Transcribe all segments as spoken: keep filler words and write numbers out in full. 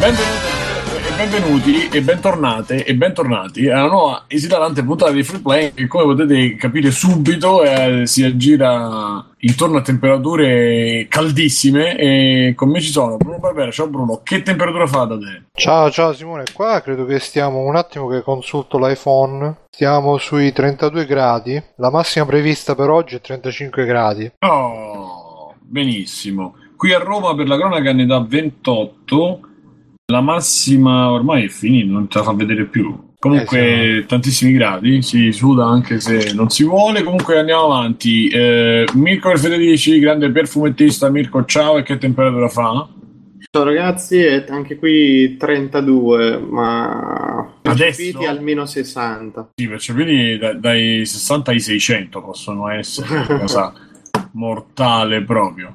benvenuti e benvenuti e bentornate e bentornati alla nuova esilarante puntata di Free Play che, come potete capire subito, eh, si aggira intorno a temperature caldissime. E con me ci sono Bruno Barbera. Ciao Bruno, che temperatura fa da te? Ciao ciao Simone, qua credo che stiamo un attimo che consulto l'iPhone. Stiamo sui trentadue gradi, la massima prevista per oggi è trentacinque gradi. Oh, benissimo. Qui a Roma per la cronaca ne dà ventotto. La massima ormai è finita, non te la fa vedere più. Comunque eh sì. Tantissimi gradi, si suda anche se non si vuole. Comunque andiamo avanti. eh, Mirko del Federici, grande perfumettista. Mirko, ciao, e che temperatura fa? Ciao ragazzi, è anche qui trentadue, ma percepiti adesso almeno sessanta. Sì, percepiti da, dai sessanta ai seicento possono essere una cosa mortale proprio.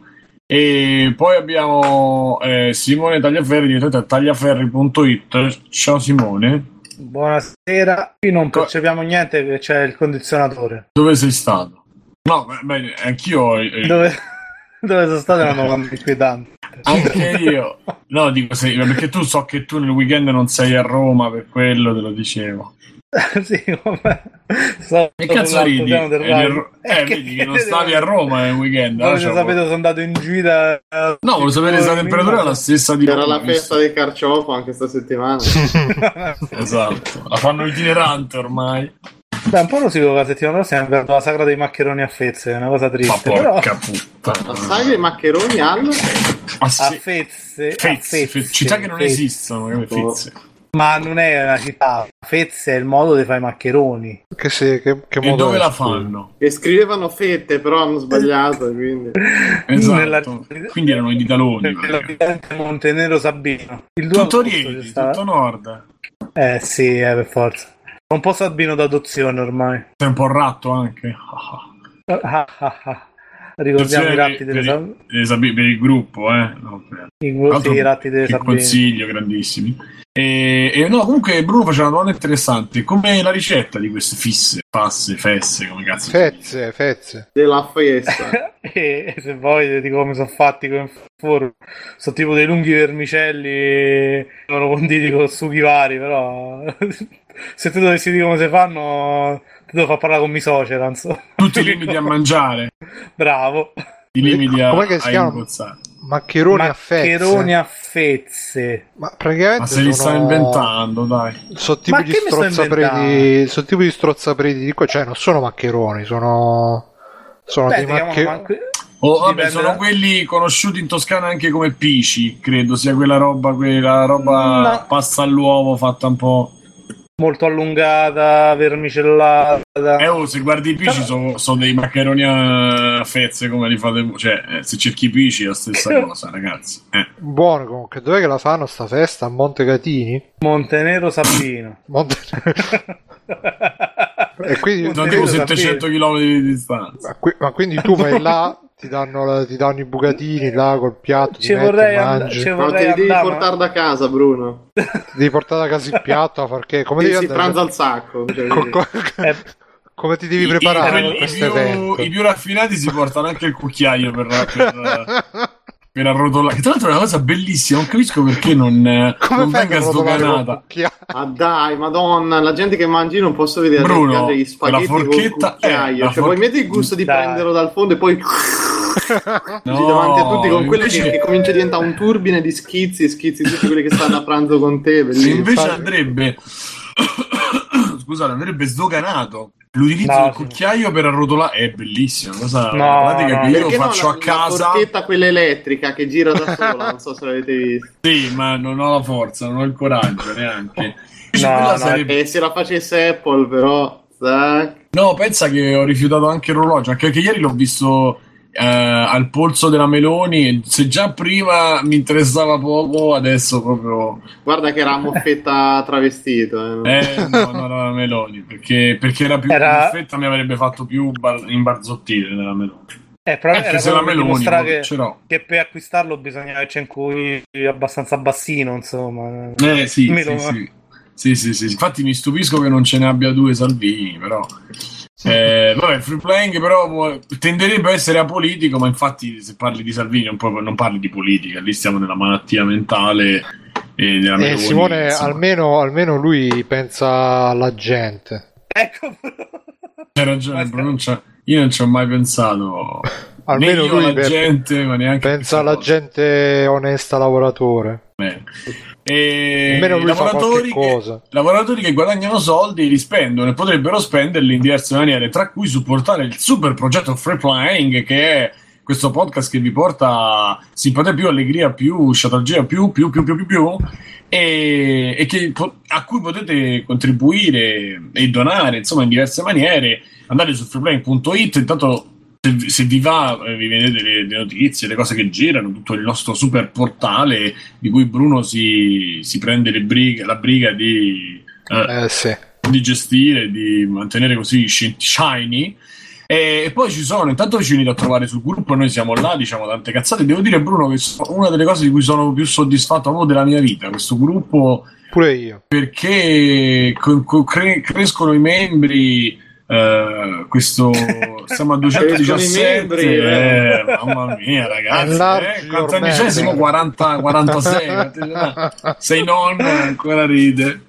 E poi abbiamo eh, Simone Tagliaferri, direttamente a tagliaferri punto it. Ciao Simone. Buonasera. Qui non percepiamo niente perché c'è il condizionatore. Dove sei stato? No, beh, anch'io. Eh, dove, dove sono stato è una domanda inquietante. Anche io. No, dico sei, perché tu so che tu nel weekend non sei a Roma, per quello te lo dicevo. Sì, come che cazzo ridi? Eh, eh che vedi che non stavi a Roma nel weekend. Come cioè, sapete, sono andato in gita. No, volevo sapere se la temperatura è la stessa di Era la festa del carciofo anche sta settimana. Esatto, la fanno itinerante ormai. Beh, un po' lo seguo la settimana prossima, per la sagra dei maccheroni a fezze, è una cosa triste. Ma porca però... puttana. La sagra dei maccheroni al... a, se... a fezze, fezze, a fezze, fezze, città che non fezze. esistono, come fezze. Ma non è una città, Fezze è il modo di fare i maccheroni. Che, se, che, che e modo dove è, la scusa? fanno? E scrivevano fette, però hanno sbagliato, quindi... Esatto. Nella... Quindi erano i taloni. Montenero Sabino. Il tutto Rieti, tutto nord. Eh sì, eh, per forza. Un po' Sabino d'adozione ormai. Sei un po' ratto anche. Ricordiamo i ratti delle Sabine. Per, per il gruppo, eh. No, per... I, gruppi, i ratti delle Sabine. Consiglio, grandissimi. E, e no, comunque Bruno faceva una domanda interessante. Come la ricetta di queste fisse, passe, fesse, come cazzo? Fezze, fezze. Della festa. e, e se voi di come sono fatti come forno, sono tipo dei lunghi vermicelli, sono conditi con sughi vari, però se tu dovessi dire come si fanno, ti devo far parlare con mi suocera, insomma. Tu ti limiti a mangiare. Bravo. Ti limiti a, Come che si chiama? Maccheroni a fezze. Maccheroni a fezze. Ma praticamente Ma se li sono... sta inventando, dai. Sono tipo Ma di che mi sto strozzapreti. Sono tipo di strozzapreti di qua, cioè non sono maccheroni, sono. Sono Beh, dei maccheroni. Manche... Oh, vabbè, Dipende sono da... quelli conosciuti in Toscana anche come pici, credo sia quella roba, quella roba no. pasta all'uovo fatta un po' molto allungata, vermicellata. Eh oh, se guardi i pici sono, sono dei maccheroni a fezze come li fate voi. Cioè, eh, se cerchi i pici è la stessa cosa, ragazzi. Eh. Buono comunque. Dov'è che la fanno sta festa? A Montegatini? Montenero Sabino. Monte... e quindi sono tipo settecento chilometri di distanza. Ma, qui, ma quindi tu vai là, ti danno, ti danno i bucatini là col piatto, ci ti vorrei metti, and- mangi. ci No, vorrei te li devi andare, portare da casa, Bruno. Ti devi portare da casa il piatto perché come e devi si andare? pranza al sacco. Cioè, Co- co- eh. Come ti devi I, preparare i, per i, questo più, evento? I più raffinati si portano anche il cucchiaio per, per, per arrotolare. Che tra l'altro è una cosa bellissima, non capisco perché non, non venga sdoganata. Ah dai, madonna, la gente che mangi non posso vedere Bruno, gli spaghetti la forchetta, col cucchiaio. eh, cioè for- poi metti il gusto di dai. prenderlo dal fondo e poi no, davanti a tutti con quello invece... che, che comincia a diventare un turbine di schizzi e schizzi tutti quelli che stanno a pranzo con te. Bellissimo. Invece andrebbe scusate, andrebbe sdoganato l'utilizzo no, del cucchiaio per arrotolare. È bellissimo, cosa no, pratica no, che io perché faccio no, a la, casa. La forchetta quella elettrica che gira da sola, non so se l'avete visto. Sì, ma non ho la forza, non ho il coraggio neanche. Cioè, no, no, sarebbe... E se la facesse Apple però zac. No, pensa che ho rifiutato anche l'orologio, anche perché ieri l'ho visto eh, al polso della Meloni e se già prima mi interessava poco, adesso proprio... Guarda che era Moffetta travestito. Eh, eh no, no, no, la Meloni, perché, perché era più era... Moffetta mi avrebbe fatto più bar- imbarzottire della Meloni. Eh, però eh, era se la Meloni che, ce l'ho. che per acquistarlo bisogna che c'è in cui abbastanza bassino, insomma. Eh sì, sì, lo... sì. Sì, sì, sì, infatti mi stupisco che non ce ne abbia due Salvini, però eh, vabbè, free playing però tenderebbe a essere apolitico, ma infatti se parli di Salvini un po' non parli di politica, lì stiamo nella malattia mentale e della eh, Simone, almeno, almeno lui pensa alla gente. Ecco, c'è ragione, Bruno, io non ci ho mai pensato. Almeno lui alla per, gente, ma neanche pensa alla cosa. Gente onesta, lavoratore. Beh. E almeno lui lavoratori, fa cosa. Che, lavoratori che guadagnano soldi li spendono e potrebbero spenderli in diverse maniere, tra cui supportare il super progetto Free Playing, che è questo podcast che vi porta simpatia più, allegria più, sciatalgia più, più, più, più, più, più e, e che, a cui potete contribuire e donare, insomma, in diverse maniere. Andate su freeplaying punto it, intanto se, se vi va vi vedete le, le notizie, le cose che girano, tutto il nostro super portale di cui Bruno si, si prende le brighe, la briga di, eh, eh, sì. di gestire, di mantenere così shiny. E poi ci sono, intanto ci venite a trovare sul gruppo, noi siamo là, diciamo tante cazzate. Devo dire, Bruno, che una delle cose di cui sono più soddisfatto proprio della mia vita, questo gruppo, pure io, perché co- co- cre- crescono i membri, eh, questo siamo a duecentodiciassette, eh, mamma mia ragazzi, eh, quant'annicesimo? quaranta, quarantasei, sei nonno ancora ride.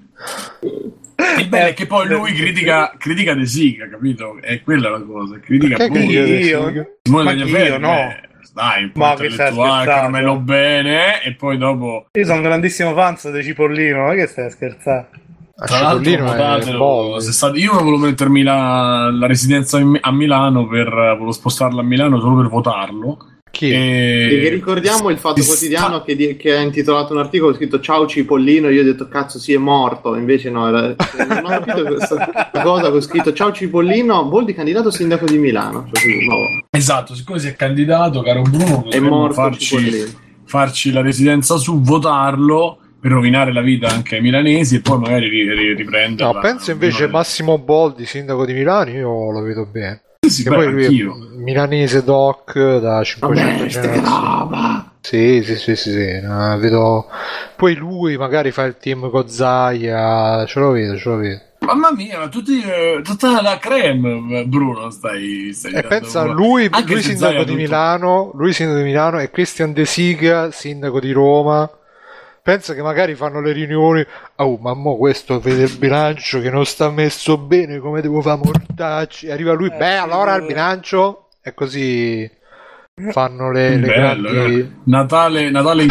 Il bello è che poi lui critica critica De Sica, capito? È quella la cosa, critica che io, Simone ma io no, eh, dai, un po' ma intellettuale, Carmelo bene, eh, e poi dopo io sono un grandissimo fan di Cipollino, ma che stai a scherzare? Tra l'altro votatelo, se state, io volevo mettermi la, la residenza a Milano, per volevo spostarla a Milano solo per votarlo. Chi? E... e che ricordiamo il Fatto Quotidiano sta... che, di... che ha intitolato un articolo scritto "Ciao Cipollino", io ho detto cazzo sì è morto, invece no, era... non ho capito questa cosa che ho scritto "Ciao Cipollino, Boldi candidato sindaco di Milano", cioè, no. Esatto, siccome si è candidato, caro Bruno, è morto farci, farci la residenza su, votarlo per rovinare la vita anche ai milanesi e poi magari riprendere. No, penso invece Massimo Boldi sindaco di Milano, io lo vedo bene. Sì, che poi lui è milanese doc da cinquecento generazioni. Sì, sì, sì, sì, sì. No, vedo. Poi lui magari fa il team Gozzaia, ce lo vedo, ce lo vedo. Mamma mia, tutti, eh, tutta la creme, Bruno, stai, stai e pensa lui, lui sindaco di tutto. Milano, lui sindaco di Milano e Christian De Sica sindaco di Roma. Pensa che magari fanno le riunioni, oh ma mo questo vede il bilancio che non sta messo bene, come devo fare mortacci, arriva lui, eh, beh allora il bilancio, e così fanno le, le bello, grandi eh. Natale, Natale in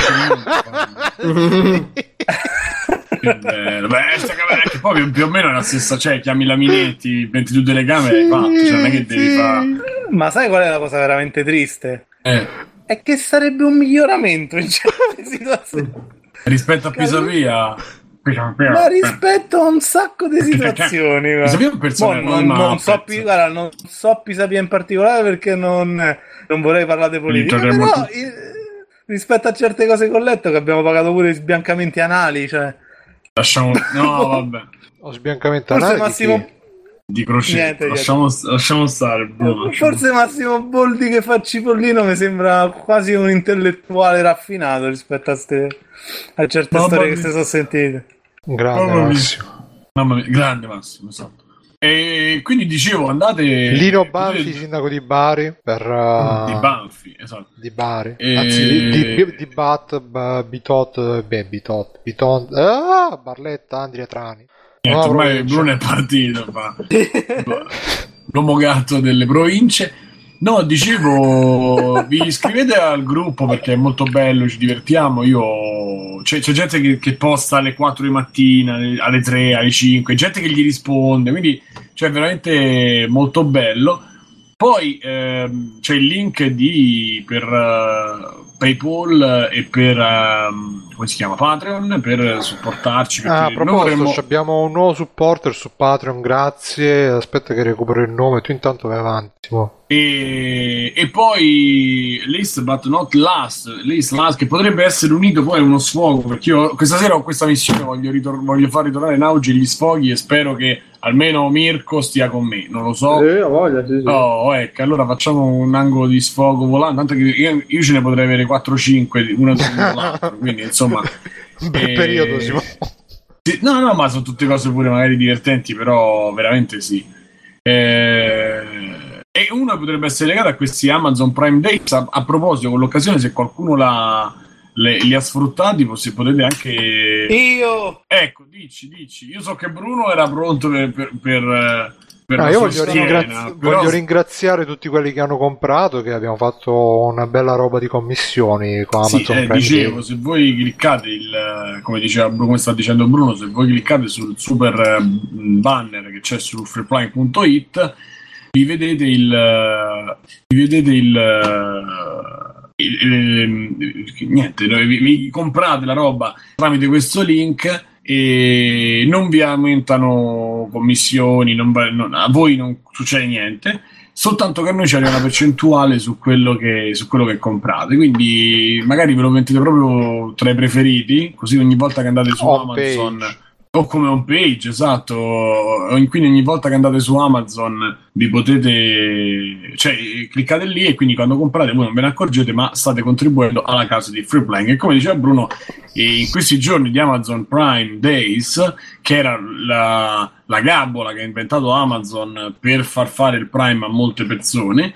comune. Che bello. Beh, che poi più o meno è la stessa, cioè chiami la Minetti, metti tu delle camere e hai fatto, cioè non è che devi fare. Ma sai qual è la cosa veramente triste? Eh. È che sarebbe un miglioramento in certe situazioni. Rispetto a Pisapia, ma rispetto a un sacco di situazioni, Pisapia è un personaggio, non, non, so, guarda, non so Pisapia in particolare perché non, non vorrei parlare di politica, però molto... rispetto a certe cose che ho letto che abbiamo pagato pure sbiancamenti anali, cioè lasciamo no vabbè o sbiancamento anali Massimo... di crocetta, lasciamo, lasciamo stare Bruno, lasciamo forse stare. Massimo Boldi che fa Cipollino mi sembra quasi un intellettuale raffinato rispetto a, ste, a certe Mamma storie mia. Che si sono sentite. Grande Mamma Massimo mia. Mamma mia, grande Massimo, esatto. E quindi dicevo, andate Lino Banfi, potete... sindaco di Bari per uh... di Banfi, esatto, di Bari e... anzi di, di, di Bat b, Bitot beh Bitot Biton ah, Barletta Andrea Trani. No, ormai Bruno è partito, ma... l'uomo gatto delle province. No, dicevo, vi iscrivete al gruppo perché è molto bello, ci divertiamo. Io c'è, c'è gente che, che posta alle quattro di mattina, alle tre, alle cinque, gente che gli risponde, quindi cioè, è veramente molto bello. Poi ehm, c'è il link di per uh, PayPal e per uh, come si chiama Patreon per supportarci. Ah, a proposito, vorremmo... abbiamo un nuovo supporter su Patreon, grazie. Aspetta che recupero il nome, tu intanto vai avanti. E, e poi last but not last, last, last che potrebbe essere unito poi a uno sfogo, perché io questa sera ho questa missione, voglio, ritor- voglio far ritornare in auge gli sfoghi e spero che almeno Mirko stia con me, non lo so. Sì, voglia, sì, sì. Oh, ecco, allora facciamo un angolo di sfogo volante, tanto che io, io ce ne potrei avere quattro cinque, una dopo l'altro, quindi insomma un bel eh, periodo si può... sì, no, no, ma sono tutte cose pure magari divertenti, però veramente sì. Eh... E uno potrebbe essere legato a questi Amazon Prime Day. A, a proposito, con l'occasione, se qualcuno l'ha, le, li ha sfruttati, potete anche... Io! Ecco, dici, dici. Io so che Bruno era pronto per... per, per, per no, io voglio, schiena, ringrazi- però... voglio ringraziare tutti quelli che hanno comprato, che abbiamo fatto una bella roba di commissioni con Amazon sì, eh, Prime dicevo, Day. se voi cliccate il, come diceva Bruno, come sta dicendo Bruno, se voi cliccate sul super banner che c'è su freeplane punto it, vi vedete il vi vedete il Il, il, niente, vi, vi comprate la roba tramite questo link e non vi aumentano commissioni, non, non, a voi non succede niente, soltanto che a noi c'è una percentuale su quello che su quello che comprate, quindi magari ve lo mettete proprio tra i preferiti, così ogni volta che andate su Home Amazon page. o come home page, esatto, quindi ogni volta che andate su Amazon vi potete, cioè cliccate lì e quindi quando comprate voi non ve ne accorgete, ma state contribuendo alla causa di Freeplan. E come diceva Bruno, in questi giorni di Amazon Prime Days, che era la, la gabola che ha inventato Amazon per far fare il Prime a molte persone,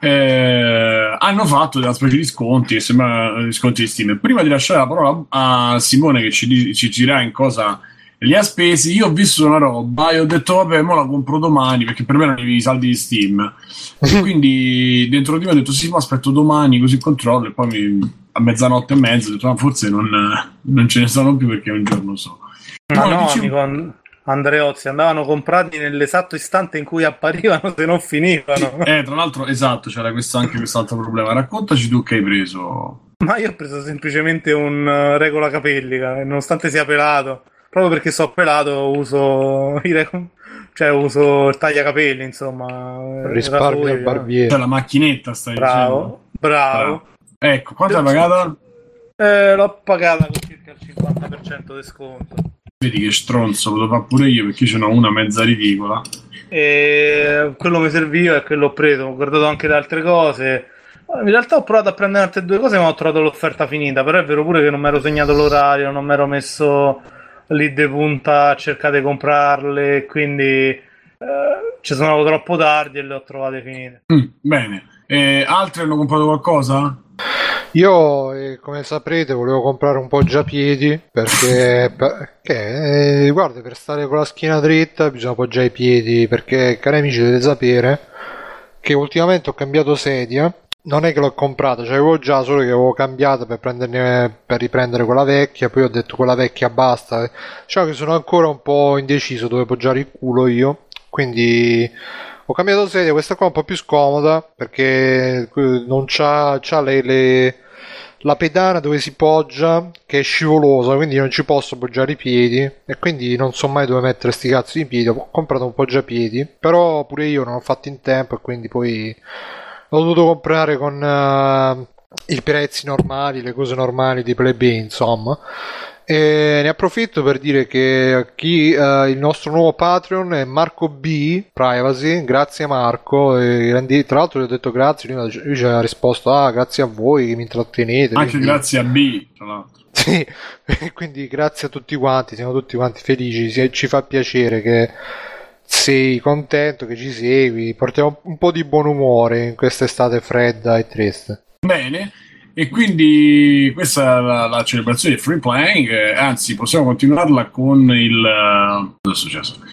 Eh, hanno fatto della specie di sconti che sembra sconti di Steam. Prima di lasciare la parola a Simone che ci, ci dirà in cosa li ha spesi, io ho visto una roba e ho detto vabbè, mo la compro domani, perché per me erano i saldi di Steam, e quindi dentro di me ho detto sì, ma aspetto domani così controllo, e poi mi, a mezzanotte e mezza ho detto ma forse non, non ce ne sono più perché è un giorno so. Ma no, no, dici... amico Andreozzi, andavano comprati nell'esatto istante in cui apparivano, se non finivano. Eh, tra l'altro, esatto, c'era questo, anche quest'altro problema. Raccontaci tu che hai preso. Ma io ho preso semplicemente un uh, regola capelli, nonostante sia pelato. Proprio perché so pelato uso i reg- cioè uso il tagliacapelli, insomma. Risparmio al barbiere. Cioè la macchinetta, stai bravo, dicendo. Bravo, bravo. Ecco, quanto hai pagata? Eh, l'ho pagata con circa il cinquanta per cento di sconto. Vedi che stronzo, lo fa pure io perché ce n'ho una mezza ridicola. E quello mi serviva e quello ho preso. Ho guardato anche le altre cose. In realtà ho provato a prendere altre due cose, ma ho trovato l'offerta finita. Però è vero pure che non mi ero segnato l'orario, non mi ero messo lì de punta a cercare di comprarle, quindi eh, ci sono andato troppo tardi e le ho trovate finite. Mm, bene. E altri hanno comprato qualcosa? Io, eh, come saprete, volevo comprare un poggiapiedi perché, perché eh, guarda, per stare con la schiena dritta bisogna appoggiare i piedi, perché, cari amici, dovete sapere che ultimamente ho cambiato sedia. Non è che l'ho comprata, cioè avevo già, solo che avevo cambiato per prenderne, per riprendere quella vecchia, poi ho detto quella vecchia basta. Diciamo che sono ancora un po' indeciso dove appoggiare il culo io, quindi ho cambiato sedia. Questa qua è un po' più scomoda perché non c'ha, c'ha le, le, la pedana dove si poggia, che è scivolosa, quindi non ci posso appoggiare i piedi e quindi non so mai dove mettere sti cazzo di piedi. Ho comprato un poggiapiedi, però pure io non ho fatto in tempo e quindi poi l'ho dovuto comprare con uh, i prezzi normali, le cose normali di Play, insomma. E ne approfitto per dire che chi, uh, il nostro nuovo Patreon è Marco B Privacy. Grazie Marco, e tra l'altro gli ho detto grazie, lui ci ha risposto ah grazie a voi che mi intrattenete, anche quindi... grazie a B, tra l'altro. Sì, quindi grazie a tutti quanti, siamo tutti quanti felici, ci fa piacere che sei contento, che ci segui, portiamo un po' di buon umore in questa estate fredda e triste. Bene, e quindi questa è la, la celebrazione di Free Playing, eh, anzi possiamo continuarla con il uh, cosa è successo?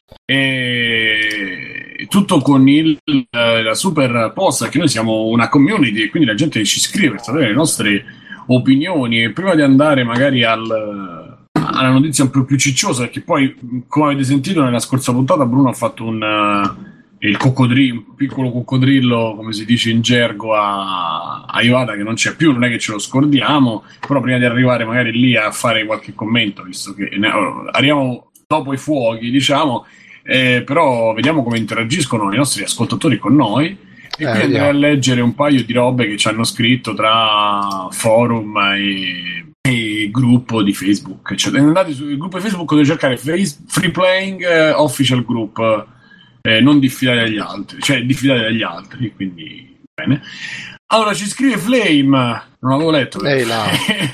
E tutto con il, uh, la super posta, che noi siamo una community e quindi la gente ci scrive per sapere le nostre opinioni. E prima di andare magari al alla notizia un po' più cicciosa, perché poi, come avete sentito nella scorsa puntata, Bruno ha fatto un uh, il coccodrillo, un piccolo coccodrillo, come si dice in gergo, a, a Iwata, che non c'è più, non è che ce lo scordiamo, però prima di arrivare magari lì a fare qualche commento, visto che ne, arriviamo dopo i fuochi, diciamo, eh, però vediamo come interagiscono i nostri ascoltatori con noi. E eh, qui andrei a leggere un paio di robe che ci hanno scritto tra forum e e gruppo di Facebook, cioè, andate sul gruppo di Facebook, dovete cercare face, Free Playing eh, Official Group, eh, non diffidate dagli altri, cioè diffidate dagli altri, quindi bene. Allora ci scrive Flame, non l'avevo letto. Lei là.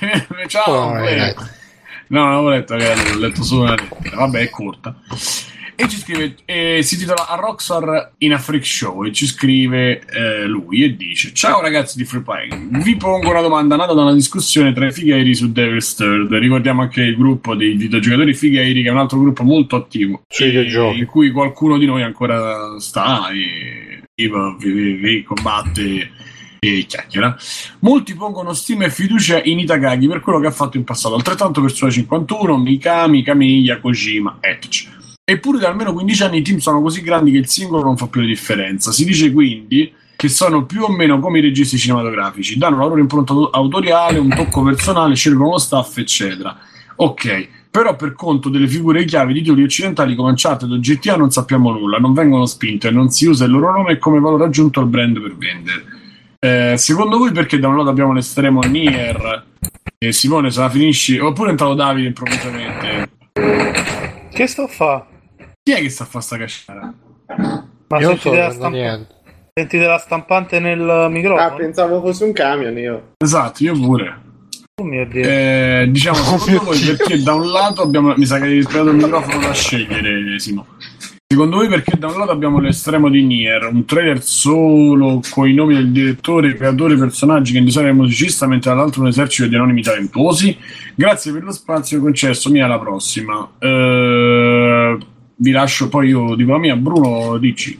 Ciao, oh, Flame. No, non l'avevo letto, ragazzi, ho letto solo una lettera, vabbè, è corta. E ci scrive, eh, si titola A Rockstar in a Freak Show, e ci scrive eh, lui e dice: ciao ragazzi di Free Playing, vi pongo una domanda nata da una discussione tra i fighieri su Devil's Third. Ricordiamo anche il gruppo dei videogiocatori fighieri, che è un altro gruppo molto attivo, sì, e, in cui qualcuno di noi ancora sta e vive, vive, vive, combatte e chiacchiera. Molti pongono stima e fiducia in Itagaki per quello che ha fatto in passato, altrettanto per Suda cinquantuno, Mikami, Kamiya, Kojima, etcetera. Eppure da almeno quindici anni i team sono così grandi che il singolo non fa più la differenza. Si dice quindi che sono più o meno come i registi cinematografici, danno la loro impronta autoriale, un tocco personale, scelgono lo staff, eccetera. Ok, però per conto delle figure chiave di titoli occidentali come Uncharted o G T A non sappiamo nulla, non vengono spinte e non si usa il loro nome come valore aggiunto al brand per vendere. Eh, secondo voi perché da un lato abbiamo l'estremo Nier e Simone se la finisci, oppure è entrato Davide improvvisamente? Che sto a fa? Chi è che sta a fare sta casciara? Ma io non senti so della stampa... niente. Senti della stampante nel microfono? Ah, pensavo fosse un camion io. Esatto, io pure. Oh mio Dio. Eh, diciamo, secondo voi perché da un lato abbiamo... Mi sa che hai spiegato il microfono da scegliere, Simo. Secondo voi perché da un lato abbiamo l'estremo di Nier, un trailer solo con i nomi del direttore, creatore, personaggi, che designer e musicista, mentre dall'altro un esercito di anonimi talentuosi? Grazie per lo spazio concesso, mia alla prossima. Eh, vi lascio, poi io dico la mia. Bruno, dici.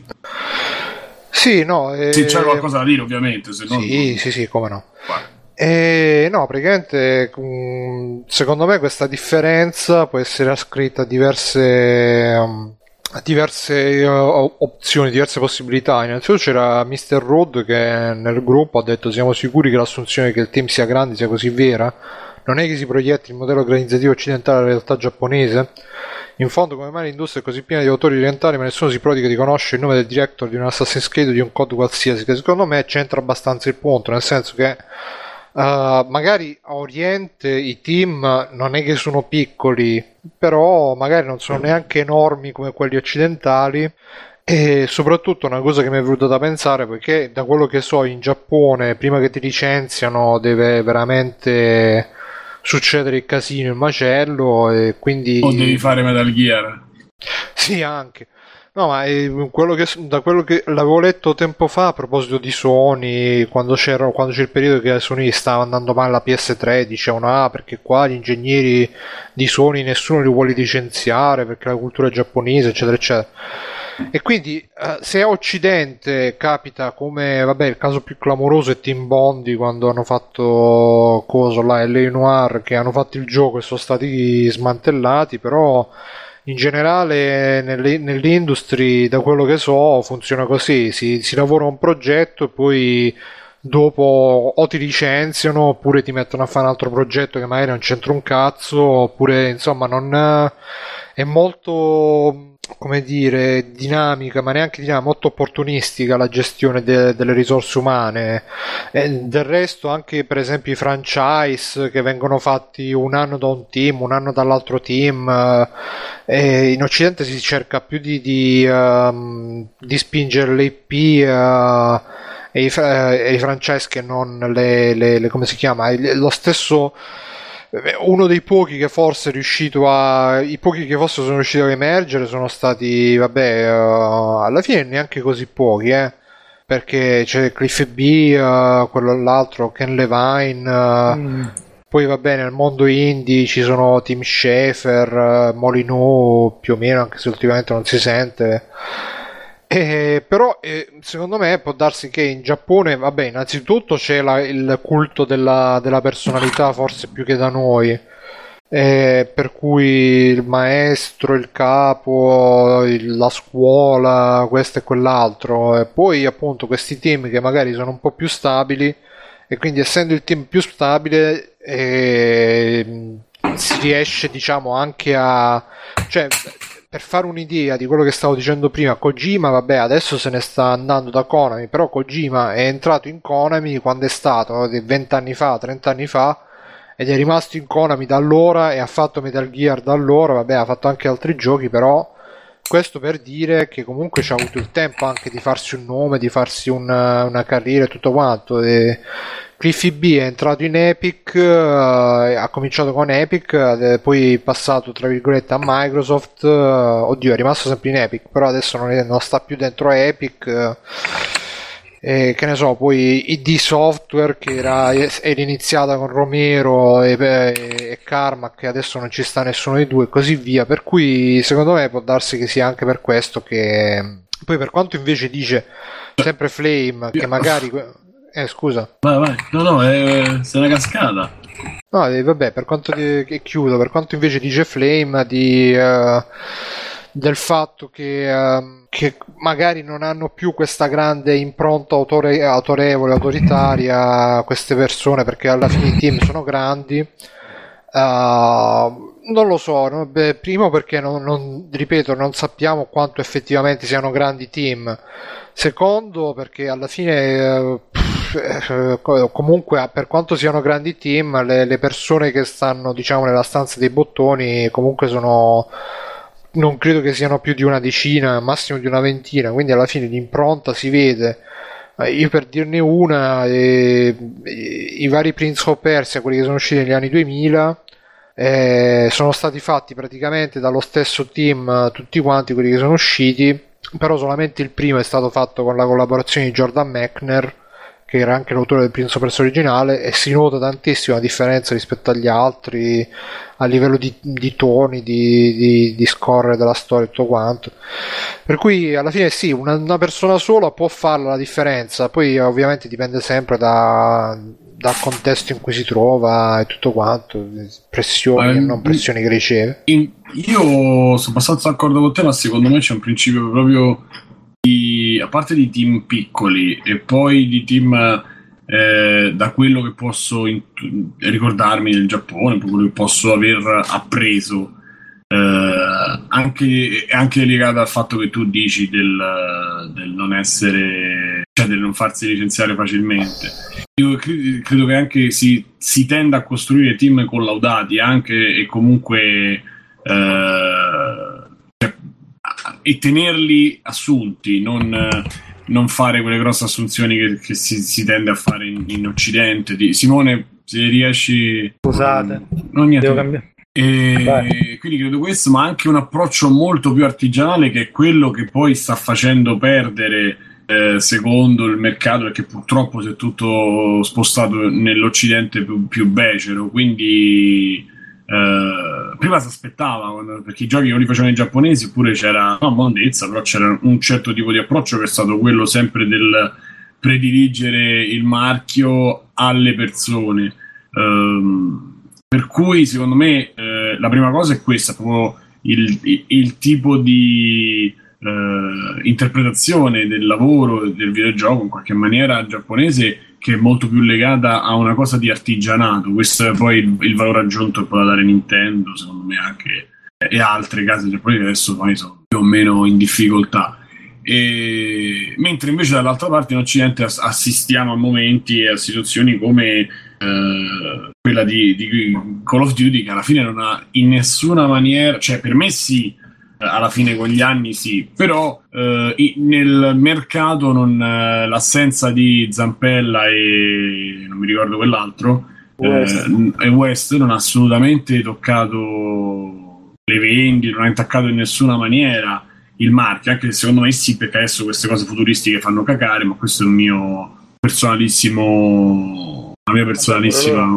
Sì, no. Eh... Se c'è qualcosa da dire, ovviamente. Se no, sì, non... sì, sì, come no. Eh, no, praticamente secondo me questa differenza può essere ascritta a diverse... Um, diverse uh, opzioni, diverse possibilità. Innanzitutto c'era mister Rod che nel gruppo ha detto: siamo sicuri che l'assunzione che il team sia grande sia così vera? Non è che si proietti il modello organizzativo occidentale alla realtà giapponese? In fondo, come mai l'industria è così piena di autori orientali ma nessuno si prodiga di conoscere il nome del director di un Assassin's Creed o di un C O D qualsiasi? Che secondo me c'entra abbastanza il punto, nel senso che Uh, magari a Oriente i team non è che sono piccoli, però magari non sono neanche enormi come quelli occidentali, e soprattutto una cosa che mi è venuta da pensare, poiché da quello che so in Giappone prima che ti licenziano deve veramente succedere il casino, il macello, e quindi... o devi fare Metal Gear. Sì, anche. No, ma è quello che, da quello che l'avevo letto tempo fa a proposito di Sony, quando c'era quando c'è il periodo che Sony stava andando male la P S tre, dicevano: ah, perché qua gli ingegneri di Sony nessuno li vuole licenziare perché la cultura è giapponese, eccetera eccetera. E quindi eh, se a Occidente capita, come vabbè il caso più clamoroso è Team Bondi, quando hanno fatto coso là, L A Noir, che hanno fatto il gioco e sono stati smantellati, però in generale nelle, nell'industry, da quello che so, funziona così: si, si lavora un progetto e poi dopo o ti licenziano oppure ti mettono a fare un altro progetto che magari non c'entra un cazzo, oppure insomma non è molto, come dire, dinamica, ma neanche dinamica, molto opportunistica la gestione de, delle risorse umane. E del resto anche per esempio i franchise che vengono fatti un anno da un team, un anno dall'altro team, e in Occidente si cerca più di, di, um, di spingere le I P uh, e, i, uh, e i franchise che non le, le, le come si chiama, lo stesso. Uno dei pochi che forse è riuscito a i pochi che forse sono riusciti a emergere sono stati, vabbè, uh, alla fine neanche così pochi, eh, perché c'è Cliff B, uh, quello l'altro Ken Levine, uh, mm. poi va bene, nel mondo indie ci sono Tim Schafer, uh, Molyneux più o meno, anche se ultimamente non si sente. Eh, però eh, secondo me può darsi che in Giappone, vabbè, innanzitutto c'è la, il culto della, della personalità forse più che da noi, eh, per cui il maestro, il capo, il, la scuola, questo e quell'altro, e poi appunto questi team che magari sono un po' più stabili, e quindi essendo il team più stabile eh, si riesce, diciamo, anche a, cioè, per fare un'idea di quello che stavo dicendo prima, Kojima, vabbè, adesso se ne sta andando da Konami, però Kojima è entrato in Konami quando è stato, venti anni fa, trenta anni fa, ed è rimasto in Konami da allora e ha fatto Metal Gear da allora, vabbè, ha fatto anche altri giochi, però questo per dire che comunque ci ha avuto il tempo anche di farsi un nome, di farsi una, una carriera e tutto quanto. E Cliffy B è entrato in Epic, eh, ha cominciato con Epic, eh, poi è passato tra virgolette a Microsoft, eh, oddio è rimasto sempre in Epic, però adesso non, è, non sta più dentro Epic, eh, e che ne so, poi I D Software che era, era iniziata con Romero e, e Carmack, che adesso non ci sta nessuno dei due e così via, per cui secondo me può darsi che sia anche per questo che... Poi per quanto invece dice sempre Flame che magari... Eh scusa. Vai vai, no no, è, è una cascata. No, eh, vabbè, per quanto di, che chiudo, per quanto invece dice Flame di... Uh, del fatto che, uh, che magari non hanno più questa grande impronta autore- autorevole, autoritaria queste persone, perché alla fine i team sono grandi, uh, non lo so, no? Beh, primo perché non, non, ripeto, non sappiamo quanto effettivamente siano grandi team, secondo perché alla fine uh, pff, comunque per quanto siano grandi team le, le persone che stanno diciamo nella stanza dei bottoni comunque sono, non credo che siano più di una decina, massimo di una ventina, quindi alla fine l'impronta si vede. Io per dirne una, eh, i vari Prince of Persia, quelli che sono usciti negli anni duemila, eh, sono stati fatti praticamente dallo stesso team, tutti quanti quelli che sono usciti, però solamente il primo è stato fatto con la collaborazione di Jordan Mechner, che era anche l'autore del Prince of Persia originale, e si nota tantissimo la differenza rispetto agli altri a livello di, di toni, di, di, di scorrere della storia e tutto quanto, per cui alla fine sì, una, una persona sola può farla la differenza, poi ovviamente dipende sempre da, dal contesto in cui si trova e tutto quanto, pressioni e non pressioni che riceve. In, io sono abbastanza d'accordo con te, ma secondo me c'è un principio proprio di, a parte di team piccoli e poi di team eh, da quello che posso in, ricordarmi del Giappone, quello che posso aver appreso, eh, anche, anche legato al fatto che tu dici del, del non essere, cioè del non farsi licenziare facilmente. Io credo, credo che anche si, si tenda a costruire team collaudati anche e comunque eh, e tenerli assunti, non, non fare quelle grosse assunzioni che, che si, si tende a fare in, in Occidente. Di, Simone, se riesci... Scusate, non niente. devo cambiare. E quindi credo questo, ma anche un approccio molto più artigianale, che è quello che poi sta facendo perdere eh, secondo il mercato, perché purtroppo si è tutto spostato nell'Occidente più, più becero, quindi... Uh, prima si aspettava quando, perché i giochi non li facevano i giapponesi, oppure c'era una mondezza, però c'era un certo tipo di approccio che è stato quello sempre del prediligere il marchio alle persone, uh, per cui secondo me uh, la prima cosa è questa, proprio il, il, il tipo di uh, interpretazione del lavoro del videogioco in qualche maniera giapponese, che è molto più legata a una cosa di artigianato. Questo è poi il, il valore aggiunto che può dare Nintendo, secondo me, anche e altre case giapponesi che adesso poi sono più o meno in difficoltà. E, mentre invece dall'altra parte in Occidente assistiamo a momenti e a situazioni come eh, quella di, di Call of Duty, che alla fine non ha in nessuna maniera, cioè per me sì, alla fine con gli anni sì, però eh, nel mercato non, eh, l'assenza di Zampella e non mi ricordo quell'altro West. Eh, e West non ha assolutamente toccato le vendite, non ha intaccato in nessuna maniera il marchio, anche se secondo me sì, perché adesso queste cose futuristiche fanno cacare, ma questo è il mio personalissimo la mia personalissima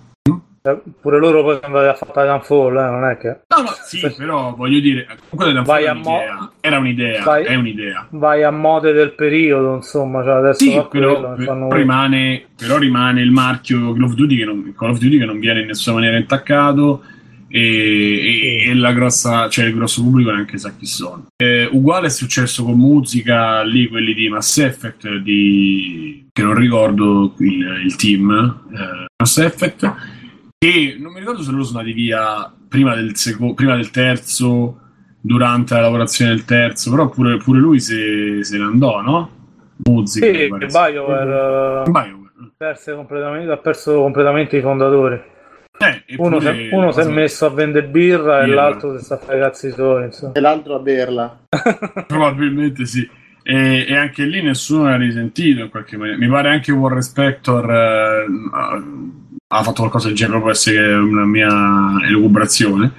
pure loro poi sono andati a fare Titanfall, eh, non è che... No, no, sì, però voglio dire, comunque Titanfall era un'idea, mo- era un'idea, vai, è un'idea. Vai a mode del periodo, insomma, cioè adesso sì, però, per, fanno... rimane, però rimane il marchio Call of Duty che non, Call of Duty che non viene in nessuna maniera intaccato e, e, e la grossa, cioè il grosso pubblico neanche sa chi sono. Eh, uguale è successo con musica lì, quelli di Mass Effect, di, che non ricordo il, il team, eh, Mass Effect, che non mi ricordo se loro sono andati via prima del, seco- prima del terzo, durante la lavorazione del terzo, però pure, pure lui se, se ne andò, no? Musica, sì, BioWare, uh, BioWare. Perse completamente, ha perso completamente i fondatori. Eh, uno si, uno si è messo a vendere birra, birra e l'altro si sta a fare i cazzi suoi, insomma. E l'altro a berla. Probabilmente sì. e, e anche lì nessuno l'ha risentito in qualche maniera. Mi pare anche War Respector eh, ha fatto qualcosa del genere, può essere una mia elucubrazione.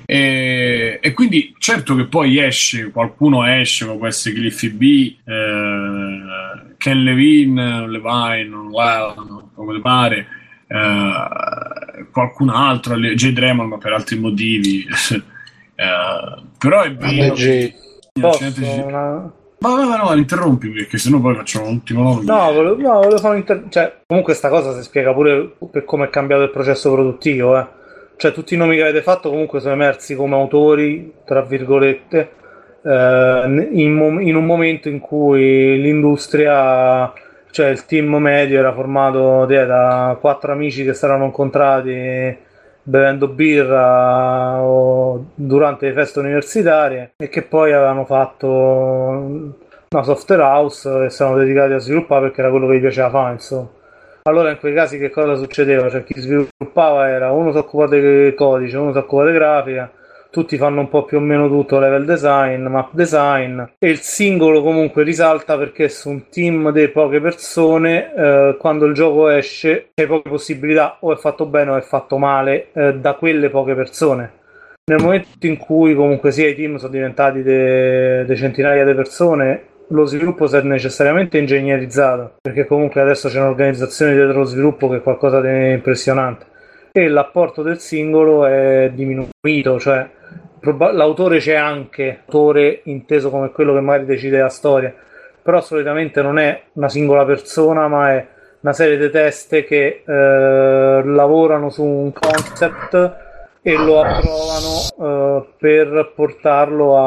E, e quindi certo che poi esce, qualcuno esce, può essere Cliffy B, eh, Ken Levine, Levine, Well, come pare, eh, qualcun altro, Jay Dremond, ma per altri motivi. eh, però è vero che una... Ma no, no, no, interrompi perché sennò poi facciamo un ultimo nome. No, volevo, no, volevo fare un inter... cioè, comunque sta cosa si spiega pure per come è cambiato il processo produttivo, eh. Cioè tutti i nomi che avete fatto comunque sono emersi come autori, tra virgolette, eh, in, mom- in un momento in cui l'industria, cioè il team medio era formato da quattro amici che si erano incontrati bevendo birra o durante le feste universitarie e che poi avevano fatto una software house e si erano dedicati a sviluppare perché era quello che gli piaceva fare, insomma. Allora in quei casi che cosa succedeva? Cioè chi sviluppava era uno si occupava di codice, uno si occupava di grafica, tutti fanno un po' più o meno tutto, level design, map design, e il singolo comunque risalta perché su un team di poche persone eh, quando il gioco esce hai poche possibilità, o è fatto bene o è fatto male eh, da quelle poche persone. Nel momento in cui comunque sia i team sono diventati de, de centinaia di persone, lo sviluppo si è necessariamente ingegnerizzato, perché comunque adesso c'è un'organizzazione dietro lo sviluppo che è qualcosa di impressionante, e l'apporto del singolo è diminuito, cioè proba- l'autore c'è anche, l'autore inteso come quello che magari decide la storia, però solitamente non è una singola persona, ma è una serie di teste che eh, lavorano su un concept e lo approvano eh, per portarlo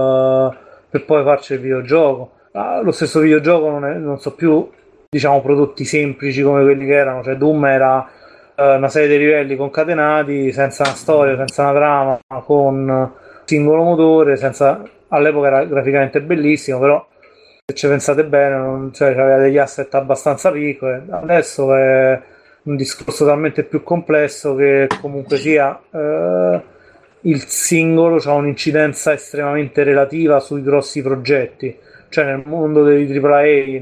al per poi farci il videogioco. Ah, lo stesso videogioco non, è, non so più, diciamo, prodotti semplici come quelli che erano, cioè Doom era eh, una serie di livelli concatenati senza una storia, senza una trama, con singolo motore, senza... all'epoca era graficamente bellissimo, però se ci pensate bene non... cioè, aveva degli asset abbastanza piccoli. Adesso è un discorso talmente più complesso che comunque sia eh, il singolo ha un'incidenza estremamente relativa sui grossi progetti. Cioè nel mondo dei tripla A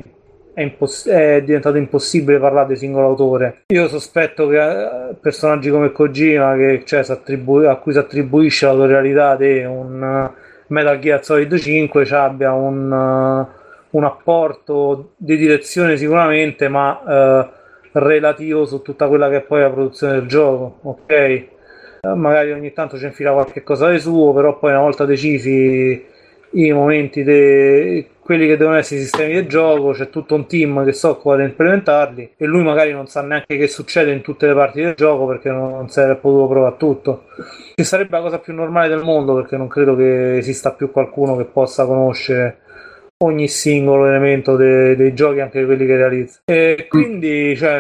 è, imposs- è diventato impossibile parlare di singolo autore. Io sospetto che eh, personaggi come Kojima, che, cioè, s'attribu- a cui si attribuisce l'autorialità di un uh, Metal Gear Solid cinque, cioè, abbia un, uh, un apporto di direzione sicuramente, ma uh, relativo su tutta quella che è poi la produzione del gioco, ok? Magari ogni tanto ci infila qualche cosa di suo, però poi una volta decisi i momenti de... quelli che devono essere i sistemi del gioco, c'è tutto un team che si occupa di implementarli e lui magari non sa neanche che succede in tutte le parti del gioco perché non si è potuto provare tutto, che sarebbe la cosa più normale del mondo, perché non credo che esista più qualcuno che possa conoscere ogni singolo elemento dei, dei giochi, anche quelli che realizza, e quindi cioè,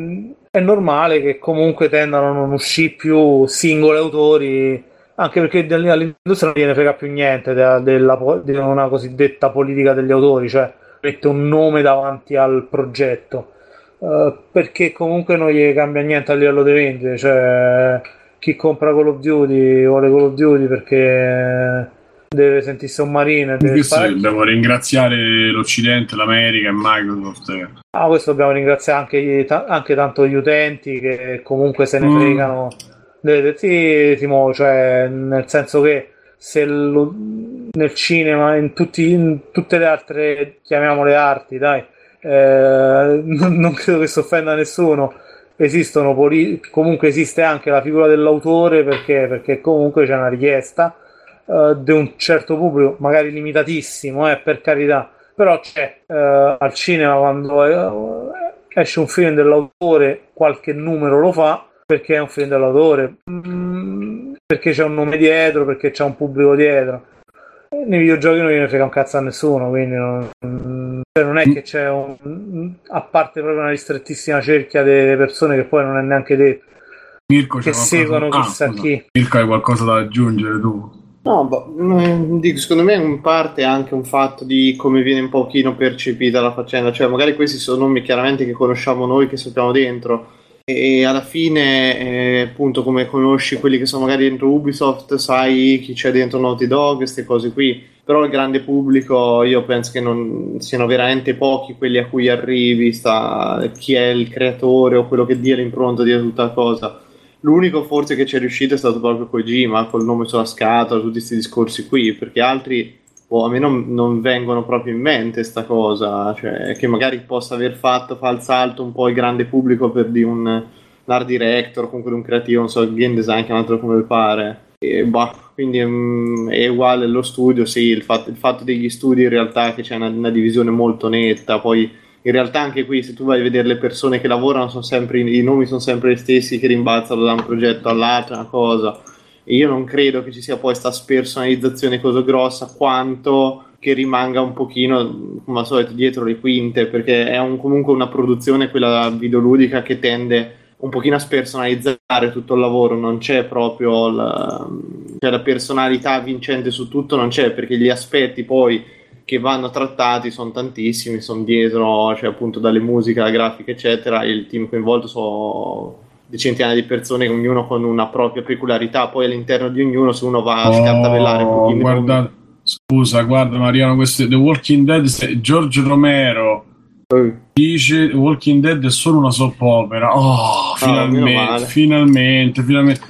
è normale che comunque tendano a non uscire più singoli autori, anche perché all'industria non gliene frega più niente della, della, di una cosiddetta politica degli autori, cioè mette un nome davanti al progetto, uh, perché comunque non gli cambia niente a livello di vendite, cioè chi compra Call of Duty vuole Call of Duty perché deve sentirsi un marine, deve fare... Dobbiamo ringraziare l'Occidente, l'America e Microsoft. Ah, questo dobbiamo ringraziare anche, anche tanto gli utenti che comunque se ne mm. fregano. Sì, Timo, cioè nel senso che se lo, nel cinema, in, tutti, in tutte le altre, chiamiamole arti, dai, eh, non, non credo che si offenda nessuno. Esistono poli- comunque esiste anche la figura dell'autore, perché perché comunque c'è una richiesta uh, di un certo pubblico, magari limitatissimo, eh, per carità, però c'è uh, al cinema quando uh, esce un film dell'autore, qualche numero lo fa perché è un film dell'autore, mm, perché c'è un nome dietro, perché c'è un pubblico dietro. Nei videogiochi non gliene frega un cazzo a nessuno, quindi non, non è che c'è un, a parte proprio una ristrettissima cerchia di persone che poi non è neanche detto Mirko, che seguono ah, chissà scusa. chi. Mirko, hai qualcosa da aggiungere tu? No, boh, dico, secondo me in parte è anche un fatto di come viene un pochino percepita la faccenda, cioè magari questi sono nomi chiaramente che conosciamo noi, che sappiamo dentro, e alla fine eh, appunto come conosci quelli che sono magari dentro Ubisoft, sai chi c'è dentro Naughty Dog, queste cose qui, però il grande pubblico io penso che non siano veramente pochi quelli a cui arrivi, sta chi è il creatore o quello che dia l'impronta di tutta la cosa. L'unico forse che ci è riuscito è stato proprio Kojima col nome sulla scatola, tutti questi discorsi qui, perché altri o a me non, non vengono proprio in mente sta cosa, cioè che magari possa aver fatto fa il salto un po' il grande pubblico per di un, un art director, comunque un creativo, non so, il game design, chiamatelo come pare. E, bah, quindi um, è uguale allo studio, sì, il fatto, il fatto degli studi in realtà che c'è una, una divisione molto netta, poi in realtà anche qui se tu vai a vedere le persone che lavorano sono sempre i nomi sono sempre gli stessi che rimbalzano da un progetto all'altro, una cosa. E io non credo che ci sia poi questa spersonalizzazione così grossa quanto che rimanga un pochino come al solito dietro le quinte, perché è un, comunque una produzione, quella videoludica, che tende un pochino a spersonalizzare tutto il lavoro, non c'è proprio la, cioè la personalità vincente su tutto, non c'è, perché gli aspetti poi che vanno trattati sono tantissimi, sono dietro, cioè appunto dalle musiche, alla grafica eccetera, e il team coinvolto sono di centinaia di persone, ognuno con una propria peculiarità, poi all'interno di ognuno se uno va a Oh, scartabellare un pochino guarda, scusa, guarda Mariano, questo The Walking Dead, George Romero eh. dice The Walking Dead è solo una soap opera. Oh, meno finalmente, male. finalmente, finalmente.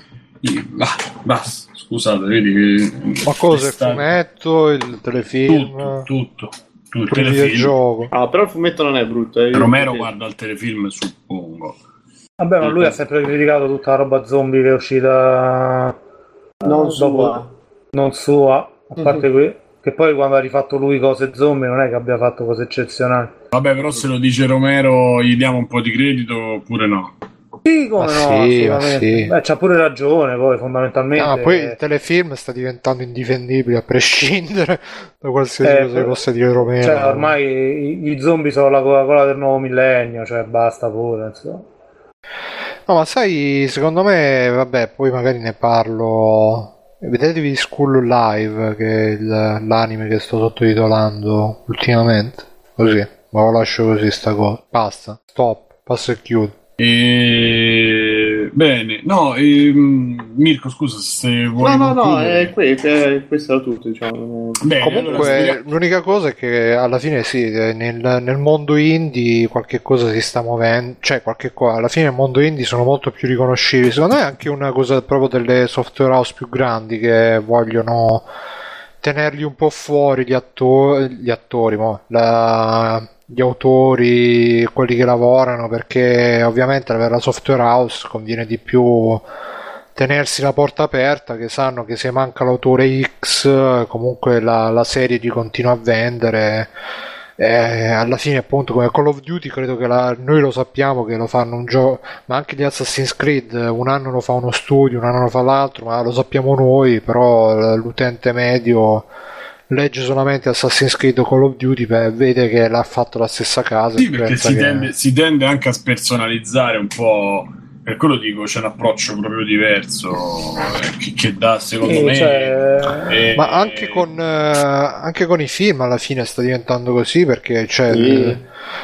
Ah, basta, scusate, vedi che Ma cosa? Il sta- fumetto, il telefilm, tutto, tutto, tutto il pure il telefilm. videogioco. Ah, però il fumetto non è brutto, eh. Romero guarda il telefilm, suppongo. Vabbè, ma lui ha sempre criticato tutta la roba zombie che è uscita non dopo- sua. non sua, a parte qui, che poi quando ha rifatto lui cose zombie non è che abbia fatto cose eccezionali. Vabbè, però se lo dice Romero gli diamo un po' di credito oppure no? Sì, come Ma no, sì, ma assolutamente. sì. Beh, c'ha pure ragione, poi fondamentalmente. Ah, poi il telefilm sta diventando indifendibile a prescindere da qualsiasi Eh, cosa che possa dire Romero. Cioè, ormai i- gli zombie sono la Coca-Cola del nuovo millennio, cioè basta pure, insomma. No, ma sai, secondo me, vabbè, poi magari ne parlo. Vedetevi School Live, che è il- l'anime che sto sottotitolando ultimamente. Così, ma lo lascio così sta cosa. Basta, stop, passo e chiudo. E... Bene, no, ehm, Mirko, scusa se vuoi. No, no, no, concludere. è, que- è questo era tutto, diciamo. Bene, allora Comunque, spiega- l'unica cosa è che alla fine sì, eh, nel, nel mondo indie qualche cosa si sta muovendo, cioè qualche cosa, alla fine nel mondo indie sono molto più riconoscibili. Secondo me è anche una cosa proprio delle software house più grandi che vogliono tenerli un po' fuori gli, atto- gli attori, mo, la- gli autori, quelli che lavorano, perché ovviamente per la software house conviene di più tenersi la porta aperta, che sanno che se manca l'autore X comunque la, la serie gli continua a vendere. Eh, alla fine appunto come Call of Duty credo che la, noi lo sappiamo che lo fanno un gioco, ma anche gli Assassin's Creed un anno lo fa uno studio, un anno lo fa l'altro, ma lo sappiamo noi, però l'utente medio legge solamente Assassin's Creed o Call of Duty, beh, vede che l'ha fatto la stessa casa. Sì, e perché pensa si, che- tende, si tende anche a spersonalizzare un po', per quello dico c'è un approccio proprio diverso eh, che, che dà secondo Sì, me cioè, eh, Ma anche con, eh, anche con i film alla fine sta diventando così, perché cioè, Sì. eh,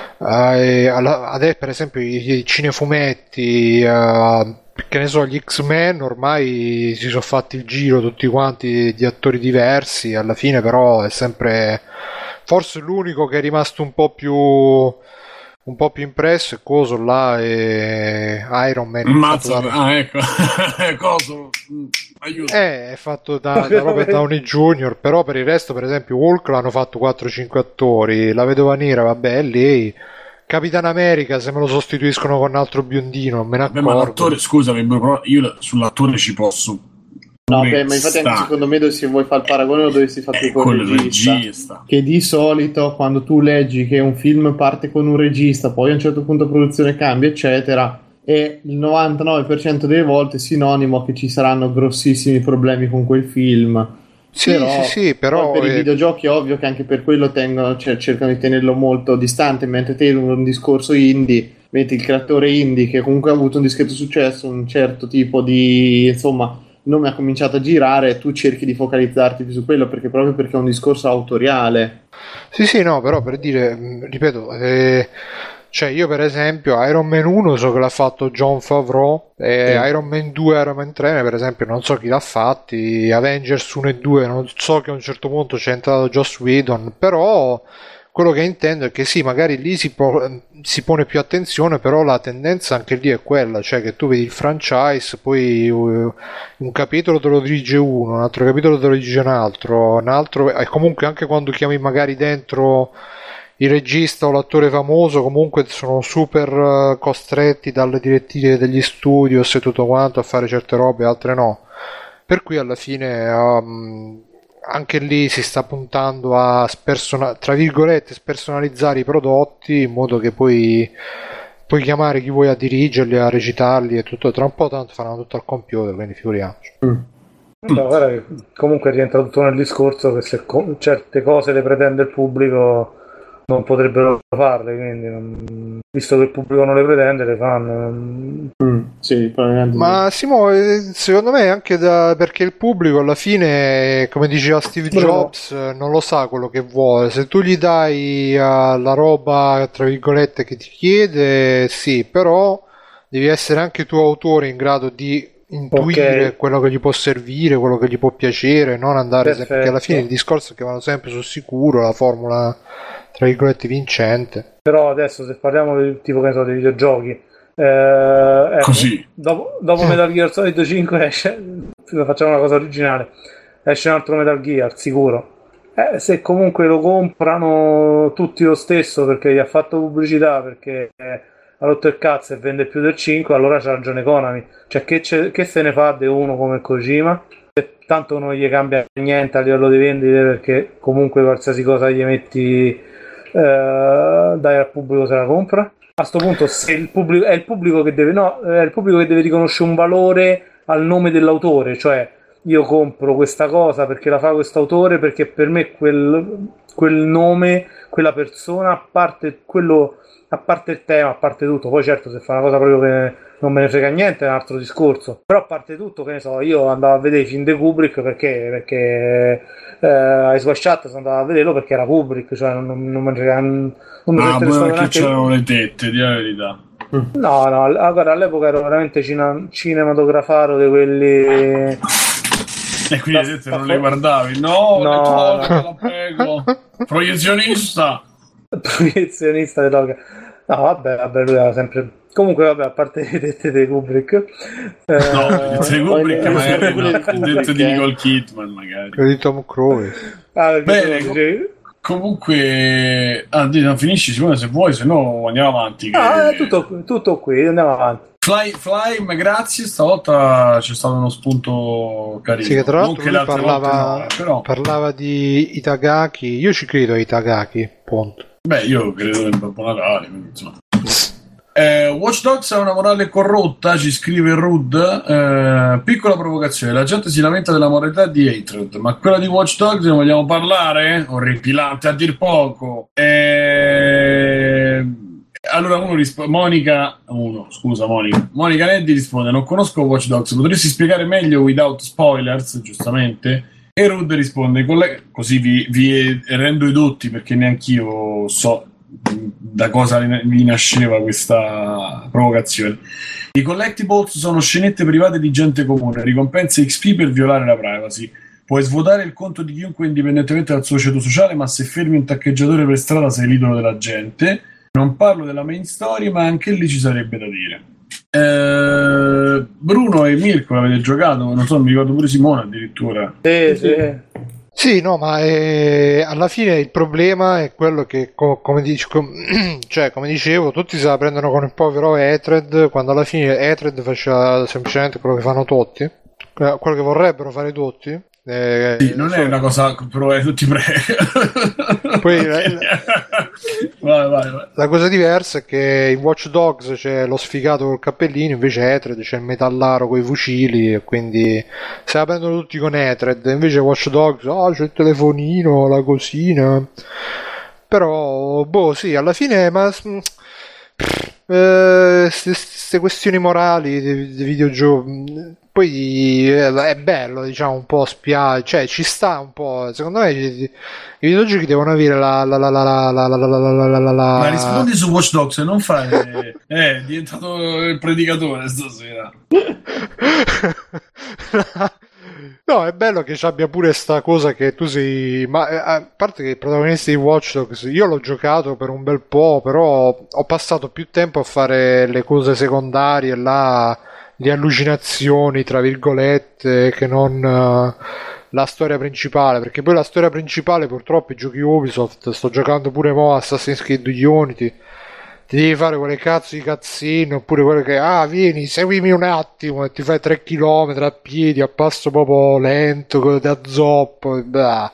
eh, alla- adesso per esempio i, i cinefumetti, eh, che ne so, gli X-Men ormai si sono fatti il giro tutti quanti di attori diversi, alla fine però è sempre forse l'unico che è rimasto un po' più un po' più impresso è coso là, e Iron Man Mazza, fatto da- ah ecco coso mm, aiuto eh, è fatto da, da Robert Downey junior, però per il resto per esempio Hulk l'hanno fatto quattro cinque attori, la Vedova Nera vabbè è lei, Capitan America se me lo sostituiscono con un altro biondino non me ne Vabbè, ma accorgo. l'attore scusami però io sull'attore ci posso No, pure beh, ma infatti anche sta, secondo me se vuoi fare il paragone lo dovresti fare più con con il il regista. regista. Che di solito quando tu leggi che un film parte con un regista, poi a un certo punto la produzione cambia, eccetera, e il novantanove per cento delle volte è sinonimo che ci saranno grossissimi problemi con quel film. Sì, sì, sì, però poi per eh, i videogiochi è ovvio che anche per quello tengono, cioè, cercano di tenerlo molto distante, mentre te in un discorso indie metti il creatore indie che comunque ha avuto un discreto successo, un certo tipo di insomma nome ha cominciato a girare e tu cerchi di focalizzarti più su quello, perché proprio perché è un discorso autoriale. sì sì no, però per dire mh, ripeto, eh, cioè io per esempio Iron Man uno so che l'ha fatto Jon Favreau, e sì. Iron Man due, Iron Man tre per esempio non so chi l'ha fatti, Avengers uno e due non so che a un certo punto c'è entrato Joss Whedon, però quello che intendo è che sì, magari lì si, po- si pone più attenzione, però la tendenza anche lì è quella, cioè che tu vedi il franchise, poi uh, un capitolo te lo dirige uno, un altro capitolo te lo dirige un altro, un altro, e comunque anche quando chiami magari dentro il regista o l'attore famoso, comunque sono super uh, costretti dalle direttive degli studios e tutto quanto a fare certe robe, altre no. Per cui alla fine... Um, anche lì si sta puntando a spersona- tra virgolette spersonalizzare i prodotti in modo che poi puoi chiamare chi vuoi a dirigerli, a recitarli e tutto, tra un po' tanto faranno tutto al computer, quindi figuriamoci. Mm. No, guarda che comunque rientra tutto nel discorso che se co- certe cose le pretende il pubblico non potrebbero farle, quindi non... visto che il pubblico non le pretende le fanno. Mm, sì, probabilmente. Ma Simo, secondo me anche da... perché il pubblico alla fine, come diceva Steve Jobs, no. non lo sa quello che vuole. Se tu gli dai uh, la roba tra virgolette che ti chiede, sì, però devi essere anche tu autore in grado di intuire okay. quello che gli può servire, quello che gli può piacere, non andare sempre, perché alla fine il discorso è che vanno sempre sul sicuro, la formula tra virgolette vincente. Però adesso se parliamo del tipo che ne so dei videogiochi, eh, ecco, così dopo, dopo Metal Gear Solid cinque esce, facciamo una cosa originale, esce un altro Metal Gear sicuro, eh, se comunque lo comprano tutti lo stesso perché gli ha fatto pubblicità, perché eh, ha rotto il cazzo e vende più del cinque, allora c'ha ragione Konami, cioè che, che se ne fa di uno come Kojima, tanto non gli cambia niente a livello di vendite, perché comunque qualsiasi cosa gli metti eh, dai al pubblico se la compra. A sto punto se il pubblico è il pubblico che deve no, è il pubblico che deve riconoscere un valore al nome dell'autore, cioè io compro questa cosa perché la fa quest'autore, perché per me quel, quel nome, quella persona, a parte quello, a parte il tema, a parte tutto, poi certo se fa una cosa proprio che non me ne frega niente è un altro discorso, però a parte tutto, che ne so, io andavo a vedere i film di Kubrick perché perché eh, Ice White Shut sono andato a vederlo perché era Kubrick, cioè non, non, non me ne frega, non mi ah, frega perché neanche... c'erano le tette, di la verità. No, no, allora all'epoca ero veramente cina- cinematografaro di quelli... E quindi le tette non le guardavi? No, no, no. no. La prego. Proiezionista. Professionista dell'oca. No, vabbè, vabbè, lui era sempre... Comunque, vabbè, a parte le dette di Kubrick... Eh... No, le dette di Kubrick eh, magari no, le dette di Nicole Kidman magari. Quello di Tom Cruise. Ah, bene, com- comunque... Ah, non finisci, Simone, se vuoi, se no andiamo avanti. Che... Ah, tutto, tutto qui, andiamo avanti. Fly, Fly, grazie, stavolta c'è stato uno spunto carino. Sì, che tra l'altro che lui parlava, no, però... parlava di Itagaki, io ci credo a Itagaki, punto. Beh, io credo nel Babbo Natale, quindi insomma. Eh, Watch Dogs ha una morale corrotta, ci scrive Rud. Eh, piccola provocazione, la gente si lamenta della moralità di Hatred, ma quella di Watch Dogs ne vogliamo parlare? Orripilante a dir poco. Eh... Allora uno risponde, Monica, uno, scusa Monica, Monica Neddi risponde: non conosco Watch Dogs, potresti spiegare meglio without spoilers, giustamente? E Rud risponde: così vi, vi rendo i dotti perché neanch'io so da cosa vi nasceva questa provocazione. I collectibles sono scenette private di gente comune, ricompense X P per violare la privacy. Puoi svuotare il conto di chiunque indipendentemente dal suo ceto sociale, ma se fermi un taccheggiatore per strada sei l'idolo della gente. Non parlo della main story, ma anche lì ci sarebbe da dire. Eh, Bruno e Mirko l'avete giocato? Non so, mi ricordo pure Simone addirittura. Sì, sì. Sì, no, ma è... alla fine il problema è quello che, co- come, dic- com- cioè, come dicevo, tutti se la prendono con il povero Hatred, quando alla fine Hatred faceva semplicemente quello che fanno tutti, quello che vorrebbero fare tutti. Eh, sì, non so, è una cosa però tutti prego. Poi la, vai, vai, vai. La cosa diversa è che in Watch Dogs c'è lo sfigato col cappellino, invece Hatred c'è il metallaro coi fucili, e quindi se la prendono tutti con Hatred. Invece Watch Dogs, oh, c'è il telefonino, la cosina. Però boh, sì, alla fine ma queste eh, questioni morali dei, dei videogiochi, poi è bello, diciamo, un po' spiace, cioè ci sta un po', secondo me i, i videogiochi devono avere la la la la la la la la la la la la. Ma rispondi su Watch Dogs e non fai eh, è diventato il predicatore stasera. No, è bello che ci abbia pure sta cosa che tu sei, ma a parte che i protagonisti di Watch Dogs, io l'ho giocato per un bel po', però ho passato più tempo a fare le cose secondarie là, le allucinazioni tra virgolette, che non uh, la storia principale, perché poi la storia principale purtroppo i giochi Ubisoft, sto giocando pure mo' Assassin's Creed Unity, ti devi fare quelle cazzo di cazzine, oppure quelle che ah vieni seguimi un attimo e ti fai tre chilometri a piedi a passo proprio lento da zoppo, blah.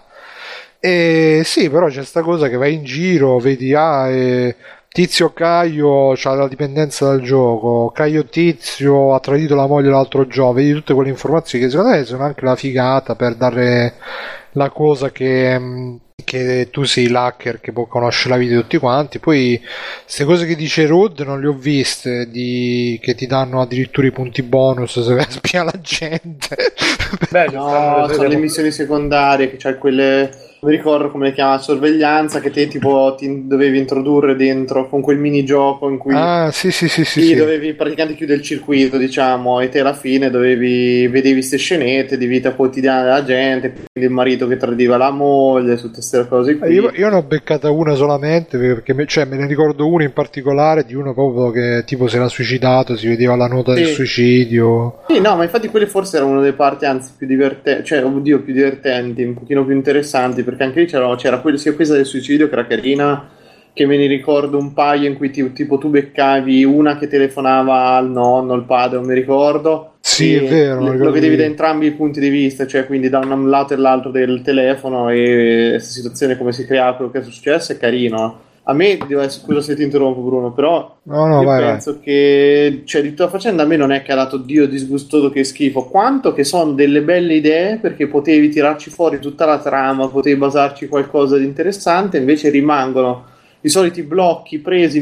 E sì, però c'è sta cosa che vai in giro, vedi ah e Tizio Caio c'ha la dipendenza dal gioco, Caio Tizio ha tradito la moglie l'altro giorno, vedi tutte quelle informazioni che secondo me sono anche la figata per dare la cosa che, che tu sei l'hacker che può conoscere la vita di tutti quanti. Poi queste cose che dice Rod non le ho viste, di, che ti danno addirittura i punti bonus se vai a spiare la gente. Beh, no, sono le missioni secondarie che c'hai quelle, non mi ricordo come le chiama, sorveglianza, che te tipo ti dovevi introdurre dentro con quel minigioco in cui ah sì sì sì sì, sì, sì. dovevi praticamente chiudere il circuito, diciamo, e te alla fine dovevi vedevi queste scenette di vita quotidiana della gente, quindi il marito che tradiva la moglie, tutte queste cose qui. Io, io ne ho beccata una solamente perché me, cioè, me ne ricordo una in particolare di uno proprio che tipo si era suicidato, si vedeva la nota sì. del suicidio. Sì, no, ma infatti quelle forse erano una delle parti anzi più divertenti, cioè oddio più divertenti, un pochino più interessanti, perché anche lì c'era, c'era quella, sia questa del suicidio che era carina, che me ne ricordo un paio in cui ti, tipo tu beccavi una che telefonava al nonno, al padre, non mi ricordo. Sì, è vero. Lo, lo vedevi da entrambi i punti di vista, cioè quindi da un lato e l'altro del telefono, e questa situazione come si creava, quello che è successo è carino. A me, scusa se ti interrompo Bruno, però no, no, io vai, penso vai. che, cioè, di tutta la faccenda a me non è che ha dato Dio disgustoso che schifo, quanto che sono delle belle idee, perché potevi tirarci fuori tutta la trama, potevi basarci qualcosa di interessante, invece rimangono i soliti blocchi presi,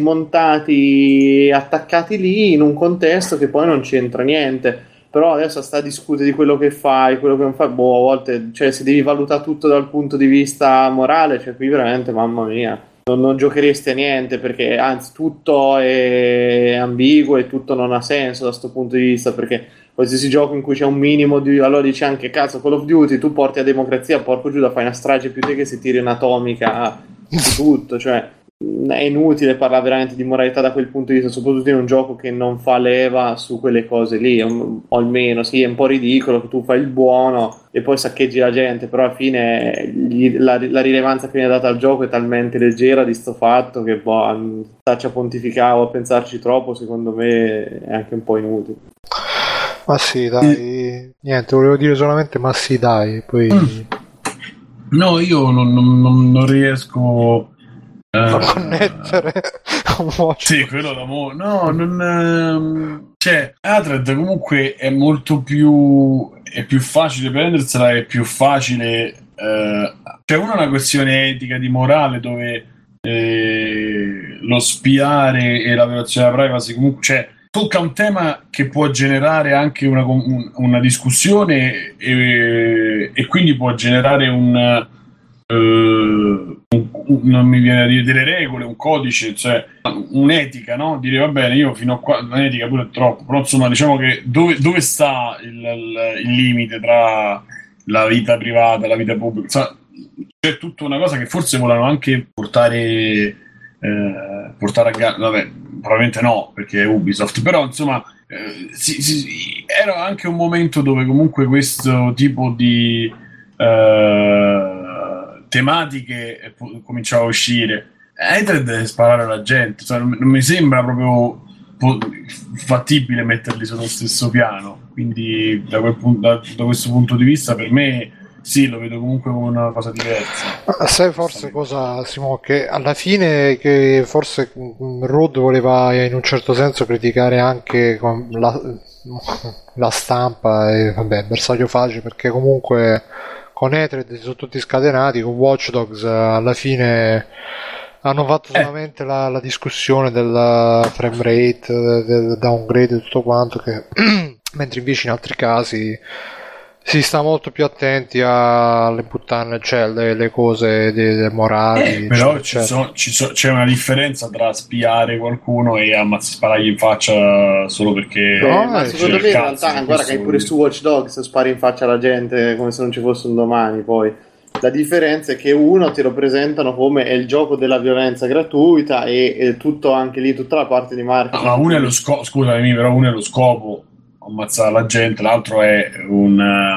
montati, attaccati lì in un contesto che poi non c'entra niente. Però adesso sta a discutere di quello che fai, quello che non fai, boh, a volte, cioè, se devi valutare tutto dal punto di vista morale, cioè qui veramente, mamma mia, non, non giocheresti a niente, perché anzi tutto è ambiguo e tutto non ha senso da questo punto di vista, perché qualsiasi gioco in cui c'è un minimo di, allora dici anche cazzo Call of Duty, tu porti a democrazia, porco giù, da fai una strage più te che si tiri un'atomica di tutto, cioè è inutile parlare veramente di moralità da quel punto di vista, soprattutto in un gioco che non fa leva su quelle cose lì, o almeno sì, è un po' ridicolo che tu fai il buono e poi saccheggi la gente, però alla fine gli, la, la rilevanza che viene data al gioco è talmente leggera di sto fatto che boh, starci a pontificare o a pensarci troppo, secondo me è anche un po' inutile. Ma sì, dai, niente, volevo dire solamente ma sì, dai, poi no, io non, non, non riesco a uh, connettere uh, sì, quello da mo- no, non uh, cioè Hatred comunque è molto più è più facile prendersela, è più facile uh, cioè una è una questione etica, di morale, dove eh, lo spiare e la violazione della privacy comunque, cioè tocca un tema che può generare anche una, un, una discussione e, e quindi può generare un Uh, un, un, non mi viene a dire delle regole, un codice, cioè un'etica, no? Dire va bene, io fino a qua, un'etica pure è troppo, però insomma diciamo che dove, dove sta il, il, il limite tra la vita privata e la vita pubblica? Cioè, c'è tutta una cosa che forse volevano anche portare eh, portare a gara, vabbè, probabilmente no, perché è Ubisoft, però insomma eh, sì, sì, era anche un momento dove comunque questo tipo di eh, tematiche cominciava a uscire. Hatred deve sparare alla gente, cioè, non, non mi sembra proprio po- fattibile metterli sullo stesso piano, quindi da, quel punto, da, da questo punto di vista per me sì, lo vedo comunque come una cosa diversa. Sai forse cosa, Simo, che alla fine che forse Rod voleva in un certo senso criticare anche con la, la stampa e vabbè, bersaglio facile, perché comunque con Hatred si sono tutti scatenati, con Watch Dogs alla fine hanno fatto solamente eh. la, la discussione del frame rate, del downgrade e tutto quanto, che mentre invece in altri casi si sta molto più attenti alle puttane, cioè le, le cose de, de morali. Eh, però ci so, ci so, c'è una differenza tra spiare qualcuno e ammazz- sparargli in faccia solo perché. No, ma secondo me in realtà, guarda che pure su Watch Dogs spari in faccia alla gente come se non ci fosse un domani. Poi la differenza è che uno te lo presentano come è il gioco della violenza gratuita e, e tutto anche lì, tutta la parte di marketing. Ma uno è lo scopo, scusami, però uno è lo scopo, ammazzare la gente, l'altro è un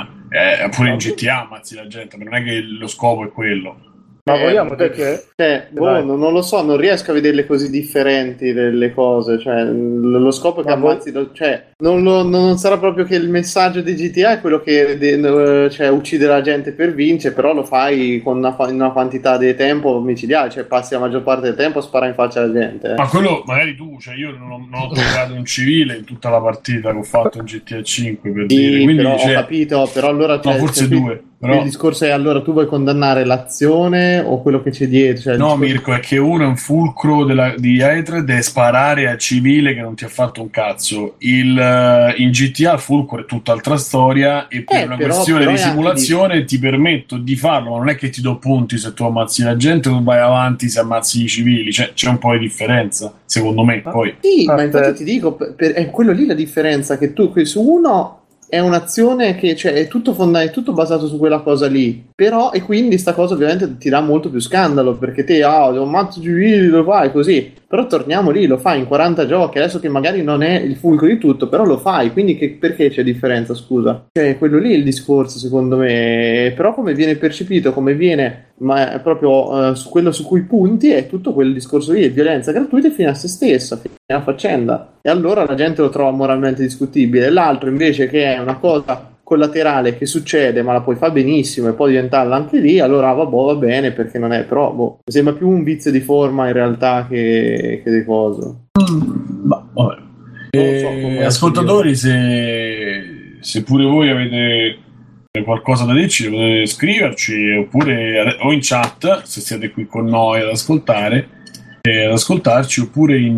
è pure in G T A ammazzi la gente, ma non è che lo scopo è quello. Ma eh, vogliamo perché eh, boh, non, non lo so, non riesco a vederle così differenti delle cose, cioè lo scopo è che ma ammazzi voi... cioè non, lo, non sarà proprio che il messaggio di G T A è quello che de, cioè, uccide la gente per vincere, però lo fai con una, una quantità di tempo micidiale, cioè passi la maggior parte del tempo a sparare in faccia alla gente. Eh. Ma quello magari tu, cioè io non ho, non ho toccato un civile in tutta la partita che ho fatto in G T A cinque per sì, dire, quindi però cioè... ho capito, però allora no, forse due. Però... il discorso è allora tu vuoi condannare l'azione o quello che c'è dietro? Cioè, no, discorso... Mirko, è che uno è un fulcro della, di Hatred è sparare a civile che non ti ha fatto un cazzo. Il, uh, in G T A il fulcro è tutt'altra storia e per eh, una però, questione però di simulazione di... ti permetto di farlo, ma non è che ti do punti se tu ammazzi la gente o vai avanti se ammazzi i civili, cioè, c'è un po' di differenza, secondo me. Ah, poi. sì, ah, ma infatti per... ti dico, per, è quello lì la differenza, che tu qui su uno... è un'azione che cioè, è tutto fonda- è tutto basato su quella cosa lì, però e quindi sta cosa ovviamente ti dà molto più scandalo perché te ah un mazzo civili lo fai così, però torniamo lì, lo fai in quaranta giochi adesso che magari non è il fulcro di tutto, però lo fai, quindi che, perché c'è differenza, scusa? Cioè quello lì è il discorso secondo me, però come viene percepito, come viene ma è proprio uh, su quello su cui punti è tutto quel discorso lì, è violenza gratuita e fine a se stessa, fine a faccenda, e allora la gente lo trova moralmente discutibile. L'altro invece che è una cosa collaterale che succede ma la puoi fare benissimo e poi diventarla anche lì, allora vabbè, va bene perché non è, però boh, mi sembra più un vizio di forma in realtà che, che di cosa. Mm, ma vabbè. Eh, so ascoltatori, se, se pure voi avete qualcosa da dirci potete scriverci oppure o in chat se siete qui con noi ad ascoltare eh, ad ascoltarci oppure in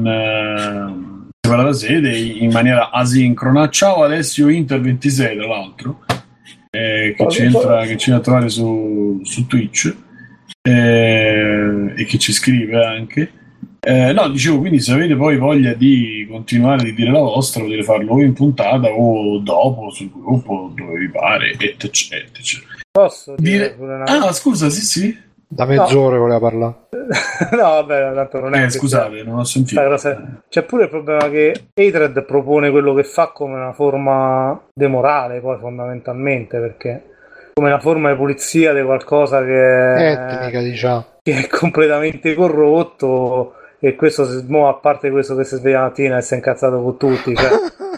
uh, separata sede in maniera asincrona. Ciao Alessio Inter ventisei tra l'altro eh, che, ci entra, che ci viene a trovare su, su Twitch eh, e che ci scrive anche eh, no dicevo, quindi se avete poi voglia di continuare di dire la vostra potete farlo o in puntata o dopo sul gruppo dove vi pare etc, etc. Posso dire, dire... ah scusa sì sì da mezz'ora no. Voleva parlare no vabbè tanto non è eh, scusate non ho sentito c'è pure il problema che Hatred propone quello che fa come una forma demorale poi fondamentalmente perché come una forma di pulizia di qualcosa che è etnica diciamo che è completamente corrotto. E questo si muove, a parte questo che si sveglia la mattina e si è incazzato con tutti cioè.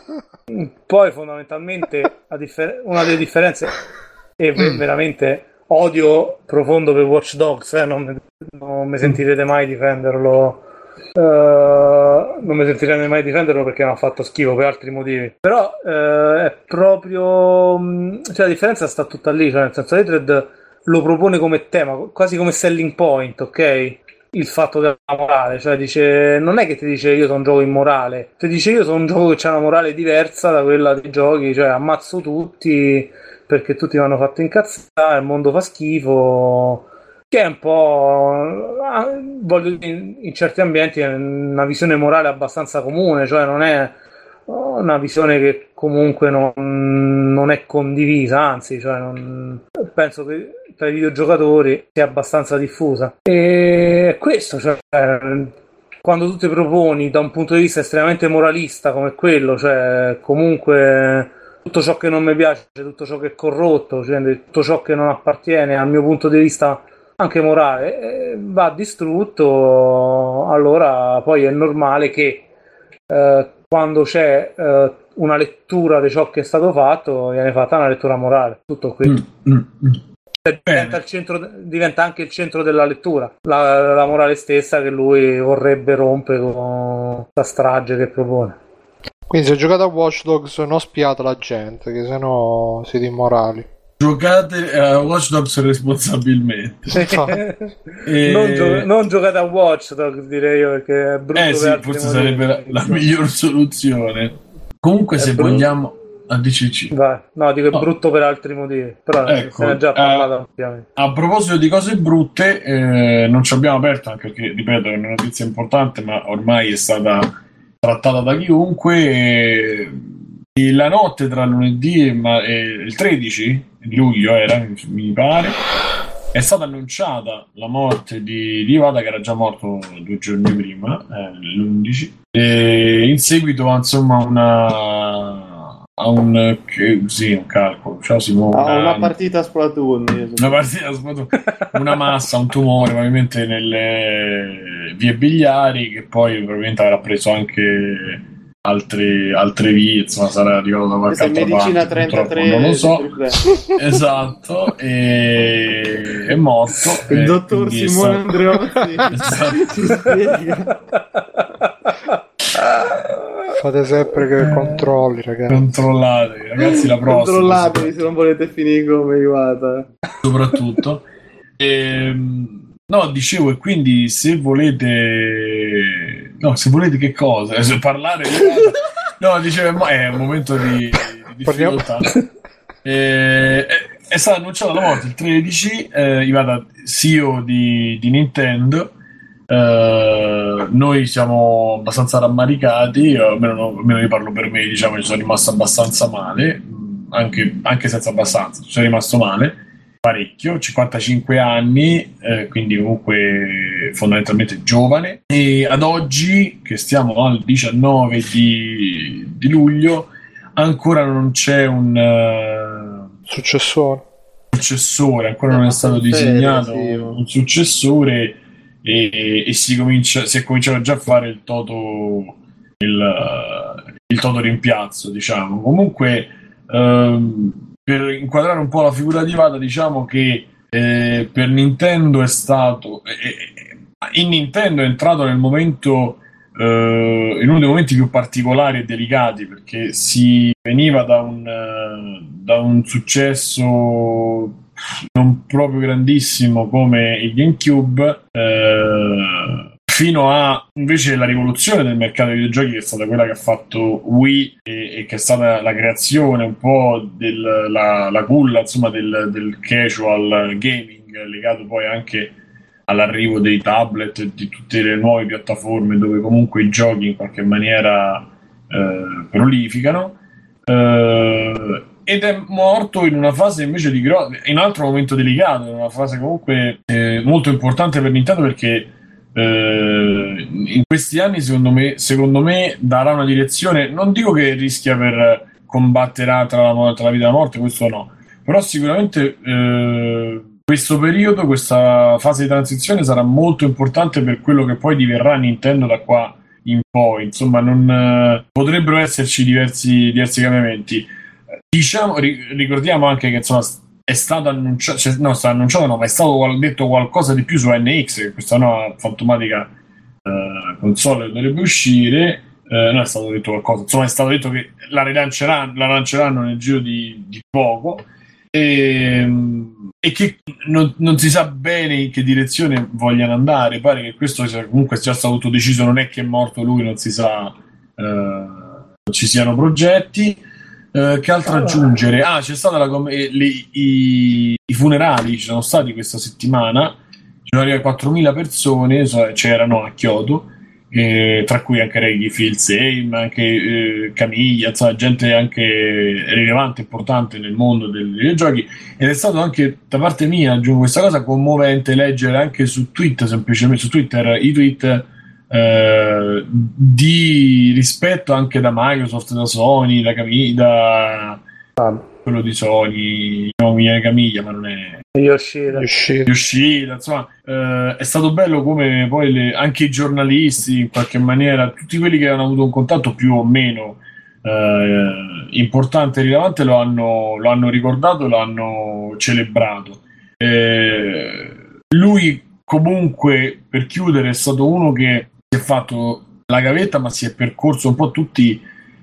Poi fondamentalmente la differ- una delle differenze è veramente odio profondo per Watch Dogs eh? non, mi, non mi sentirete mai difenderlo uh, non mi sentirete mai difenderlo perché mi ha fatto schifo per altri motivi però uh, è proprio cioè la differenza sta tutta lì cioè nel senso Hatred lo propone come tema quasi come selling point, ok? Il fatto della morale, cioè dice non è che ti dice io sono un gioco immorale, ti dice io sono un gioco che c'ha una morale diversa da quella dei giochi, cioè ammazzo tutti perché tutti mi hanno fatto incazzare, il mondo fa schifo, che è un po' voglio dire, in certi ambienti è una visione morale abbastanza comune, cioè non è una visione che comunque non, non è condivisa, anzi cioè non, penso che tra i videogiocatori sia abbastanza diffusa e questo cioè quando tu ti proponi da un punto di vista estremamente moralista come quello, cioè comunque tutto ciò che non mi piace, tutto ciò che è corrotto, cioè tutto ciò che non appartiene al mio punto di vista anche morale va distrutto, allora poi è normale che eh, quando c'è eh, una lettura di ciò che è stato fatto viene fatta una lettura morale, tutto qui. Mm, mm, mm. Diventa, il centro, diventa anche il centro della lettura, la, la morale stessa che lui vorrebbe rompere con la strage che propone. Quindi se giocate a Watch Dogs non spiate la gente, che sennò siete immorali. Giocate a Watch Dogs responsabilmente. e... non, gio- non giocate a Watch Dogs, direi io, perché è brutto. Eh sì, forse sarebbe la, la miglior soluzione. Comunque, è se brutto. vogliamo, a D C C. Vai. No, dico è no. brutto per altri motivi, però ecco, se ne è già parlato eh, a proposito di cose brutte, eh, non ci abbiamo aperto anche perché, ripeto, è una notizia importante, ma ormai è stata trattata da chiunque. E la notte tra lunedì e, ma- e il tredici luglio era, mi pare, è stata annunciata la morte di, di Iwata, che era già morto due giorni prima, eh, l'undici, e in seguito a insomma una a un, che, sì, un calcolo, ciao Simone, a una, una partita a Splatoon, una partita a Splatoon, una massa, un tumore probabilmente nelle vie biliari, che poi probabilmente avrà preso anche altre, altre vie, insomma sarà arrivato da qualche altra medicina parte, trentatré, non lo so. Esatto, e è morto il e dottor Simone stato... Andreotti esatto. Fate sempre che controlli, ragazzi. Controllate, ragazzi, la prossima. Controllatevi se non volete finire come Iwata. Soprattutto. E, no, dicevo, e quindi se volete... No, se volete che cosa? Se parlare di... No, dicevo, è un momento di, di difficoltà. E, è, è stata annunciata la morte il tredici, eh, Iwata, C E O di, di Nintendo. Uh, noi siamo abbastanza rammaricati, almeno, almeno io parlo per me, diciamo, ci sono rimasto abbastanza male, anche, anche senza abbastanza, ci sono rimasto male parecchio, cinquantacinque anni, eh, quindi comunque fondamentalmente giovane, e ad oggi che stiamo al diciannove di, di luglio ancora non c'è un uh, successore successore, ancora non è stato disegnato un successore. E, e si comincia si è cominciato già a fare il toto il, il toto rimpiazzo, diciamo. Comunque ehm, per inquadrare un po' la figura di Iwata, diciamo che eh, per Nintendo è stato eh, in Nintendo è entrato nel momento eh, in uno dei momenti più particolari e delicati, perché si veniva da un uh, da un successo non proprio grandissimo come il GameCube, eh, fino a invece la rivoluzione del mercato dei videogiochi, che è stata quella che ha fatto Wii e, e che è stata la creazione un po' del, la, la culla, insomma, del, del casual gaming, legato poi anche all'arrivo dei tablet e di tutte le nuove piattaforme dove comunque i giochi in qualche maniera eh, prolificano. Eh, ed è morto in una fase invece di gro- in un altro momento delicato, in una fase comunque eh, molto importante per Nintendo, perché eh, in questi anni secondo me, secondo me darà una direzione, non dico che rischia per combatterà tra la, tra la vita e la morte, questo no, però sicuramente eh, questo periodo, questa fase di transizione sarà molto importante per quello che poi diverrà Nintendo da qua in poi. Insomma, non eh, potrebbero esserci diversi, diversi cambiamenti. Diciamo, ricordiamo anche che insomma è stato annunciato, cioè, no, sta annunciato no, ma è stato detto qualcosa di più su N X, che questa nuova fantomatica uh, console dovrebbe uscire. Uh, non è stato detto qualcosa, insomma è stato detto che la rilanceranno, la lanceranno nel giro di, di poco, e, e che non, non si sa bene in che direzione vogliano andare. Pare che questo sia, comunque sia stato tutto deciso, non è che è morto lui, non si sa, uh, non ci siano progetti. Uh, che altro aggiungere? Ah, c'è stata la com- eh, le, i, i funerali ci sono stati questa settimana, ci sono arrivate quattromila persone, so, c'erano a Kyoto, eh, tra cui anche Reiki Filsheim, anche eh, Camiglia, insomma, gente anche rilevante, importante nel mondo dei videogiochi, ed è stato anche da parte mia, aggiungo questa cosa, commovente leggere anche su Twitter, semplicemente su Twitter, i tweet Uh, di rispetto anche da Microsoft, da Sony, da Camiglia, da quello di Sony, non mi viene Camiglia, ma non è Yoshida, Yoshida. Yoshida, insomma, uh, è stato bello come poi le, anche i giornalisti in qualche maniera, tutti quelli che hanno avuto un contatto più o meno uh, importante e rilevante lo hanno, lo hanno ricordato, lo hanno celebrato. Eh, lui comunque, per chiudere, è stato uno che si è fatto la gavetta, ma si è percorso un po' tutti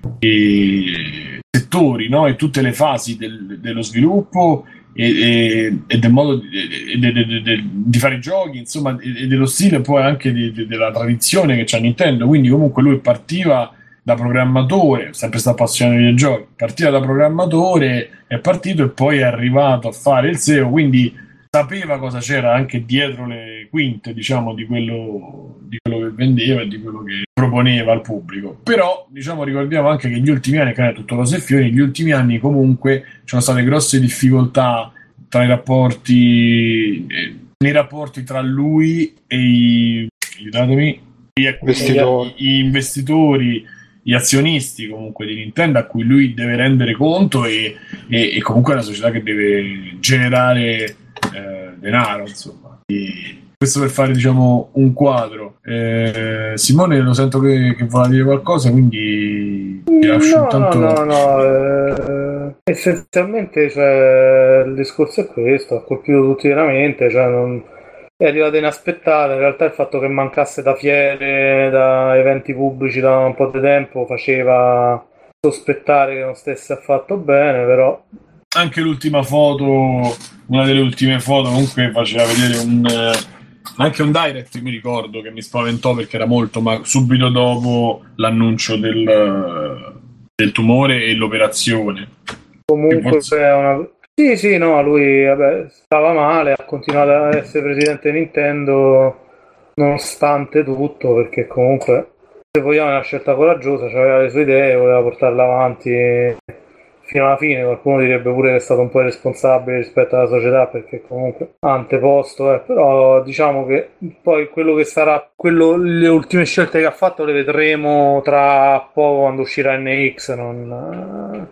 i settori, no? E tutte le fasi del, dello sviluppo e, e, e del modo di, de, de, de, de, di fare i giochi, insomma, e, e dello stile poi anche di, de, della tradizione che c'ha Nintendo. Quindi comunque lui partiva da programmatore, sempre stato appassionato di videogiochi, partita da programmatore, è partito e poi è arrivato a fare il S E O, quindi sapeva cosa c'era anche dietro le quinte, diciamo, di quello, di quello che vendeva e di quello che proponeva al pubblico. Però, diciamo, ricordiamo anche che gli ultimi anni, che è tutto rose e fiori, negli ultimi anni comunque ci sono state grosse difficoltà tra i rapporti, eh, nei rapporti tra lui e i, aiutatemi, gli investitori. Gli investitori, gli azionisti comunque di Nintendo, a cui lui deve rendere conto, e, e, e comunque è una società che deve generare eh, denaro, insomma. E questo per fare, diciamo, un quadro. eh, Simone, lo sento che, che vuole dire qualcosa, quindi ti lascio no, intanto. no, no, no, eh, essenzialmente, cioè, il discorso è questo, ha colpito tutti veramente, cioè non è arrivato inaspettato. In realtà il fatto che mancasse da fiere, da eventi pubblici da un po' di tempo faceva sospettare che non stesse affatto bene, però anche l'ultima foto, una delle ultime foto comunque faceva vedere un anche un direct, mi ricordo, che mi spaventò perché era molto, ma subito dopo l'annuncio del, del tumore e l'operazione. Comunque è una... Sì, sì, no, lui vabbè, stava male, ha continuato ad essere presidente Nintendo nonostante tutto, perché comunque, se vogliamo, è una scelta coraggiosa, cioè aveva le sue idee, voleva portarle avanti fino alla fine. Qualcuno direbbe pure che è stato un po' irresponsabile rispetto alla società, perché comunque ha anteposto, eh. Però diciamo che poi quello che sarà, quello, le ultime scelte che ha fatto le vedremo tra poco quando uscirà N X, non...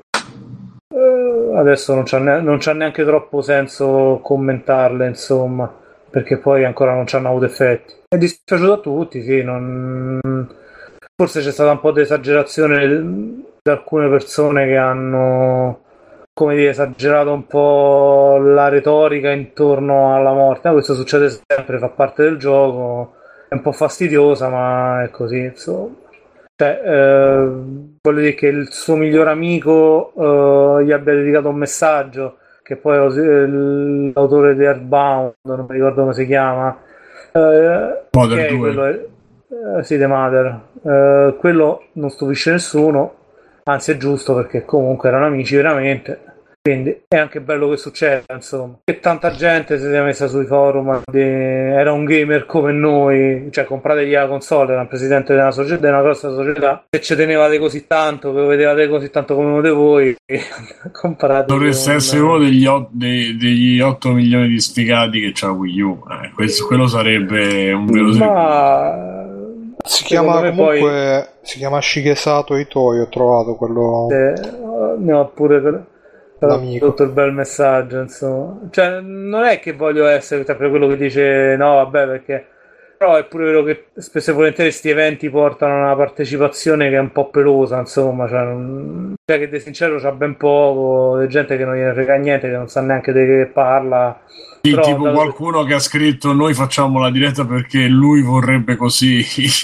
adesso non c'ha, ne- non c'ha neanche troppo senso commentarle, insomma, perché poi ancora non c'hanno avuto effetti. È dispiaciuto a tutti, sì, non... forse c'è stata un po' di esagerazione di alcune persone che hanno, come dire, esagerato un po' la retorica intorno alla morte. Ah, questo succede sempre, fa parte del gioco, è un po' fastidiosa, ma è così, insomma. Cioè, eh, voglio dire che il suo miglior amico eh, gli abbia dedicato un messaggio, che poi l'autore di Earthbound, non mi ricordo come si chiama, eh, Mother che due. quello è, eh, sì, The Mother, eh, quello non stupisce nessuno, anzi è giusto, perché comunque erano amici veramente. Quindi è anche bello che succeda, insomma, che tanta gente si sia messa sui forum di... era un gamer come noi, cioè comprategli la console, era un presidente di una società, di una grossa società, se ci tenevate così tanto, che lo vedevate così tanto come uno di voi, comprate. Dovreste un... essere uno degli, ot- dei, degli otto milioni di sfigati che c'ha Wii U, eh, questo, quello sarebbe un vero Ma... si chiama comunque poi... si chiama Shigesato Itoi, ho trovato quello. Sì, ne ho pure per... tutto il bel messaggio, insomma. Cioè, non è che voglio essere sempre quello che dice no, vabbè, perché però è pure vero che spesso e volentieri questi eventi portano a una partecipazione che è un po' pelosa, insomma, cioè, non... cioè che di sincero c'ha ben poco, di gente che non gliene frega niente, che non sa neanche di che parla. Sì, però, tipo qualcuno che... che ha scritto noi facciamo la diretta perché lui vorrebbe così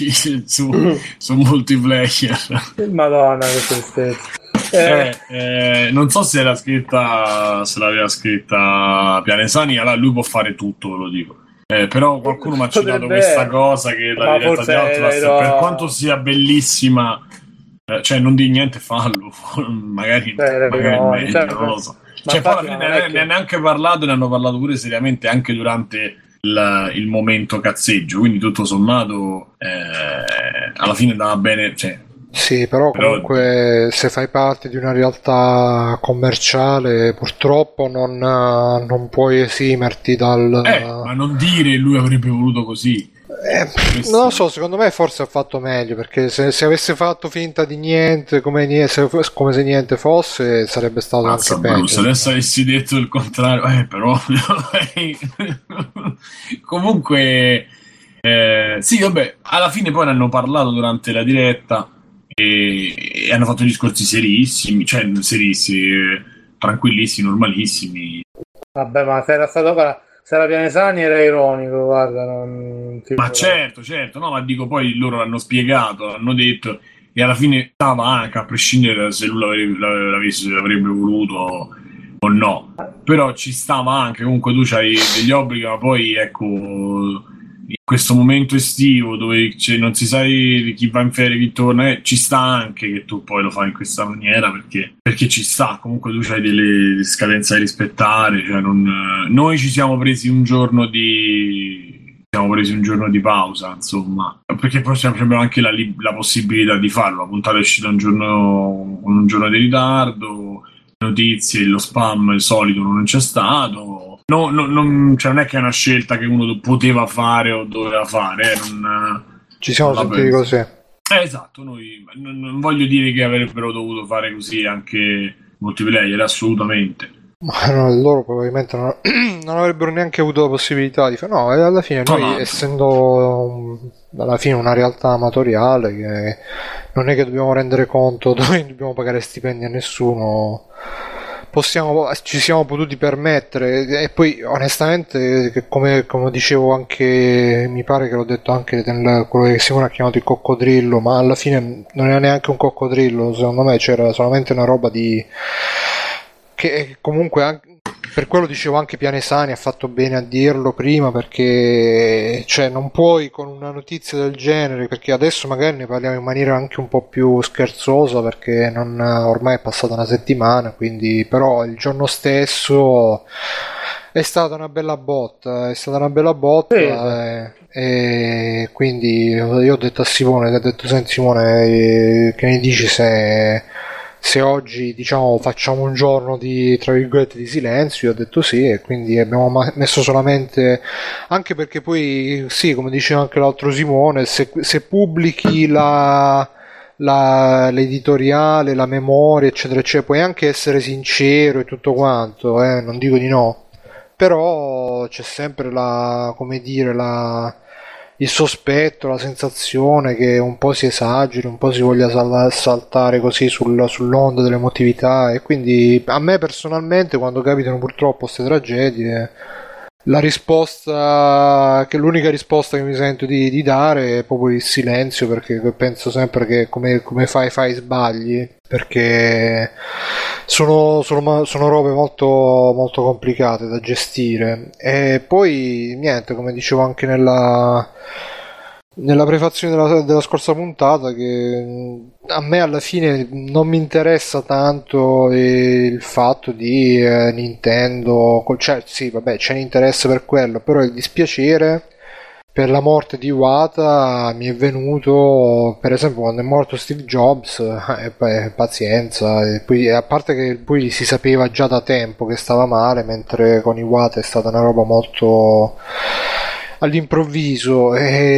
su, su multiplayer. Madonna, che tristezza. Eh, eh, non so se era scritta, se l'aveva scritta Pianesani. Allora lui può fare tutto, ve lo dico. Eh, però qualcuno mi ha citato questa cosa, che la diretta di Outlast, no... per quanto sia bellissima, eh, cioè non di niente fallo, magari, Beh, magari no, meglio, cioè, non lo so. Ma cioè poi alla fine ne, che... ne hanno anche parlato, ne hanno parlato pure seriamente anche durante il, il momento cazzeggio, quindi tutto sommato eh, alla fine andava bene, cioè. Sì, però comunque però... se fai parte di una realtà commerciale purtroppo non, non puoi esimerti dal... Eh, ma non dire lui avrebbe voluto così. Eh, non lo so, secondo me forse ha fatto meglio, perché se, se avesse fatto finta di niente come, niente, come se niente fosse, sarebbe stato Mazza anche Bruce, peggio. Adesso avessi detto il contrario, eh, però comunque eh, sì, vabbè, alla fine poi ne hanno parlato durante la diretta e, e hanno fatto discorsi serissimi, cioè serissimi, eh, tranquillissimi, normalissimi. Vabbè, ma se era stato se era Pianesani era ironico, guarda, non... ma certo, certo, no, ma dico, poi loro l'hanno spiegato, l'hanno detto, e alla fine stava anche, a prescindere da se lui l'avrebbe, l'avesse, l'avrebbe voluto o no, però ci stava anche, comunque tu c'hai degli obblighi, ma poi ecco, in questo momento estivo dove cioè, non si sa chi va in ferie, chi torna, eh, ci sta anche che tu poi lo fai in questa maniera perché, perché ci sta, comunque tu hai delle scadenze da rispettare, cioè non, noi ci siamo presi un giorno di siamo presi un giorno di pausa, insomma, perché poi abbiamo anche la, la possibilità di farlo. La puntata è uscita un giorno con un giorno di ritardo, notizie, lo spam il solito non c'è stato. No, no, non, cioè non è che è una scelta che uno poteva fare o doveva fare, eh, non, ci siamo sentiti così. Eh, esatto, noi non, non voglio dire che avrebbero dovuto fare così anche multiplayer, assolutamente. Ma no, loro probabilmente non, non avrebbero neanche avuto la possibilità di fare. No, alla fine noi, no, essendo un, alla fine una realtà amatoriale, che non è che dobbiamo rendere conto, noi dobbiamo pagare stipendi a nessuno, possiamo, ci siamo potuti permettere. E poi onestamente, come, come dicevo anche, mi pare che l'ho detto anche nel, quello che Simone ha chiamato il coccodrillo, ma alla fine non era neanche un coccodrillo, secondo me c'era solamente una roba di che comunque anche, per quello dicevo anche Pianesani ha fatto bene a dirlo prima, perché cioè non puoi con una notizia del genere, perché adesso magari ne parliamo in maniera anche un po' più scherzosa perché non, ormai è passata una settimana, quindi però il giorno stesso è stata una bella botta, è stata una bella botta e, e quindi io ho detto a Simone, ho detto senti Simone, eh, che ne dici se se oggi diciamo facciamo un giorno di tra virgolette di silenzio? Io ho detto sì, e quindi abbiamo messo solamente, anche perché poi sì, come diceva anche l'altro Simone, se, se pubblichi la, la l'editoriale, la memoria eccetera eccetera, puoi anche essere sincero e tutto quanto, eh, non dico di no, però c'è sempre la, come dire, la il sospetto, la sensazione che un po' si esageri, un po' si voglia sal- saltare così sul, sull'onda dell'emotività, e quindi a me personalmente quando capitano purtroppo queste tragedie la risposta, che l'unica risposta che mi sento di, di dare è proprio il silenzio, perché penso sempre che come, come fai fai sbagli, perché sono, sono, sono robe molto, molto complicate da gestire. E poi niente, come dicevo anche nella nella prefazione della, della scorsa puntata, che a me alla fine non mi interessa tanto il fatto di eh, Nintendo, cioè sì vabbè c'è un interesse per quello, però il dispiacere per la morte di Iwata mi è venuto per esempio quando è morto Steve Jobs, eh, beh, pazienza, e poi, a parte che poi si sapeva già da tempo che stava male, mentre con Iwata è stata una roba molto all'improvviso,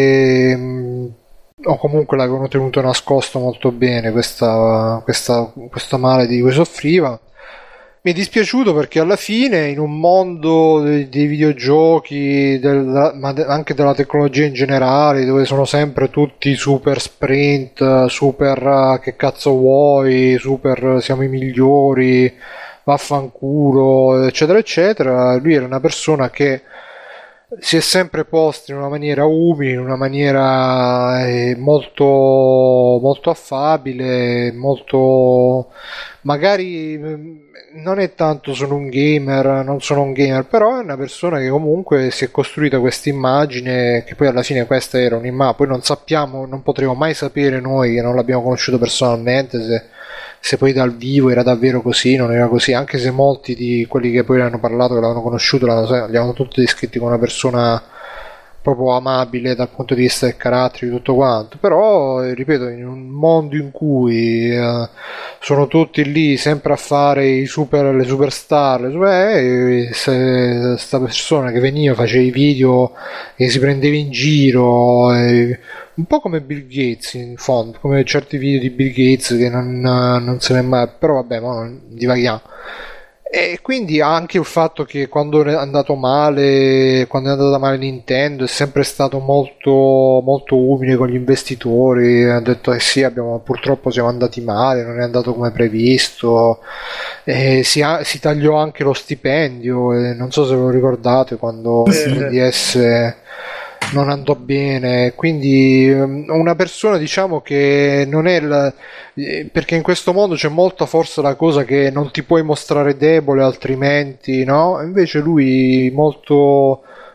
e o comunque l'avevano tenuto nascosto molto bene questa, questa, questo male di cui soffriva. Mi è dispiaciuto perché alla fine in un mondo dei, dei videogiochi, del, ma anche della tecnologia in generale, dove sono sempre tutti super sprint, super che cazzo vuoi, super siamo i migliori, vaffanculo, eccetera eccetera, lui era una persona che si è sempre posto in una maniera umile, in una maniera eh, molto molto affabile, molto magari non è tanto sono un gamer, non sono un gamer, però è una persona che comunque si è costruita questa immagine, che poi alla fine questa era un'immagine, poi non sappiamo, non potremo mai sapere noi che non l'abbiamo conosciuto personalmente se se poi dal vivo era davvero così, non era così, anche se molti di quelli che poi hanno parlato, che l'hanno conosciuto, l'hanno, li avevano tutti descritti come una persona proprio amabile dal punto di vista del carattere, di tutto quanto, però ripeto, in un mondo in cui eh, sono tutti lì sempre a fare i super, le superstar, le super, eh, se sta persona che veniva, faceva i video che si prendeva in giro, eh, un po' come Bill Gates in fondo, come certi video di Bill Gates che non, non se ne è mai, però vabbè, ma non divaghiamo. E quindi anche il fatto che quando è andato male, quando è andata male Nintendo, è sempre stato molto molto umile con gli investitori, ha detto eh sì, abbiamo, purtroppo siamo andati male, non è andato come previsto, e si, ha, si tagliò anche lo stipendio, e non so se ve lo ricordate quando il D S non andò bene, quindi una persona diciamo che non è il, perché in questo mondo c'è molta forse la cosa che non ti puoi mostrare debole altrimenti, no? Invece lui molto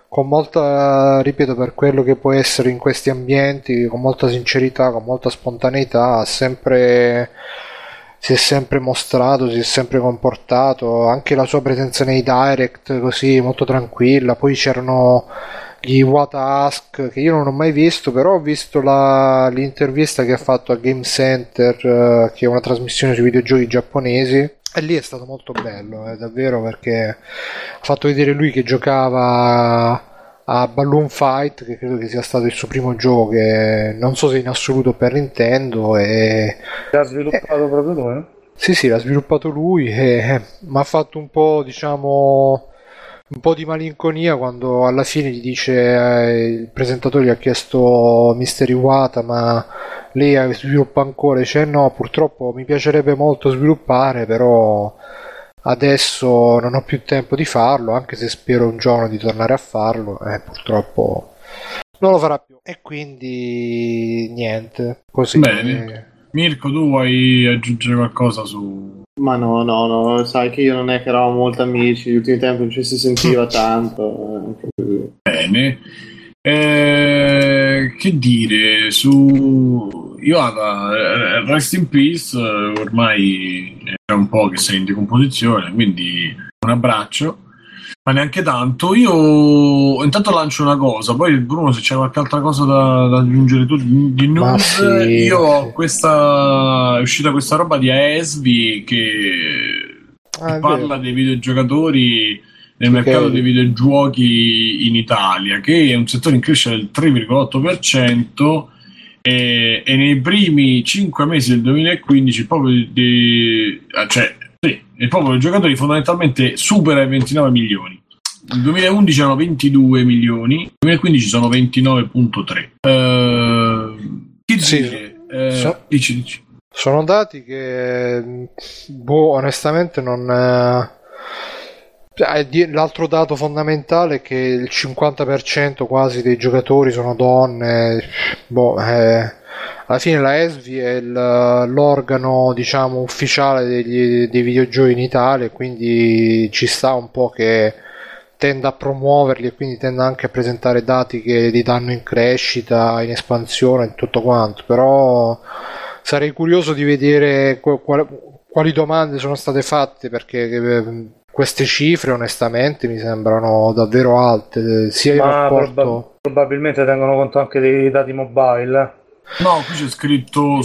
con molta, ripeto, per quello che può essere in questi ambienti, con molta sincerità, con molta spontaneità, ha sempre, si è sempre mostrato, si è sempre comportato, anche la sua presenza nei direct così molto tranquilla. Poi c'erano gli Iwata Ask che io non ho mai visto, però ho visto la, l'intervista che ha fatto a Game Center, eh, che è una trasmissione sui videogiochi giapponesi, e lì è stato molto bello, eh, davvero, perché ha fatto vedere lui che giocava a Balloon Fight, che credo che sia stato il suo primo gioco, che non so se in assoluto per Nintendo, e l'ha sviluppato eh, proprio lui? Sì, sì, l'ha sviluppato lui, e eh, mi ha fatto un po', diciamo, un po' di malinconia quando alla fine gli dice, eh, il presentatore gli ha chiesto mister Iwata, ma lei sviluppa ancora? Dice no, purtroppo mi piacerebbe molto sviluppare, però adesso non ho più tempo di farlo, anche se spero un giorno di tornare a farlo, e eh, purtroppo non lo farà più, e quindi niente, così. Bene. Mirko, tu vuoi aggiungere qualcosa su... Ma no, no, no, sai che io non è che eravamo molto amici, negli ultimi tempi non ci si sentiva tanto. Eh. Bene. Eh, che dire su Iwata, Rest in Peace, ormai è un po' che sei in decomposizione, quindi un abbraccio, ma neanche tanto. Io intanto lancio una cosa, poi Bruno, se c'è qualche altra cosa da, da aggiungere tu di news, sì, io ho sì. questa è uscita questa roba di Aesvi che ah, parla vero. dei videogiocatori nel okay. mercato dei videogiochi in Italia, che è un settore in crescita del tre virgola otto per cento, e, e nei primi cinque mesi del duemilaquindici proprio di, di, cioè sì, il popolo dei giocatori fondamentalmente supera i ventinove milioni. Nel duemilaundici erano ventidue milioni, nel duemilaquindici sono ventinove virgola tre. Uh, che sì, dire? Uh, so, dici, dici. Sono dati che, boh, onestamente non... Eh... L'altro dato fondamentale è che il cinquanta per cento quasi dei giocatori sono donne. Boh, eh, alla fine la E S V I è il, l'organo, diciamo, ufficiale degli, dei videogiochi in Italia, quindi ci sta un po' che tenda a promuoverli e quindi tenda anche a presentare dati che li danno in crescita, in espansione e tutto quanto. Però sarei curioso di vedere quali, quali domande sono state fatte, perché queste cifre onestamente mi sembrano davvero alte, sia in rapporto... Proba- probabilmente tengono conto anche dei dati mobile. No, qui c'è scritto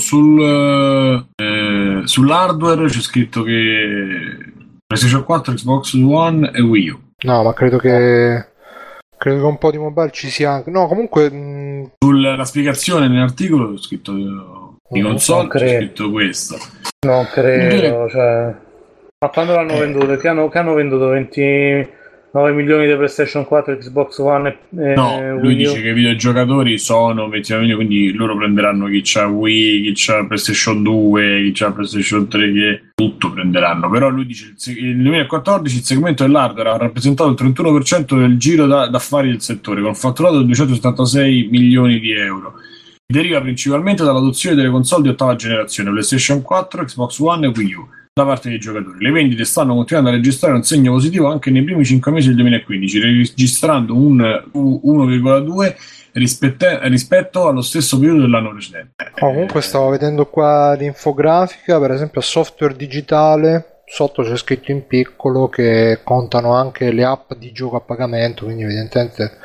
sul eh, sull'hardware c'è scritto che PlayStation quattro, Xbox One e Wii U. No, ma credo che credo che un po' di mobile ci sia anche. No, comunque mh... sulla spiegazione nell'articolo c'è scritto di console, c'è scritto questo. Non credo, cioè... Ma quando l'hanno eh. venduto? Che hanno, che hanno venduto ventinove milioni di PlayStation quattro, Xbox One e no, Wii lui U? Dice che i videogiocatori sono ventinove milioni, quindi loro prenderanno chi c'ha Wii, chi c'ha PlayStation due, chi c'ha PlayStation tre, che tutto prenderanno. Però lui dice che nel duemilaquattordici il segmento dell'hardware ha rappresentato il trentuno per cento del giro da, d'affari del settore, con un fatturato di duecentosettantasei milioni di euro. Deriva principalmente dall'adozione delle console di ottava generazione, PlayStation quattro, Xbox One e Wii U, da parte dei giocatori. Le vendite stanno continuando a registrare un segno positivo anche nei primi cinque mesi del duemilaquindici, registrando un uno virgola due rispetto, rispetto allo stesso periodo dell'anno precedente. Oh, comunque stavo vedendo qua l'infografica, per esempio a software digitale, sotto c'è scritto in piccolo che contano anche le app di gioco a pagamento, quindi evidentemente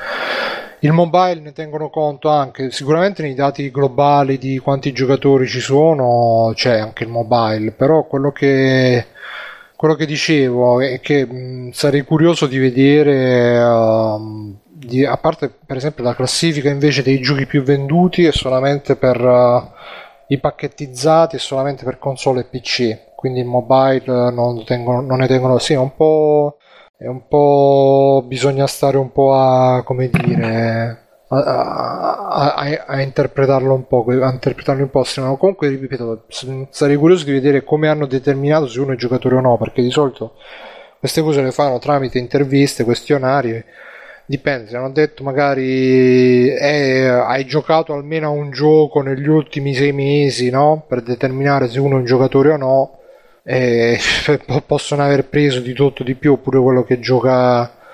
il mobile ne tengono conto anche. Sicuramente nei dati globali di quanti giocatori ci sono c'è anche il mobile, però quello che quello che dicevo è che mh, sarei curioso di vedere uh, di, a parte per esempio la classifica invece dei giochi più venduti è solamente per uh, i pacchettizzati e solamente per console e P C, quindi il mobile non, tengono, non ne tengono, sì, è un po' è un po' bisogna stare un po' a, come dire, a, a, a, a interpretarlo un po', a interpretarlo un po', se no, comunque ripeto, sarei curioso di vedere come hanno determinato se uno è giocatore o no, perché di solito queste cose le fanno tramite interviste, questionari, dipende, se hanno detto magari eh, hai giocato almeno a un gioco negli ultimi sei mesi, no? Per determinare se uno è un giocatore o no. Eh, possono aver preso di tutto di più, oppure quello che gioca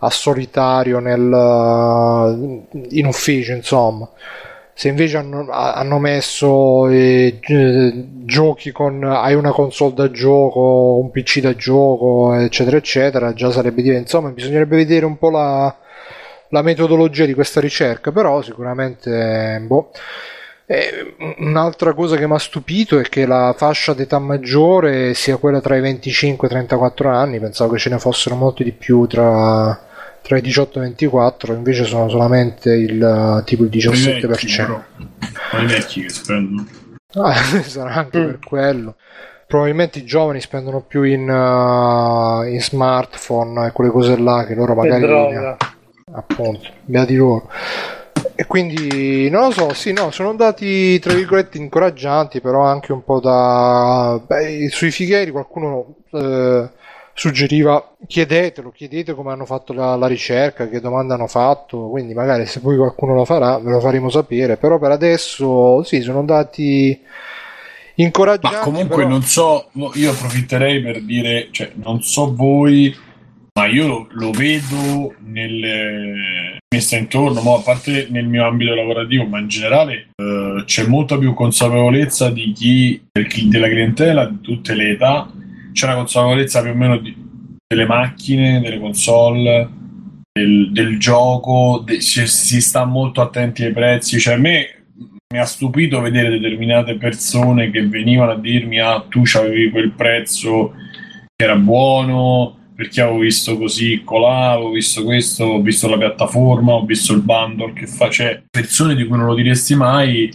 a solitario nel, in ufficio, insomma. Se invece hanno, hanno messo eh, giochi con hai una console da gioco, un P C da gioco, eccetera eccetera, già sarebbe diverso. Insomma, bisognerebbe vedere un po' la, la metodologia di questa ricerca, però sicuramente boh. Eh, un'altra cosa che mi ha stupito è che la fascia d'età maggiore sia quella tra i venticinque e i trentaquattro anni. Pensavo che ce ne fossero molti di più tra tra i diciotto e i ventiquattro, invece sono solamente il tipo il diciassette per cento. Sono i vecchi che spendono. Ah, sarà anche mm. per quello. Probabilmente i giovani spendono più in, uh, in smartphone e quelle cose là che loro magari ne, appunto, beati loro. E quindi non lo so, sì, no, sono dati tra virgolette incoraggianti, però anche un po' da beh, sui fighieri qualcuno eh, suggeriva chiedetelo, chiedete come hanno fatto la, la ricerca, che domande hanno fatto, quindi magari se poi qualcuno lo farà ve lo faremo sapere, però per adesso sì, sono dati incoraggianti. Ma comunque però... non so, io approfitterei per dire, cioè non so voi, ma io lo, lo vedo nelle messe intorno, ma a parte nel mio ambito lavorativo, ma in generale eh, c'è molta più consapevolezza di chi, della clientela di tutte le età. C'è una consapevolezza più o meno di, delle macchine, delle console, del, del gioco, de, si, si sta molto attenti ai prezzi. Cioè a me mi ha stupito vedere determinate persone che venivano a dirmi ah tu c'avevi quel prezzo che era buono, perché avevo visto così, colà, avevo visto questo, ho visto la piattaforma, ho visto il bundle che fa, cioè persone di cui non lo diresti mai,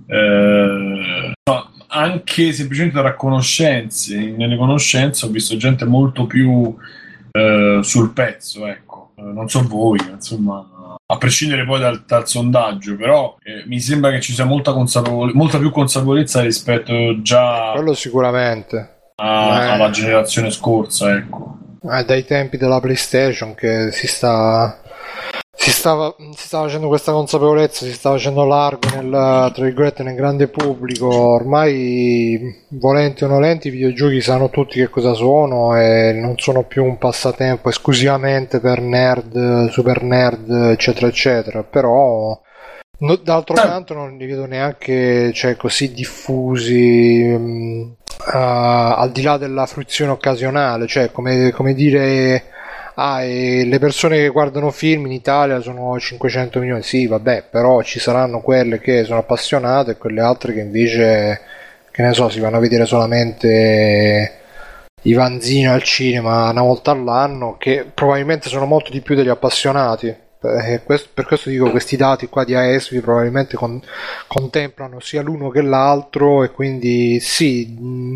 eh, no, anche semplicemente tra conoscenze, nelle conoscenze ho visto gente molto più eh, sul pezzo, ecco, eh, non so voi, insomma, a prescindere poi dal, dal sondaggio, però eh, mi sembra che ci sia molta consapevole- molta più consapevolezza rispetto già quello sicuramente a, alla generazione scorsa, ecco. Eh, dai tempi della PlayStation che si sta si stava, si stava facendo questa consapevolezza, si stava facendo largo nel, tra virgolette, nel grande pubblico. Ormai volenti o nolenti i videogiochi sanno tutti che cosa sono e non sono più un passatempo esclusivamente per nerd, super nerd, eccetera eccetera, però no, d'altro canto non li vedo neanche cioè, così diffusi um, uh, al di là della fruizione occasionale, cioè come, come dire ah, e le persone che guardano film in Italia sono cinquecento milioni, sì vabbè, però ci saranno quelle che sono appassionate e quelle altre che invece, che ne so, si vanno a vedere solamente i vanzini al cinema una volta all'anno, che probabilmente sono molto di più degli appassionati. Eh, questo, per questo dico, questi dati qua di A S V probabilmente con, contemplano sia l'uno che l'altro, e quindi sì, mh,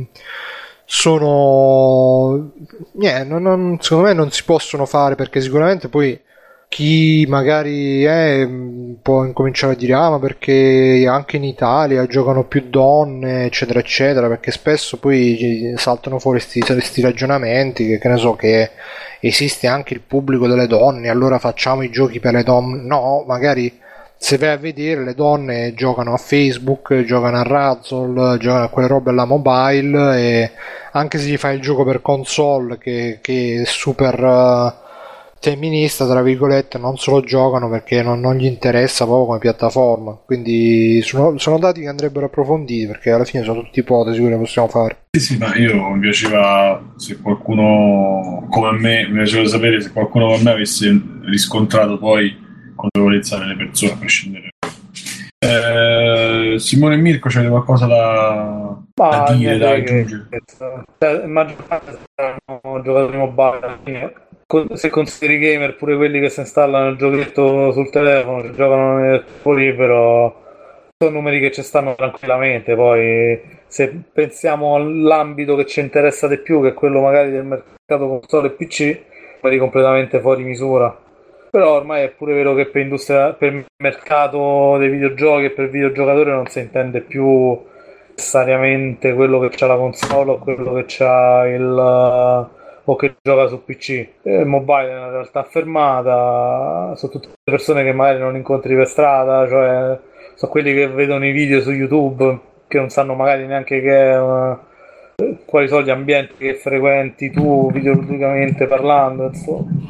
sono yeah, non, non, secondo me non si possono fare, perché sicuramente poi chi magari eh, può incominciare a dire ah ma perché anche in Italia giocano più donne eccetera eccetera, perché spesso poi saltano fuori questi ragionamenti che, che ne so, che esiste anche il pubblico delle donne, allora facciamo i giochi per le donne. No, magari se vai a vedere le donne giocano a Facebook, giocano a Razzle, giocano a quelle robe alla mobile, e anche se gli fai il gioco per console che, che è super uh, femminista tra virgolette, non se lo giocano perché non, non gli interessa proprio come piattaforma. Quindi sono, sono dati che andrebbero approfonditi, perché alla fine sono tutte ipotesi che ne possiamo fare. Sì, sì, ma io mi piaceva, se qualcuno come me, mi piaceva sapere se qualcuno come me avesse riscontrato poi consapevolezza nelle persone, a prescindere. Eh, Simone e Mirko, c'avete qualcosa da, da dire, da aggiungere? La maggior parte sono giocatori mobile, se consideri gamer pure quelli che si installano il giochetto sul telefono, ci giocano nel tempo libero, sono numeri che ci stanno tranquillamente. Poi se pensiamo all'ambito che ci interessa di più, che è quello magari del mercato console e P C, numeri completamente fuori misura. Però ormai è pure vero che per industria, per mercato dei videogiochi e per videogiocatore non si intende più necessariamente quello che c'ha la console o quello che c'ha il o che gioca su P C. Il mobile è una realtà affermata, sono tutte persone che magari non incontri per strada, cioè sono quelli che vedono i video su YouTube che non sanno magari neanche che uh, quali sono gli ambienti che frequenti tu videoludicamente parlando, insomma.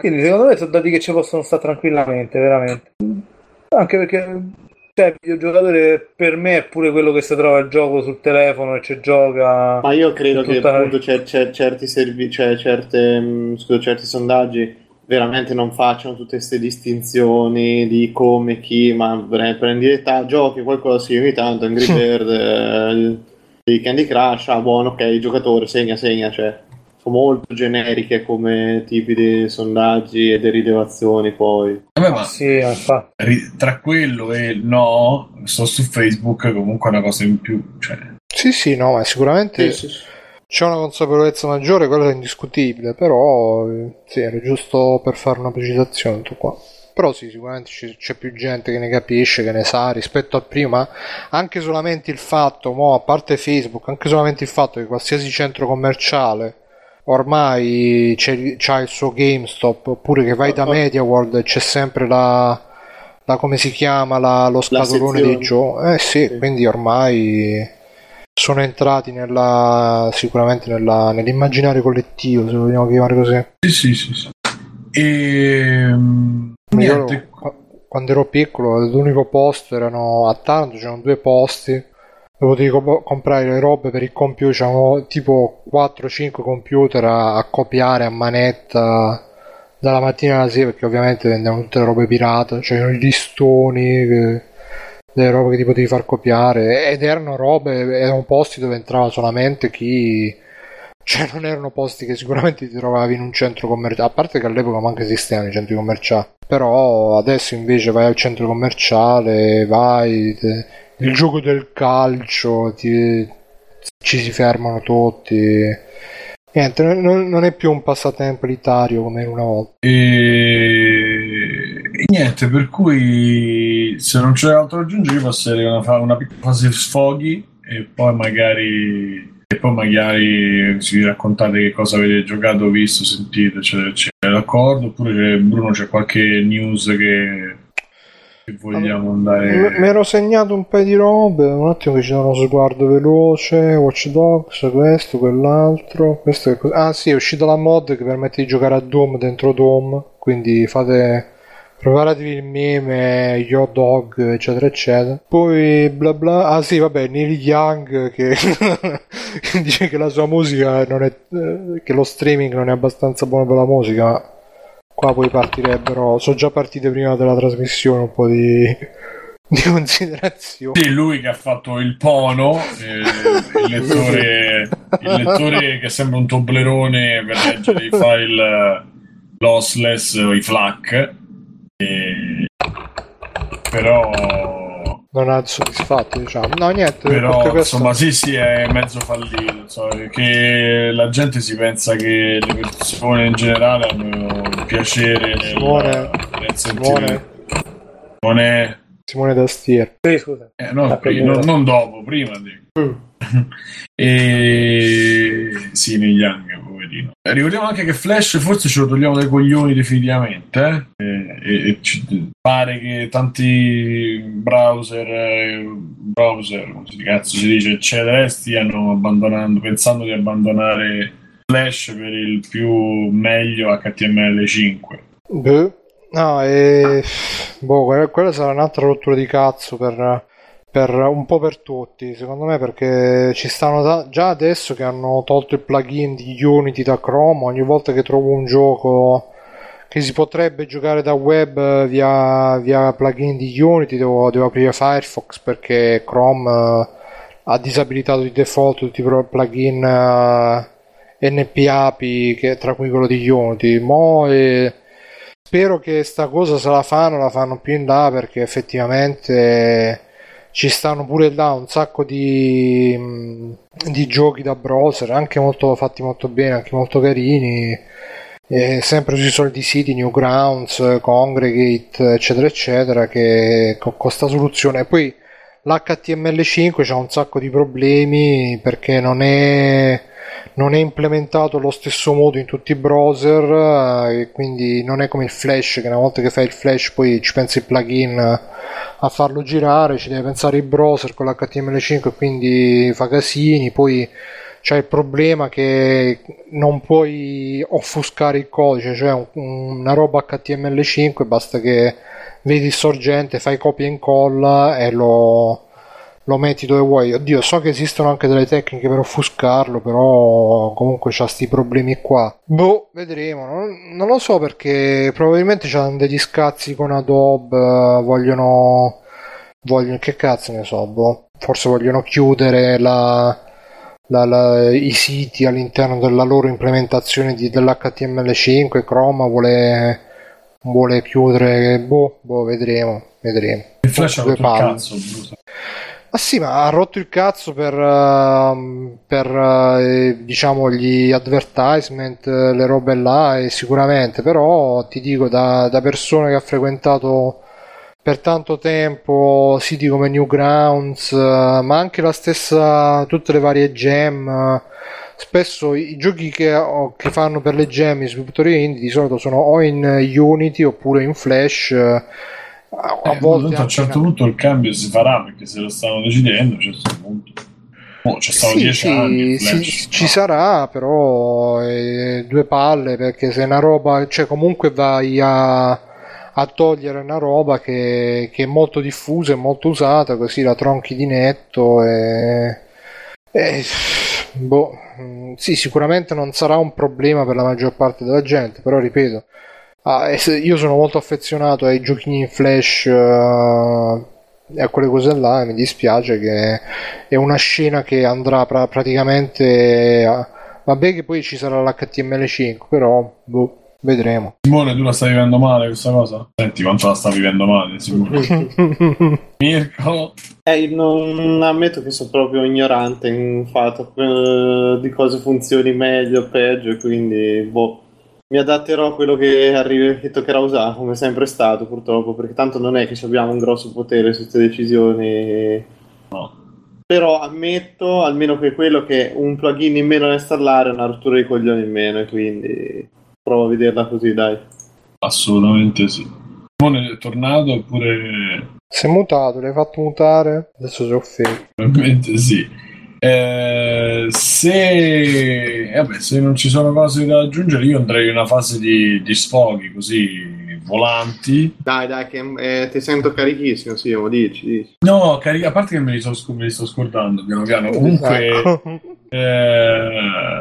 quindi secondo me sono dati che ci possono stare tranquillamente, veramente. Anche perché cioè, il videogiocatore per me è pure quello che si trova il gioco sul telefono e ci gioca. Ma io credo che tutta... appunto cer- cer- certi servi- cioè certe mh, scusa, certi sondaggi veramente non facciano tutte queste distinzioni di come, chi, ma prendi età, giochi qualcosa, sì, ogni tanto Angry Bird, eh, di Candy Crush, ah buono, ok, il giocatore segna, segna, cioè sono molto generiche come tipi di sondaggi e di rilevazioni poi. Vabbè, ma sì, ri- tra quello e il no, sto su Facebook comunque è una cosa in più, cioè. Sì, sì, no, ma sicuramente Sì, sì. c'è una consapevolezza maggiore, quello è indiscutibile, però eh, sì, era giusto per fare una precisazione tutto qua. Però sì, sicuramente c- c'è più gente che ne capisce, che ne sa rispetto a prima. Anche solamente il fatto, mo, a parte Facebook, anche solamente il fatto che qualsiasi centro commerciale ormai c'è, c'ha il suo GameStop, oppure che vai da MediaWorld e c'è sempre la, la come si chiama, la, lo scatolone dei giochi. Eh sì, sì, quindi ormai sono entrati nella, sicuramente nella, nell'immaginario collettivo, se vogliamo chiamare così. Sì, sì, sì, sì. E niente. Io, quando ero piccolo, l'unico posto erano a Taranto, c'erano due posti dove potevi comp- comprare le robe per il computer. C'erano tipo quattro cinque computer a, a copiare a manetta dalla mattina alla sera, perché ovviamente vendevano tutte le robe pirata, c'erano i listoni che, delle robe che ti potevi far copiare, ed erano robe, erano posti dove entrava solamente chi, cioè non erano posti che sicuramente ti trovavi in un centro commerciale, a parte che all'epoca manco esistevano i centri commerciali, però adesso invece vai al centro commerciale, vai, te, il gioco del calcio, ti, ci si fermano tutti, niente, non, non è più un passatempo elitario come una volta. E... e niente, per cui se non c'è altro da aggiungere, io passerei una, fa- una piccola fase sfoghi e poi magari e poi magari si raccontate che cosa avete giocato, visto, sentito, eccetera, eccetera. D'accordo? Oppure c'è, Bruno, c'è qualche news che, che vogliamo andare... Mi ero segnato un paio di robe, un attimo che ci do uno sguardo veloce. Watch Dogs, questo, quell'altro, questo è cos- ah sì, è uscita la mod che permette di giocare a Doom dentro Doom, quindi fate... preparatevi il meme, gli hot dog, eccetera eccetera. Poi bla bla, ah sì vabbè, Neil Young che dice che la sua musica non è, che lo streaming non è abbastanza buono per la musica, ma qua poi partirebbero, sono già partite prima della trasmissione un po' di, di considerazioni. Sì, lui che ha fatto il Pono, eh, il lettore il lettore che sembra un toblerone per leggere i file lossless o i FLAC. E... però non ha soddisfatto, diciamo. No, niente. Però questo... insomma sì sì è mezzo fallito, insomma, perché la gente si pensa che le persone in generale hanno il piacere nel, Simone nel sentire Simone Simone, Simone Dastier. Sì, scusa. eh, no, prima, non, non dopo, prima dico. Mm. E sì, negli anni, poverino. Ricordiamo anche che Flash forse ce lo togliamo dai coglioni definitivamente, eh? e, e, e ci pare che tanti browser eh, browser, come si, cazzo si dice, eccetera, stiano abbandonando, pensando di abbandonare Flash per il più meglio H T M L cinque. Beh, no, e boh, quella sarà un'altra rottura di cazzo per per un po' per tutti, secondo me, perché ci stanno da, già adesso che hanno tolto il plugin di Unity da Chrome. Ogni volta che trovo un gioco che si potrebbe giocare da web via, via plugin di Unity devo, devo aprire Firefox, perché Chrome uh, ha disabilitato di default tutti i plugin uh, N P A P I, che, tra cui quello di Unity. Mo e spero che sta cosa, se la fanno, la fanno più in là, perché effettivamente ci stanno pure là un sacco di, di giochi da browser, anche molto fatti molto bene, anche molto carini, e sempre sui soliti siti, Newgrounds, Congregate, eccetera eccetera, che con questa soluzione. E poi l'H T M L cinque c'ha un sacco di problemi, perché non è non è implementato allo stesso modo in tutti i browser, e quindi non è come il Flash, che una volta che fai il Flash poi ci pensi il plugin a farlo girare, ci deve pensare il browser con l'H T M L cinque, quindi fa casini. Poi c'è il problema che non puoi offuscare il codice, cioè un, una roba H T M L cinque basta che vedi il sorgente, fai copia e incolla e lo, lo metti dove vuoi. Oddio, so che esistono anche delle tecniche per offuscarlo, però comunque c'ha sti problemi qua. Boh, vedremo, non, non lo so, perché probabilmente c'hanno degli scazzi con Adobe, vogliono vogliono che cazzo ne so, boh, forse vogliono chiudere la, la, la, i siti all'interno della loro implementazione di, dell'H T M L cinque. Chrome vuole vuole chiudere, boh, boh, vedremo, vedremo. Il Flash ha rotto il cazzo, Bruce. Ma sì, ma ha rotto il cazzo per, uh, per uh, diciamo gli advertisement, le robe là, e sicuramente, però ti dico, da, da persona che ha frequentato per tanto tempo siti come Newgrounds, uh, ma anche la stessa, tutte le varie gem, uh, spesso i giochi che, oh, che fanno per le gem i sviluppatori indie di solito sono o in Unity oppure in Flash. uh, A, a, eh, volte a un certo punto il cambio si farà, perché se lo stanno decidendo a un certo punto. Oh, c'è stato sì, dieci sì, anni sì, Flash, ci no. sarà, però eh, due palle, perché se è una roba, cioè comunque vai a, a togliere una roba che, che è molto diffusa e molto usata, così la tronchi di netto e, e boh, sì, sicuramente non sarà un problema per la maggior parte della gente, però ripeto, ah, io sono molto affezionato ai giochini in Flash uh, e a quelle cose là, e mi dispiace che è una scena che andrà pra- praticamente a... vabbè che poi ci sarà l'H T M L cinque, però boh, vedremo. Simone, tu la stai vivendo male questa cosa? Senti quanto la sta vivendo male, Simone. Mirko? Eh, non ammetto che sono proprio ignorante in fatto eh, di cosa funzioni meglio o peggio, e quindi boh, mi adatterò a quello che, arriva, che toccherà usare, come sempre è stato purtroppo, perché tanto non è che abbiamo un grosso potere su queste decisioni. No. Però ammetto almeno che quello che un plugin in meno da installare è una rottura di coglioni in meno, e quindi provo a vederla così, dai. Assolutamente sì. Simone è tornato oppure... Si è mutato, l'hai fatto mutare? Adesso sono fake. Probabilmente sì. Eh, se eh, vabbè, se non ci sono cose da aggiungere, io andrei in una fase di, di sfoghi così volanti. Dai, dai, che eh, ti sento carichissimo, sì, mo dici, dici. No, cari- a parte che me li, so, me li sto scordando piano piano. Comunque, eh,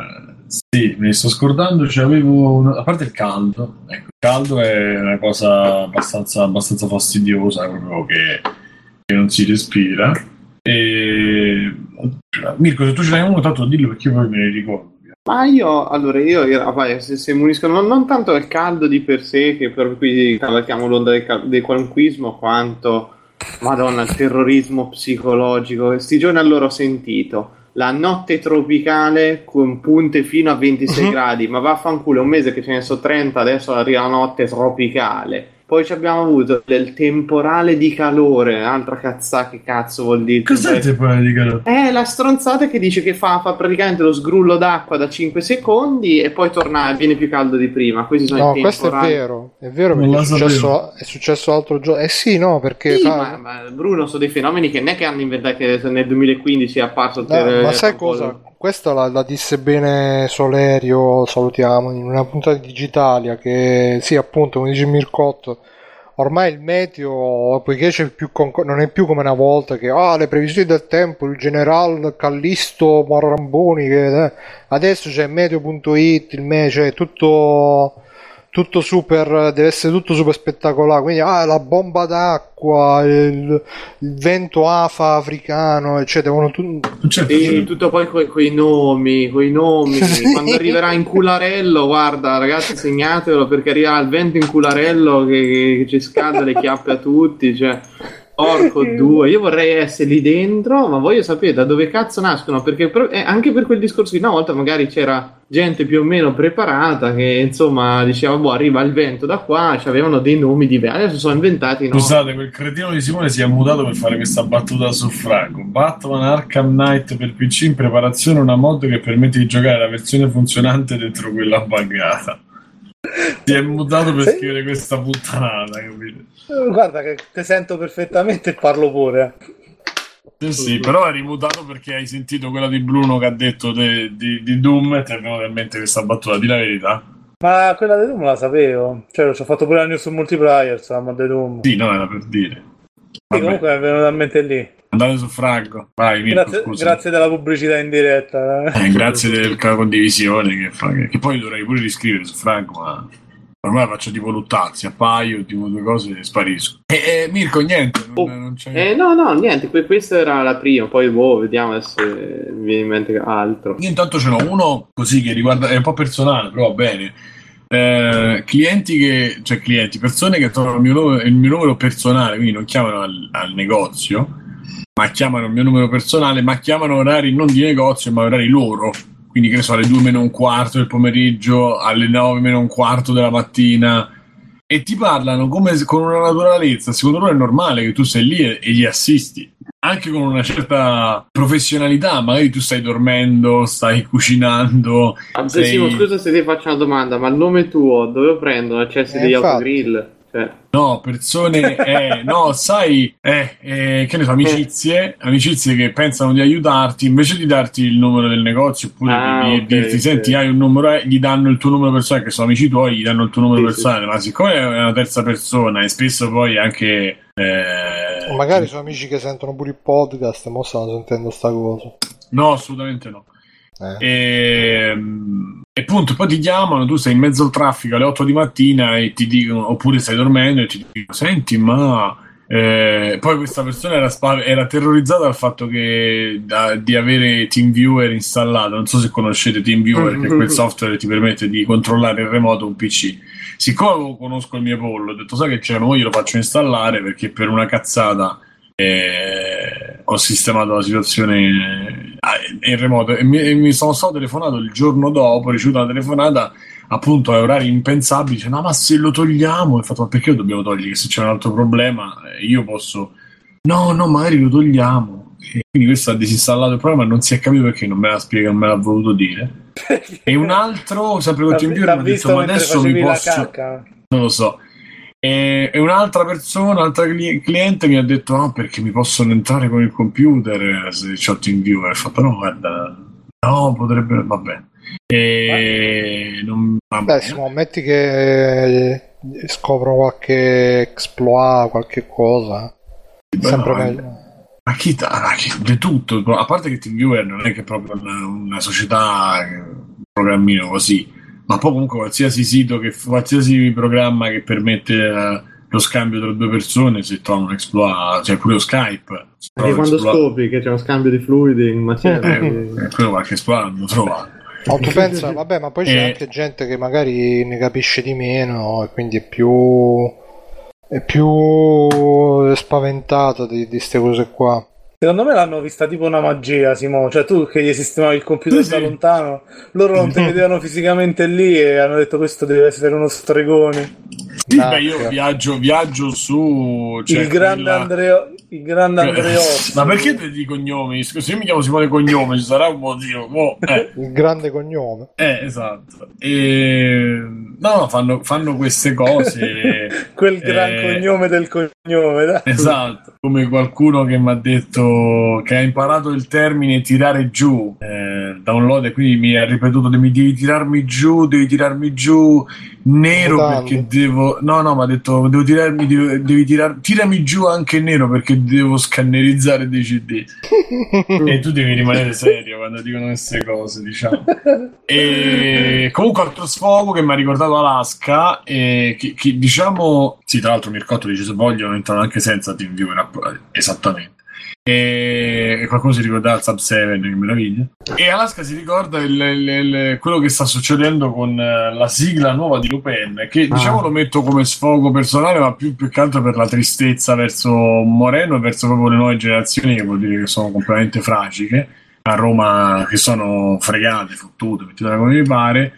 sì, me li sto scordando. Cioè, avevo un... a parte il caldo, ecco, il caldo è una cosa abbastanza, abbastanza fastidiosa, proprio che, che non si respira. E Mirko, se tu ce l'hai uno, tanto dillo, perché io poi me ne ricordo. Ma io, allora, io, io vai, se, se muniscono non, non tanto il caldo di per sé, che per cui cavalchiamo l'onda del, del qualunquismo, quanto, madonna, il terrorismo psicologico. Questi giorni allora ho sentito la notte tropicale con punte fino a ventisei uh-huh. gradi, ma vaffanculo, è un mese che ce ne so trenta, adesso arriva la notte tropicale. Poi ci abbiamo avuto del temporale di calore, altra cazzata, che cazzo vuol dire? Cos'è il temporale di calore? È la stronzata che dice che fa, fa praticamente lo sgrullo d'acqua da cinque secondi e poi torna, viene più caldo di prima. Questi sono no, i questo è vero, è vero, perché è successo, è successo l'altro giorno. Eh sì, no, perché sì, fa... ma, ma Bruno, sono dei fenomeni che non è che hanno inventato, che nel duemilaquindici è apparso il no, ter- ma sai cosa? Questa la, la disse bene Solerio, salutiamo, in una puntata di Digitalia, che sì, appunto, come dice Mircotto, ormai il meteo, poiché c'è più concor- non è più come una volta che ah, le previsioni del tempo, il general Callisto Marramboni, che, eh, adesso c'è meteo punto it, il me- cioè tutto tutto super, deve essere tutto super spettacolare, quindi ah, la bomba d'acqua, il, il vento afa africano, cioè devono tu... certo, e certo. Tutto poi coi, coi nomi, coi nomi, quando arriverà in Cularello, guarda ragazzi, segnatelo, perché arriverà il vento in Cularello che, che ci scalda le chiappe a tutti, cioè porco due, io vorrei essere lì dentro, ma voglio sapere da dove cazzo nascono, perché eh, anche per quel discorso di una volta magari c'era gente più o meno preparata che insomma diceva boh, arriva il vento da qua, cioè, avevano dei nomi diversi, adesso sono inventati no? Scusate, quel cretino di Simone si è mutato per fare questa battuta su Franco. Batman Arkham Knight per P C in preparazione, una mod che permette di giocare la versione funzionante dentro quella buggata. Si è mutato per sì? scrivere questa puttanata, capito? Guarda che ti sento perfettamente e parlo pure. Sì, sì, però hai rimutato perché hai sentito quella di Bruno che ha detto de, di, di Doom e ti è venuta in mente questa battuta, di la verità. Ma quella di Doom la sapevo, cioè ci ho fatto pure la news sul multiplayer, insomma, di Doom. Sì, no, era per dire. Sì, comunque mi è venuta in mente lì. Andate su Franco, vai Mirko, Grazie, scusa. grazie della pubblicità in diretta. Eh, grazie della condivisione che fa, che, che poi dovrei pure riscrivere su Franco, ma ormai la faccio tipo Luttazzi, appaio, tipo due cose e sparisco. E eh, Mirko, niente, non, oh, non c'è... Eh, no, no, niente, que- questa era la prima, poi boh, vediamo se mi viene in mente altro. Io intanto ce n'ho uno così che riguarda, è un po' personale, però va bene. Eh, clienti che, cioè clienti, persone che trovano il mio numero, il mio numero personale, quindi non chiamano al, al negozio, ma chiamano il mio numero personale, ma chiamano orari non di negozio, ma orari loro. Quindi che ne so, alle due meno un quarto del pomeriggio, alle nove meno un quarto della mattina, e ti parlano come con una naturalezza. Secondo loro è normale che tu sei lì e, e gli assisti, anche con una certa professionalità. Magari tu stai dormendo, stai cucinando. Ah, sei... Simo, scusa se ti faccio una domanda, ma il nome tuo dove lo prendono? Accessi Eh, degli infatti. autogrill? Cioè... No, persone, eh, no, sai, eh, eh, che ne so, amicizie, amicizie che pensano di aiutarti, invece di darti il numero del negozio oppure Ah, di, di ok, dirti, ok. senti, hai un numero, eh, gli danno il tuo numero personale, che sono amici tuoi, gli danno il tuo numero Sì, personale, ma siccome è una terza persona e spesso poi anche... Eh, O magari sono amici che sentono pure il podcast e mo stanno sentendo sta cosa. no, assolutamente no. Eh. E, e appunto poi ti chiamano, tu sei in mezzo al traffico alle otto di mattina e ti dicono, oppure stai dormendo e ti dicono, senti, ma eh, poi questa persona era, spa- era terrorizzata dal fatto che da, di avere TeamViewer installato. Non so se conoscete TeamViewer, che è quel software che ti permette di controllare in remoto un P C. Siccome conosco il mio pollo, ho detto, sai che c'è, io lo faccio installare perché per una cazzata eh, ho sistemato la situazione eh, in remoto e mi, e mi sono stato telefonato il giorno dopo, ho ricevuto una telefonata appunto a orari impensabili, dice, no, ma se lo togliamo, ho fatto, ma perché lo dobbiamo togliere? Che se c'è un altro problema eh, io posso, no, no, magari lo togliamo. E quindi questo ha disinstallato il programma, non si è capito perché, non me l'ha spiegato, non me l'ha voluto dire. E un altro, sempre con TeamViewer, mi ha detto, ma adesso mi posso, non lo so. E, e un'altra persona, un'altra cli- cliente mi ha detto, no, perché mi possono entrare con il computer se c'ho TeamViewer. Ho fatto, no, guarda, no, potrebbe, vabbè. E non, Beh, Simo, metti che scoprono qualche exploit, qualche cosa. Beh, Sempre no, meglio. Ma chi, ma chi di tutto, a parte che TeamViewer non è che è proprio una, una società, un programmino così, ma poi comunque qualsiasi sito, che qualsiasi programma che permette uh, lo scambio tra due persone, se trovano un exploit, cioè pure lo Skype. Perché quando scopri che c'è uno scambio di fluidi in materia, eh, eh, quello qualche exploit l'hanno trovato. No, tu pensa, vabbè, ma poi c'è Eh. anche gente che magari ne capisce di meno e quindi è più è più spaventata di queste cose qua. Secondo me l'hanno vista tipo una magia, Simo. Cioè tu che gli sistemavi il computer Sì, da sì. lontano, loro non ti vedevano fisicamente lì e hanno detto questo deve essere uno stregone. Sì, No, beh, io certo. viaggio, viaggio su. Cioè, il grande quella- Andrea, il grande Andreotti. Ma perché te di cognomi? Se io mi chiamo Simone Cognome, ci sarà un motivo. Boh, eh. Il grande cognome. Eh, esatto. E... No, no, fanno, fanno queste cose. Quel gran eh, cognome del cognome, dai. Esatto, come qualcuno che mi ha detto che ha imparato il termine tirare giù eh, download, e quindi mi ha ripetuto: devi, devi tirarmi giù, devi tirarmi giù nero Mutando. perché devo. No, no, mi ha detto: devo tirarmi, devi, devi tirar... tirami giù anche nero perché devo scannerizzare dei C D. E tu devi rimanere serio quando dicono queste cose, diciamo. E comunque altro sfogo che mi ha ricordato Alaska, e che, che diciamo, sì, tra l'altro Mircotto dice se vogliono entrano anche senza TeamViewer, esattamente. E qualcuno si ricorda il Sub sette, che meraviglia. E Alaska si ricorda il, il, il, quello che sta succedendo con la sigla nuova di Lupin, che diciamo Ah. lo metto come sfogo personale, ma più, più che altro per la tristezza verso Moreno e verso proprio le nuove generazioni, che vuol dire che sono completamente fragiche a Roma, che sono fregate, fottute, mettete come vi pare.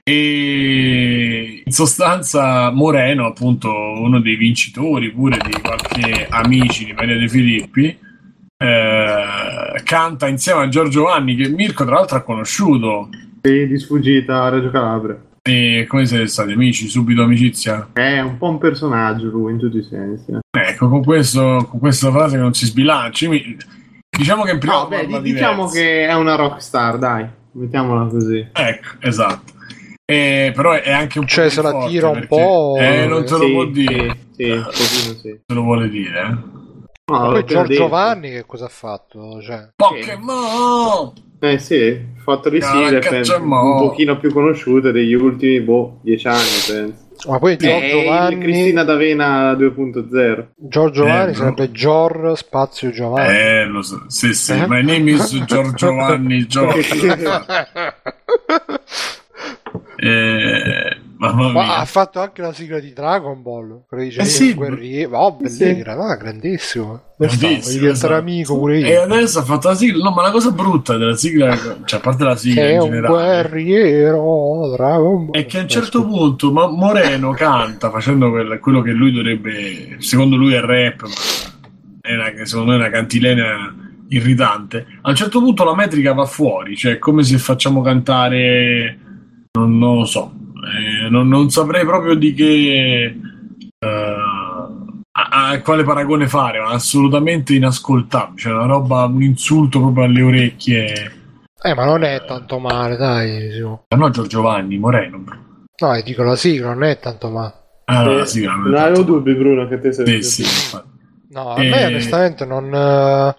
E in sostanza Moreno, appunto uno dei vincitori pure di qualche amici di Maria De Filippi, eh, canta insieme a Giorgio Vanni, che Mirko tra l'altro ha conosciuto. Sì, di sfuggita a Reggio Calabria. E come siete stati amici? Subito amicizia? È un po' un personaggio lui in tutti i sensi. eh. Ecco, con, questo, con questa frase che non si sbilancia, mi- Diciamo che in prima no, beh, diciamo che è una rockstar, dai, mettiamola così. Ecco, esatto. Eh, però è anche un cioè, po' se la forte tira un perché, po'. Eh, non te lo sì, può dire. Sì, sì, pochino, sì. Te lo vuole dire, eh? No, poi Giorgio detto. Vanni che cosa ha fatto? Cioè... Pokémon! Eh sì, fatto di sigle penso, un Cacciamo. pochino più conosciute degli ultimi boh, dieci anni penso. Ma poi Giorgio Eh, Vanni, Cristina D'Avena due punto zero. Giorgio Eh, Vanni no. sarebbe Gior spazio Giovanni. Eh, lo so. Sì, sì. Eh? My name is Giorgio Vanni Giorgio. eh, mamma Ma mia. ha fatto anche la sigla di Dragon Ball. Quello dice Eh io sì. un guerriero. Oh, Sì. bellissimo, ah, grandissimo. Lo sta, Grandissimo, voglio diventare esatto. amico pure io. E adesso ha fatto la sigla. No, ma la cosa brutta della sigla, cioè a parte la sigla È in un generale, guerriero Dragon Ball. è che a un certo punto ma Moreno canta facendo quel- quello che lui dovrebbe, secondo lui è rap, ma è una, secondo me è una cantilena irritante. A un certo punto la metrica va fuori, cioè è come se facciamo cantare, non, non lo so, eh, non, non saprei proprio di che eh, a, a quale paragone fare, ma assolutamente inascoltabile, cioè una roba, un insulto proprio alle orecchie. Eh, ma non è tanto male, dai. Sì. Ma no, Giorgio Vanni, Moreno. No, e dico la sigla, non è tanto male. Ah, no, Eh, la sigla non è non tanto avevo male. dubbi, Bruno, che te sei Sì, sì, infatti. No, a Eh, me onestamente non... eh,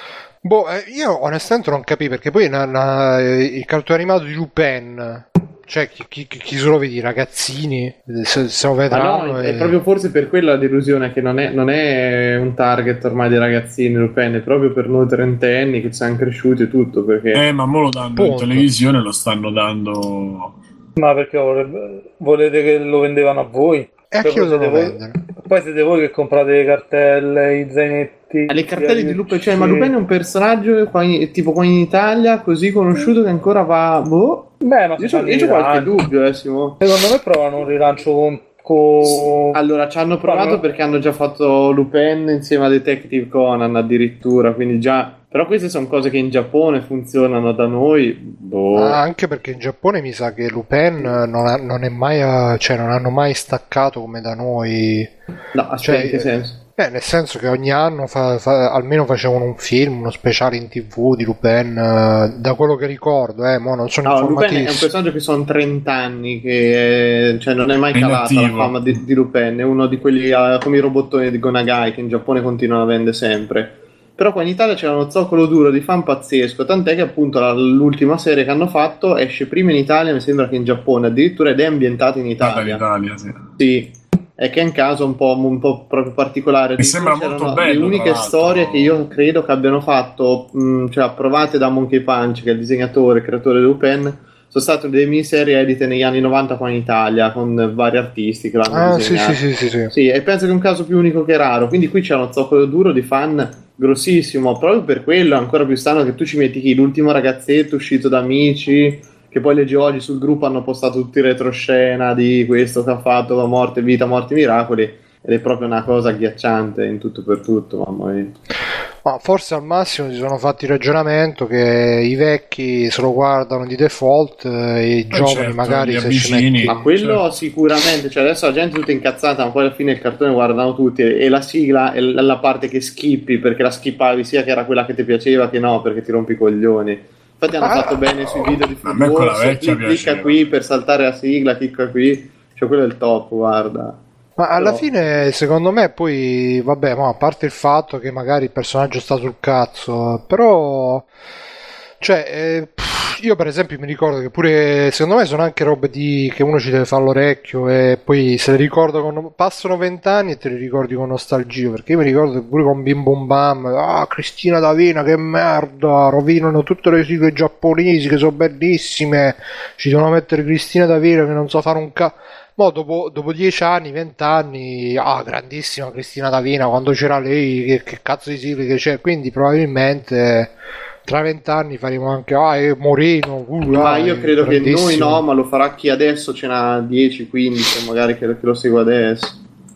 Boh, eh, io onestamente non capisco, perché poi na- na- il cartone animato di Lupin, cioè chi, chi, chi se lo vedi, i ragazzini, se, se lo Ma vedranno... no, e- è proprio forse per quella la delusione che non è, non è un target ormai dei ragazzini Lupin, è proprio per noi trentenni che ci siamo cresciuti e tutto, perché Eh, ma mo lo danno in Punto. televisione, lo stanno dando. Ma perché vorrebbe- volete che lo vendevano a voi? E a Poi chi lo siete devono voi- vendere? Poi siete voi che comprate le cartelle, i zainetti. le cartelle di Lupin, cioè, Sì. ma Lupin è un personaggio qua in- tipo qua in Italia così conosciuto che ancora va, boh, Beh, ma io si ho fanno i qualche rilanci. dubbio, eh, Simo. Secondo me provano un rilancio con... con... Allora, ci hanno provato Fanno- perché hanno già fatto Lupin insieme a Detective Conan addirittura, quindi già... Però queste sono cose che in Giappone funzionano, da noi, boh. Ah, anche perché in Giappone mi sa che Lupin non, ha- non è mai, eh, cioè non hanno mai staccato come da noi. No, aspetta, Cioè, in che senso? Eh, nel senso che ogni anno fa- fa- almeno facevano un film, uno speciale in tv di Lupin, eh, da quello che ricordo, eh, mo non sono No, Lupin è un informatissimo. personaggio che sono trenta anni, che cioè, non è mai È calata inattivo. la fama di, di Lupin, è uno di quelli eh, come i robottoni di Gonagai che in Giappone continuano a vendere sempre. Però qua in Italia c'era uno zoccolo duro di fan pazzesco, tant'è che appunto la- l'ultima serie che hanno fatto esce prima in Italia, mi sembra che in Giappone addirittura, ed è ambientata in Italia, Italia. Italia, sì. Sì, è che è un caso un po', un po' proprio particolare. Mi sembra C'erano molto bello, le uniche tra l'altro. storie che io credo che abbiano fatto, mh, cioè approvate da Monkey Punch, che è il disegnatore e creatore di Lupin, sono state delle miniserie edite negli anni novanta qua in Italia, con vari artisti che l'hanno Ah, sì, disegnato. sì, sì, sì, sì. Sì, e penso che è un caso più unico che raro. Quindi qui c'è uno zoccolo duro di fan grossissimo. Proprio per quello è ancora più strano che tu ci metti chi? L'ultimo ragazzetto uscito da Amici, che poi leggi oggi sul gruppo hanno postato tutti i retroscena di questo che ha fatto la morte, vita, morti, miracoli. Ed è proprio una cosa agghiacciante in tutto per tutto, mamma mia. Ma forse al massimo si sono fatti il ragionamento che i vecchi se lo guardano di default eh, e i giovani certo, magari gli se ci avvicini. metti... Ma quello certo. sicuramente, cioè adesso la gente è tutta incazzata, ma poi alla fine il cartone guardano tutti e, e la sigla è la, la parte che skippi perché la skippavi sia che era quella che ti piaceva che no, perché ti rompi i coglioni. Infatti hanno Ah, fatto bene sui video di a me quella Force, vecchia clicca piaceva. qui per saltare la sigla, clicca qui, cioè quello è il top, guarda. Ma alla Però- fine, secondo me, poi, vabbè, ma a parte il fatto che magari il personaggio sta sul cazzo, però, cioè, eh, pff, io per esempio mi ricordo che pure, secondo me sono anche robe di, che uno ci deve fare all'orecchio e poi se le ricordo, con, passano vent'anni e te le ricordi con nostalgia, perché io mi ricordo che pure con Bim Bum Bam, ah, Cristina D'Avena, che merda, rovinano tutte le sigle giapponesi che sono bellissime, ci devono mettere Cristina D'Avena che non so fare un cazzo. Mo dopo, dopo dieci anni, venti anni, ah, grandissima Cristina D'Avena, quando c'era lei, che, che cazzo di sigla che c'è, quindi probabilmente tra vent'anni faremo anche, ah, è Moreno, uh, Ma ah, io è credo che noi grandissimo. no, ma lo farà chi adesso ce n'ha dieci quindici, magari che, che lo segue adesso.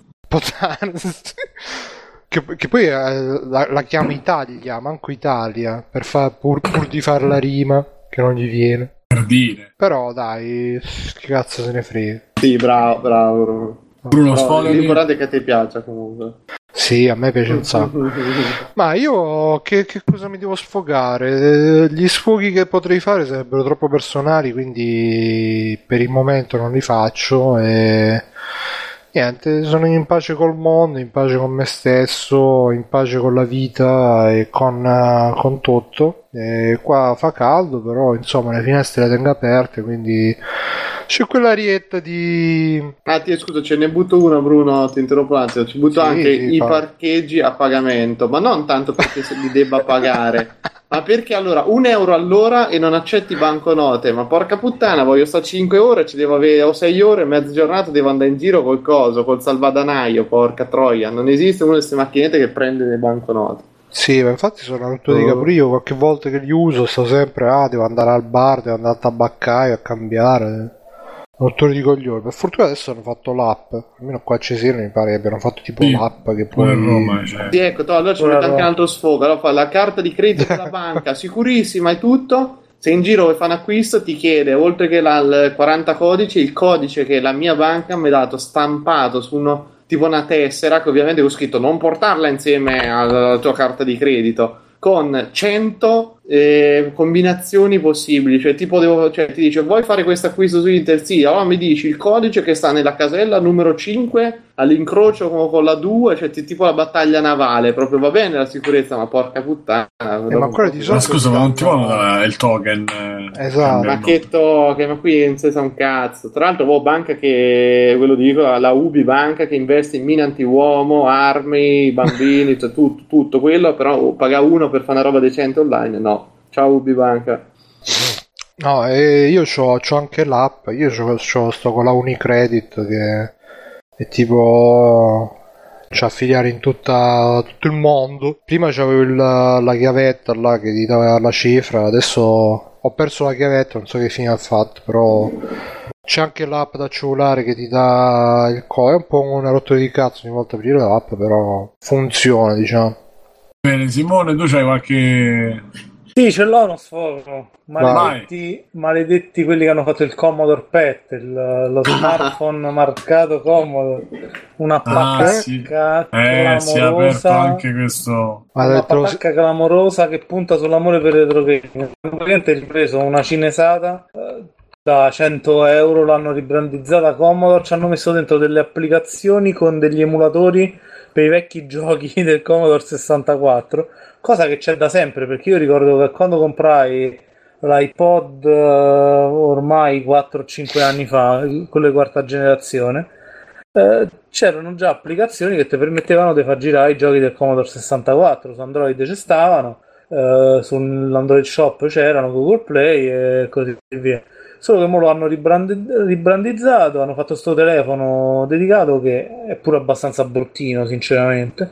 Potrà- che, che poi eh, la, la chiama Italia, manco Italia, per far, pur, pur di fare la rima, che non gli viene. Per dire. Però dai, che cazzo se ne frega. Sì, bravo, bravo. Bruno, Però spoiler. l'importante è che a te piaccia comunque. Sì, a me piace un sacco. Ma io che, che cosa mi devo sfogare? Gli sfoghi che potrei fare sarebbero troppo personali, quindi per il momento non li faccio e niente, sono in pace col mondo, in pace con me stesso, in pace con la vita e con, uh, con tutto. E qua fa caldo, però insomma le finestre le tengo aperte, quindi c'è quell'arietta di... Ah, ti scusa, ce ne butto una, Bruno, ti interrompo, anzi, ci butto Sì, anche i fa... parcheggi a pagamento, ma non tanto perché se li debba pagare, ma perché allora un euro all'ora e non accetti banconote, ma porca puttana, voglio stare cinque ore, ci devo avere, o sei ore, mezza giornata, devo andare in giro col coso, col salvadanaio, porca troia, non esiste una di queste macchinette che prende le banconote. Sì, ma infatti sono venuto di pure io, qualche volta che li uso sto sempre, ah, devo andare al bar, devo andare al tabaccaio a cambiare. Rotture di coglioni. Per fortuna adesso hanno fatto l'app, almeno qua a Cesena mi pare che abbiano fatto tipo sì, l'app che poi Roma, cioè. Sì, ecco, to, allora ci mette anche un altro sfogo, allora fa la carta di credito della banca sicurissima e tutto, se in giro vuoi fare un acquisto ti chiede oltre che la, il quaranta codici il codice che la mia banca mi ha dato stampato su uno tipo una tessera che ovviamente ho scritto non portarla insieme alla tua carta di credito con cento eh, combinazioni possibili, cioè tipo devo, cioè, ti dice vuoi fare questo acquisto su internet? Sì, allora mi dici il codice che sta nella casella numero cinque all'incrocio con, con la due, cioè t- tipo la battaglia navale, proprio va bene la sicurezza, ma porca puttana. Eh, ma quello di ma scusa, ma non ti vogliono dare il token? Eh, esatto. Ma che token, ma qui non si sa un cazzo. Tra l'altro, boh, banca che, ve lo dico, la Ubi banca che investe in mine anti-uomo, armi, bambini, cioè tutto, tutto quello, però paga uno per fare una roba decente online, no. Ciao Ubi banca. No, e io c'ho, c'ho anche l'app, io c'ho, c'ho, sto con la Unicredit che è tipo c'ha filiali in tutta, tutto il mondo. Prima c'avevo il, la chiavetta là che ti dava la cifra, adesso ho perso la chiavetta, non so che fine ha fatto, però c'è anche l'app da cellulare che ti dà il codice, è un po' una rottura di cazzo ogni volta aprire l'app, però funziona, diciamo. Bene, Simone, tu c'hai qualche... Sì, ce l'ho uno sfogo. Maledetti, maledetti quelli che hanno fatto il Commodore P E T, il, lo smartphone marcato Commodore, una patacca ah, sì. eh, si è aperto anche questo. Una patacca clamorosa che punta sull'amore per il retrogame. Praticamente hanno preso una cinesata eh, da cento euro, l'hanno ribrandizzata Commodore, ci hanno messo dentro delle applicazioni con degli emulatori per i vecchi giochi del Commodore sessantaquattro, cosa che c'è da sempre, perché io ricordo che quando comprai l'iPod uh, ormai quattro o cinque anni fa, quello di quarta generazione, uh, c'erano già applicazioni che ti permettevano di far girare i giochi del Commodore sessantaquattro, su Android ci stavano, uh, sull'Android Shop c'erano, Google Play e così via. Solo che ora lo hanno ribrandi- ribrandizzato, hanno fatto sto telefono dedicato che è pure abbastanza bruttino sinceramente,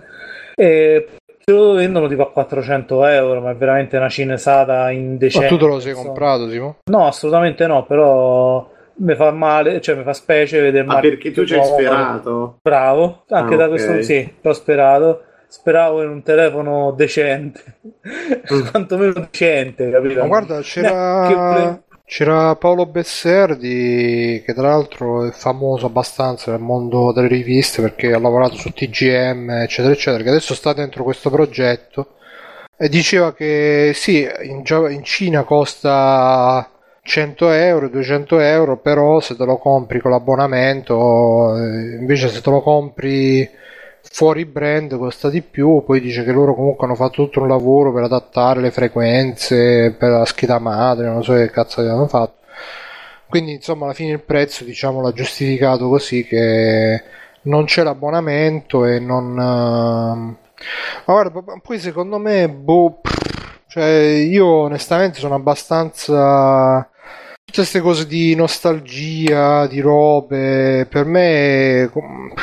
e lo vendono tipo a quattrocento euro, ma è veramente una cinesata indecente. Ma tu te lo sei insomma. comprato, Simo? No, assolutamente no, però mi fa male, cioè mi fa specie vedere. Ma perché tu ci hai sperato? Bravo, anche ah, da okay. questo sì, l'ho sperato. Speravo in un telefono decente, quantomeno decente, capito? Ma guarda, c'era... C'era Paolo Besserdi, che tra l'altro è famoso abbastanza nel mondo delle riviste perché ha lavorato su T G M, eccetera, eccetera, che adesso sta dentro questo progetto e diceva che sì, in, in Cina costa cento euro, duecento euro, però se te lo compri con l'abbonamento, invece se te lo compri fuori brand costa di più. Poi dice che loro comunque hanno fatto tutto un lavoro per adattare le frequenze per la scheda madre, non so che cazzo hanno fatto, quindi insomma alla fine il prezzo diciamo l'ha giustificato così, che non c'è l'abbonamento e non ma guarda, poi secondo me boh, cioè io onestamente sono abbastanza tutte queste cose di nostalgia, di robe, per me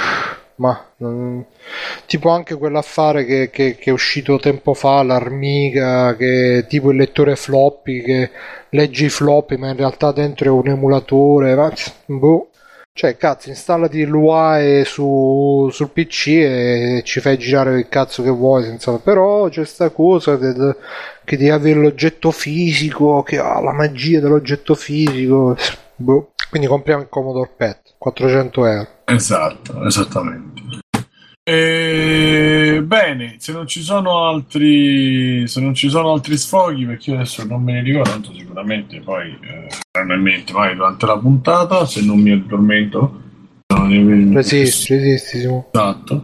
ma mm, tipo anche quell'affare che, che, che è uscito tempo fa, l'Armiga, che è tipo il lettore floppy, che leggi i floppy ma in realtà dentro è un emulatore, ma boh, cioè cazzo, installati l'U A E su, sul P C e ci fai girare il cazzo che vuoi senza... però c'è sta cosa del, che devi avere l'oggetto fisico, che ha la magia dell'oggetto fisico, boh. Quindi compriamo il Commodore P E T, quattrocento euro. Esatto, esattamente. E Eh, bene, se non ci sono altri se non ci sono altri sfoghi, perché io adesso non me ne ricordo, tanto sicuramente poi eh, saranno in mente magari durante la puntata, se non mi addormento. Resisti, resisti, Simo. Esatto.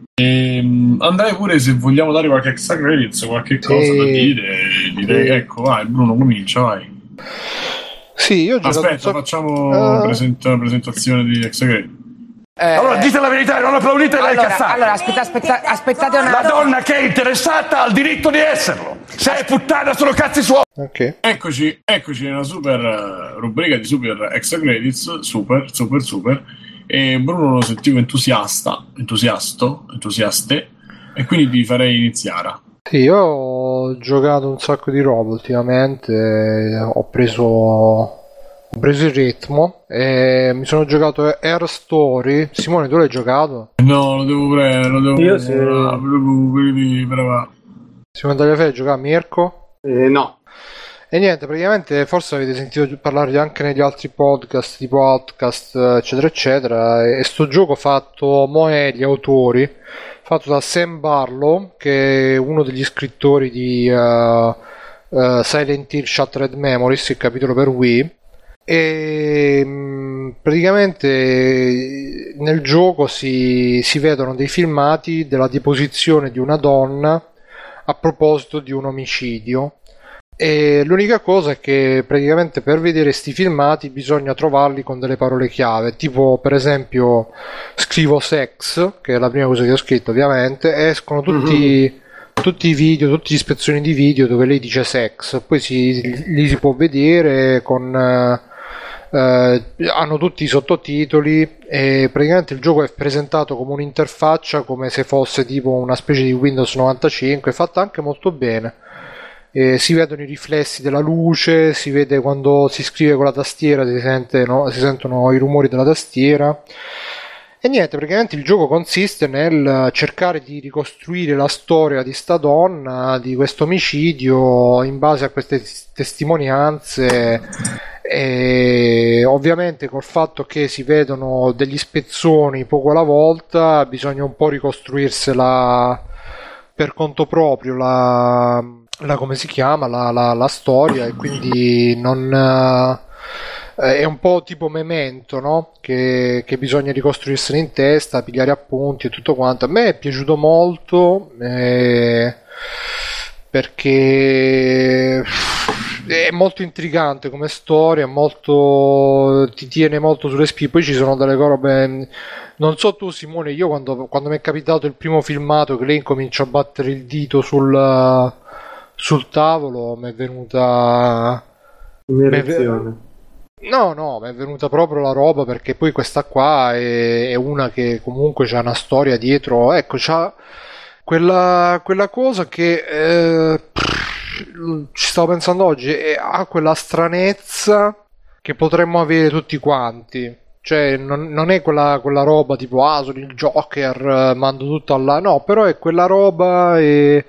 E, andrei pure, se vogliamo dare qualche extra credits, qualche Sì. cosa da dire, direi, Sì. ecco, vai Bruno, comincia, vai. Sì, io ho giocato Aspetta, un sacco- facciamo Uh, presenta- presentazione di extra credits. Eh, Allora dite la verità, non applaudite le allora, cazzate. allora, aspetta, aspetta, aspettate un La attimo. donna che è interessata ha il diritto di esserlo. Se è puttana sono cazzi suoi. ok. Eccoci, eccoci nella super eh, rubrica di super extra credits, super, super, super. E Bruno lo sentivo entusiasta, entusiasto, entusiaste, e quindi vi farei iniziare. Sì, io ho giocato un sacco di roba ultimamente, eh, ho preso, ho preso il ritmo e mi sono giocato Air Story. Simone, tu l'hai giocato? No, lo devo prendere, lo devo Io sì. ah, proprio per- per- Simone Tagliaferri gioca Mirko? Eh, no. E niente, praticamente forse avete sentito parlare anche negli altri podcast, tipo Outcast, eccetera, eccetera. E sto gioco fatto, mo è gli autori, fatto da Sam Barlow, che è uno degli scrittori di uh, uh, Silent Hill Shattered Memories, il capitolo per Wii. E mh, praticamente nel gioco si, si vedono dei filmati della deposizione di una donna a proposito di un omicidio. E l'unica cosa è che praticamente per vedere sti filmati bisogna trovarli con delle parole chiave, tipo per esempio scrivo sex, che è la prima cosa che ho scritto ovviamente, e escono tutti, mm-hmm. tutti i video, tutte le ispezioni di video dove lei dice sex, poi si, li si può vedere con... Eh, eh, hanno tutti i sottotitoli e praticamente il gioco è presentato come un'interfaccia, come se fosse tipo una specie di Windows novantacinque, fatta anche molto bene. Eh, si vedono i riflessi della luce, si vede quando si scrive con la tastiera, si, sente, no? si sentono i rumori della tastiera. E niente, praticamente il gioco consiste nel cercare di ricostruire la storia di sta donna, di questo omicidio, in base a queste testimonianze. E ovviamente col fatto che si vedono degli spezzoni poco alla volta, bisogna un po' ricostruirsela per conto proprio, la... la come si chiama la, la, la storia, e quindi non eh, è un po' tipo Memento, no? Che, che bisogna ricostruirsene in testa, pigliare appunti e tutto quanto. A me è piaciuto molto eh, perché è molto intrigante come storia, molto ti tiene molto sulle spine. Poi ci sono delle cose, non so tu Simone, io quando, quando mi è capitato il primo filmato che lei incomincia a battere il dito sul sul tavolo mi è venuta un'erezione. no no mi è venuta proprio la roba, perché poi questa qua è, è una che comunque c'ha una storia dietro, ecco, c'ha quella, quella cosa che eh, ci stavo pensando oggi, è, ha quella stranezza che potremmo avere tutti quanti, cioè non, non è quella, quella roba tipo ah sono il Joker, mando tutto alla, no, però è quella roba e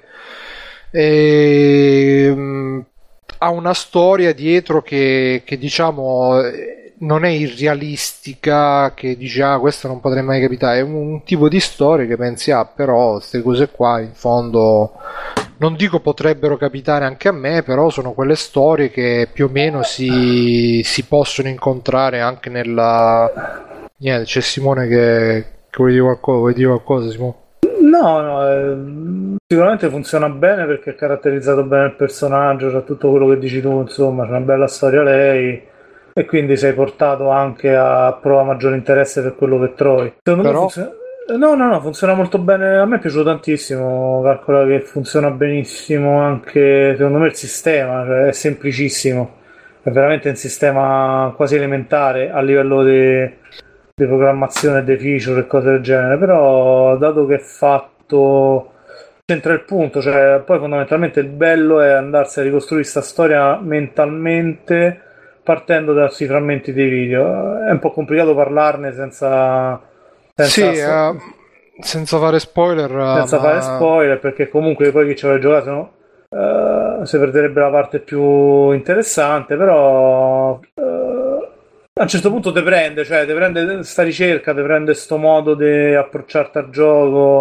E, um, ha una storia dietro che, che diciamo non è irrealistica, che dice ah questo non potrebbe mai capitare, è un, un tipo di storia che pensi ah però queste cose qua in fondo non dico potrebbero capitare anche a me, però sono quelle storie che più o meno si, si possono incontrare anche nella... Niente, c'è Simone che, che vuoi dire qualcosa, vuoi dire qualcosa Simone? No, no, eh, sicuramente funziona bene perché è caratterizzato bene il personaggio, c'ha tutto quello che dici tu, insomma, c'è una bella storia lei e quindi sei portato anche a provare maggiore interesse per quello che trovi. Secondo Però... me funziona... No, no, no, funziona molto bene, a me è piaciuto tantissimo, calcola che funziona benissimo anche, secondo me, il sistema, cioè è semplicissimo, è veramente un sistema quasi elementare a livello di... di programmazione, dei feature e cose del genere, però dato che è fatto c'entra il punto, cioè poi fondamentalmente il bello è andarsi a ricostruire questa storia mentalmente partendo da questi frammenti dei video. È un po' complicato parlarne senza senza, sì, uh, senza fare spoiler senza ma... fare spoiler, perché comunque poi chi ci aveva giocato no? Uh, si perderebbe la parte più interessante, però uh, a un certo punto te prende, cioè te prende sta ricerca, te prende sto modo di approcciarti al gioco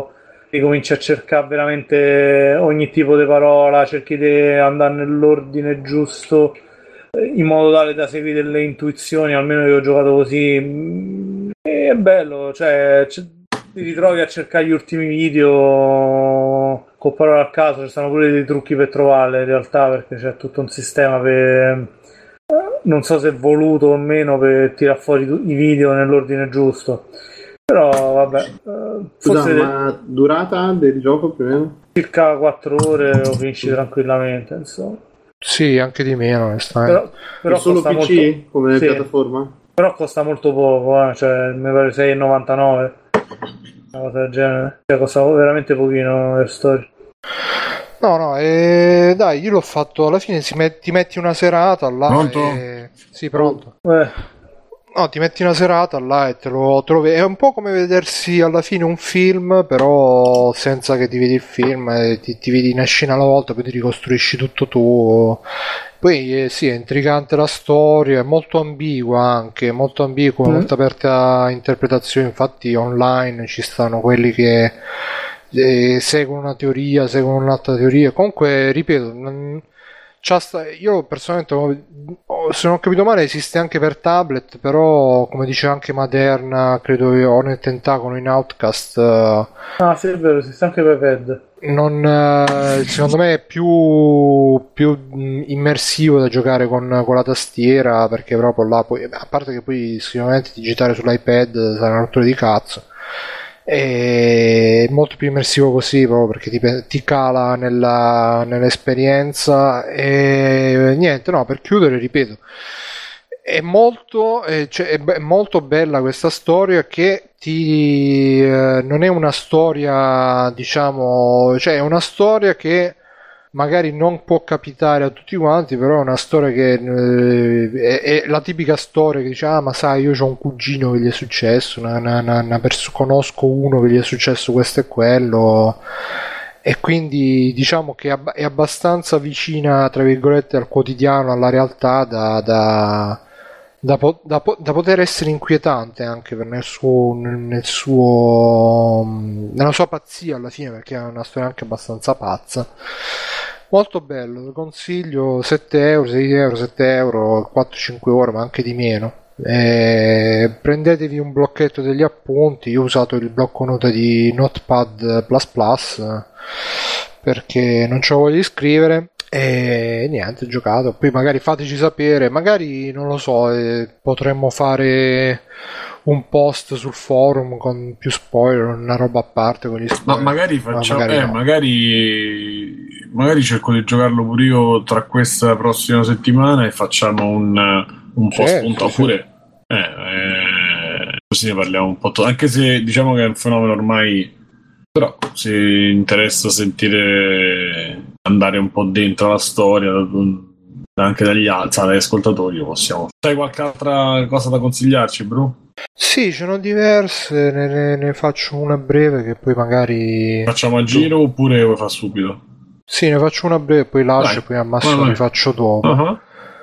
ricominci a cercare veramente ogni tipo di parola, cerchi di andare nell'ordine giusto in modo tale da seguire le intuizioni, almeno io ho giocato così, e è bello, cioè ti ritrovi a cercare gli ultimi video con parole a caso, ci stanno pure dei trucchi per trovarle in realtà, perché c'è tutto un sistema per, non so se è voluto o meno, per tirare fuori i video nell'ordine giusto, però vabbè. Scusa, forse ma durata del gioco più o meno? Circa quattro ore lo finisci tranquillamente, insomma. Sì, anche di meno, onestamente. Però, però solo costa P C molto... come sì. piattaforma? Però costa molto poco, eh? Cioè mi pare sei e novantanove, una cosa del genere. Cioè costa veramente pochino le storie. No, no, eh, dai, io l'ho fatto alla fine, si met- ti metti una serata là. Pronto? E... Sì, pronto. Eh. No, ti metti una serata là e te lo trovi. È un po' come vedersi alla fine un film, però senza che ti vedi il film, eh, ti, ti vedi una scena alla volta, poi ti ricostruisci tutto tu. Poi eh, sì, è intrigante la storia, è molto ambigua anche, molto ambigua, mm. molto aperta a interpretazioni. Infatti online ci stanno quelli che eh, seguono una teoria, seguono un'altra teoria. Comunque, ripeto, non... io personalmente, se non ho capito male, esiste anche per tablet, però come dice anche Maderna, credo che ho nel tentacolo in Outcast. Ah sì, è vero, esiste anche per pad. Non, secondo me è più, più immersivo da giocare con, con la tastiera, perché proprio là poi, a parte che poi sicuramente digitare sull'iPad sarà una rottura di cazzo. È molto più immersivo così, proprio perché ti, ti cala nella, nell'esperienza. E niente, no, per chiudere, ripeto, è molto, eh, cioè, è, è molto bella questa storia, che ti eh, non è una storia, diciamo, cioè è una storia che magari non può capitare a tutti quanti, però è una storia che eh, è, è la tipica storia che dice: ah, ma sai, io ho un cugino che gli è successo, una, una, una pers- conosco uno che gli è successo questo e quello, e quindi diciamo che è abbastanza vicina, tra virgolette, al quotidiano, alla realtà, da, da, da, po- da, po- da poter essere inquietante anche per nel suo, nel suo nella sua pazzia alla fine, perché è una storia anche abbastanza pazza. Molto bello, lo consiglio. Sette euro, sei euro, sette euro, quattro cinque ore, ma anche di meno. E prendetevi un blocchetto degli appunti. Io ho usato il blocco nota di Notepad plus plus perché non c'ho voglia di scrivere. E niente, giocato. Poi magari fateci sapere, magari non lo so, eh, potremmo fare un post sul forum con più spoiler, una roba a parte con gli spoiler. Ma magari facciamo, ma magari, eh, no. magari, magari cerco di giocarlo pure io tra questa prossima settimana e facciamo un, un post certo, punto, sì. oppure eh, eh, così ne parliamo un po'. To- anche se diciamo che è un fenomeno ormai, però se interessa sentire, andare un po' dentro la storia anche dagli altri, dagli ascoltatori, possiamo. C'hai qualche altra cosa da consigliarci, bro? Sì, ce ne ho diverse, ne, ne, ne faccio una breve che poi magari... Facciamo a giro oppure vuoi fare subito? Sì, ne faccio una breve, poi lascio, Dai. poi al massimo Vai, vai. li faccio dopo. Uh-huh.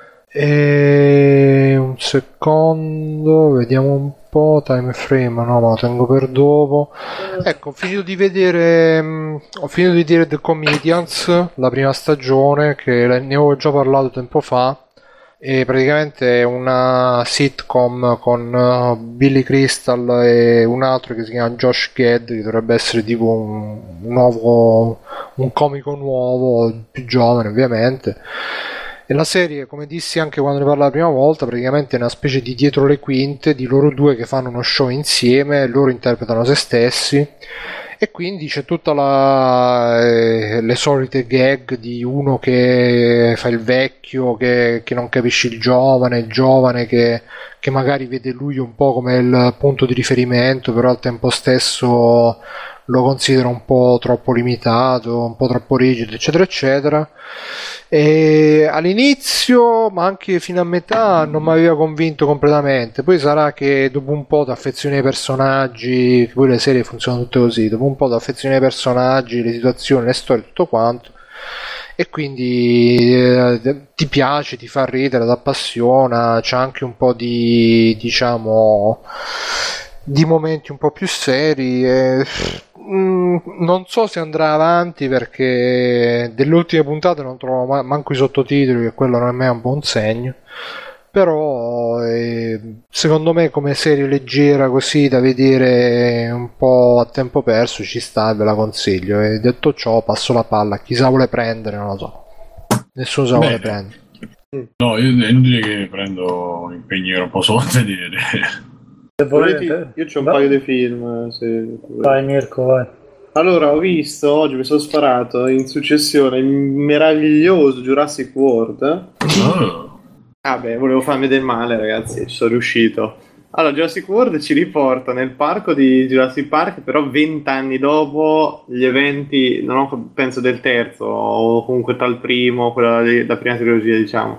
E... un secondo, vediamo un po', time frame, no, ma lo tengo per dopo. Ecco, ho finito di vedere mh, ho finito di vedere The Comedians, la prima stagione, che ne avevo già parlato tempo fa. E praticamente è una sitcom con uh, Billy Crystal e un altro che si chiama Josh Gad, che dovrebbe essere tipo un, un nuovo, un comico nuovo, più giovane ovviamente. E la serie, come dissi anche quando ne parlai la prima volta, praticamente è una specie di dietro le quinte di loro due che fanno uno show insieme, loro interpretano se stessi. E quindi c'è tutta la eh, le solite gag di uno che fa il vecchio, che, che non capisce il giovane, il giovane che, che magari vede lui un po' come il punto di riferimento, però al tempo stesso lo considera un po' troppo limitato, un po' troppo rigido, eccetera eccetera. E all'inizio, ma anche fino a metà, non mi aveva convinto completamente. Poi sarà che dopo un po' ti affezioni ai personaggi, che poi le serie funzionano tutte così, dopo un po' ti affezioni ai personaggi, le situazioni, le storie, tutto quanto, e quindi eh, ti piace, ti fa ridere, ti appassiona. C'è anche un po' di, diciamo, di momenti un po' più seri e, mm, Mm, non so se andrà avanti perché delle ultime puntate non trovo ma- manco i sottotitoli, e quello non è mai un buon segno. Però eh, secondo me come serie leggera così da vedere un po' a tempo perso ci sta e ve la consiglio. E detto ciò passo la palla a chi sa vuole prendere, non lo so, nessuno sa vuole prendere. No, io, è inutile che prendo un impegno un po' solo a vedere. Se volete, io c'ho un va. paio di film, se... vai Mirko, vai. Allora, ho visto oggi, mi sono sparato in successione il meraviglioso Jurassic World. Oh. Ah beh, volevo farmi del male, ragazzi, ci sono riuscito. Allora, Jurassic World ci riporta nel parco di Jurassic Park, però vent'anni dopo gli eventi, non ho, penso del terzo, o comunque tra il primo, quella la prima trilogia, diciamo.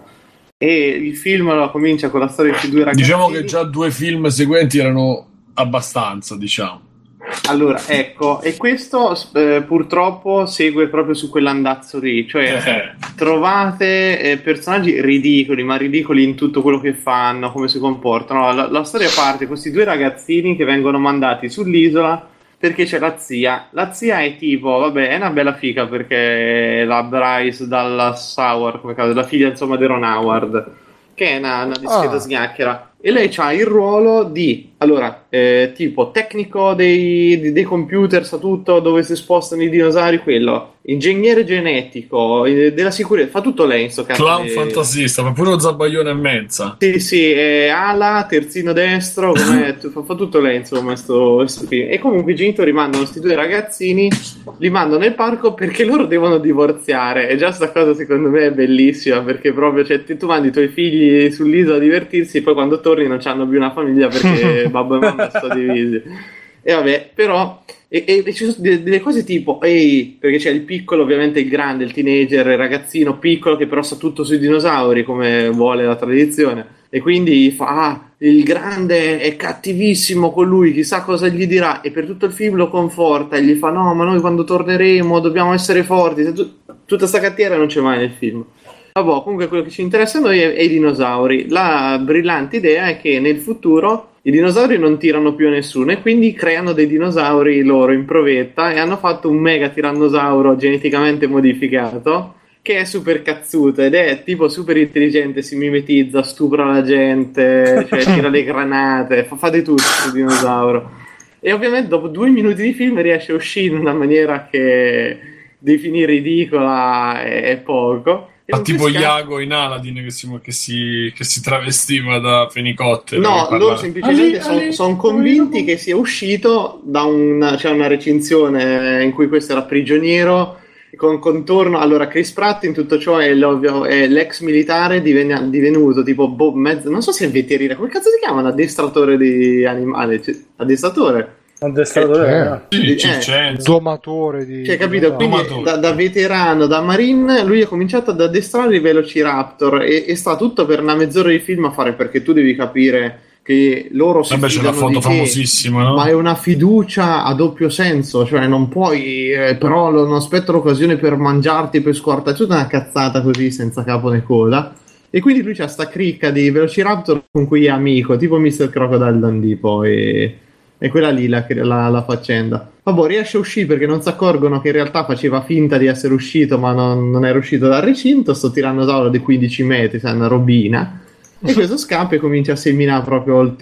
E il film allora, comincia con la storia di due ragazzi. Diciamo che già due film seguenti erano abbastanza, diciamo. Allora, ecco, e questo eh, purtroppo segue proprio su quell'andazzo lì, cioè Eh. trovate eh, personaggi ridicoli, ma ridicoli in tutto quello che fanno, come si comportano. La, la storia parte con questi due ragazzini che vengono mandati sull'isola perché c'è la zia. La zia è tipo, vabbè, è una bella figa perché è la Bryce Dallas Howard, come cazzo, la figlia insomma di Ron Howard, che è una, una discreta Ah. sgnacchera. E lei ha il ruolo di, allora, eh, tipo tecnico dei, di- dei computer, sa tutto, dove si spostano i dinosauri, quello, ingegnere genetico, eh, della sicurezza, fa tutto lei in sto cazzo. Clown di- fantasista, ma pure lo zabbaglione e mezza. Sì, sì, eh, ala, terzino destro, com'è, fa, fa tutto lei, insomma, sto, sto film. E comunque i genitori mandano questi due ragazzini, li mandano nel parco perché loro devono divorziare. E già sta cosa secondo me è bellissima, perché proprio, cioè, tu mandi i tuoi figli sull'isola a divertirsi e poi quando torni non c'hanno più una famiglia perché babbo e mamma sono divisi. E vabbè, però... E, e- e ci sono de- delle cose tipo, ehi, perché c'è il piccolo, ovviamente il grande, il teenager, il ragazzino piccolo che però sa tutto sui dinosauri come vuole la tradizione, e quindi fa, ah, il grande è cattivissimo con lui, chissà cosa gli dirà, e per tutto il film lo conforta e gli fa, no, ma noi quando torneremo dobbiamo essere forti. Tutta sta cattiera non c'è mai nel film. Vabbè, comunque quello che ci interessa a noi è, è i dinosauri. La brillante idea è che nel futuro i dinosauri non tirano più a nessuno e quindi creano dei dinosauri loro in provetta e hanno fatto un mega tirannosauro geneticamente modificato che è super cazzuto ed è tipo super intelligente, si mimetizza, stupra la gente, cioè tira le granate, fa, fa di tutto questo dinosauro. E ovviamente dopo due minuti di film riesce a uscire in una maniera che definire ridicola è, è poco. Ma tipo Iago Iago in Aladdin che si, che si, che si travestiva da fenicottero. No, che loro parla- semplicemente Ali, sono Ali, son convinti che sia uscito da una, c'è una recinzione in cui questo era prigioniero con contorno. Allora, Chris Pratt in tutto ciò è, l'ovvio, è l'ex militare diven- divenuto tipo boh, mezzo, non so se è veterinario, come cazzo si chiama un addestratore di animali? Cioè, addestratore? Addestratore, Eh, no? Sì, Eh, circense. domatore di Cioè, capito? di- Quindi Domatore. da, da veterano, da marine, lui ha cominciato ad addestrare i Velociraptor e, e sta tutto per una mezz'ora di film a fare, perché tu devi capire che loro si Vabbè, c'è la fidano foto di te, famosissima, no? ma è una fiducia a doppio senso, cioè non puoi, eh, però non aspetta l'occasione per mangiarti, per scortarti, tutta una cazzata così senza capo né coda. E quindi lui c'ha sta cricca di Velociraptor con cui è amico, tipo mister Crocodile Dundee poi. E quella lì la, la, la faccenda. Vabbè, riesce a uscire perché non si accorgono che in realtà faceva finta di essere uscito, ma non, non era uscito dal recinto. Sto tirannosauro di quindici metri, sai, una robina. E questo scappa e comincia a seminare proprio il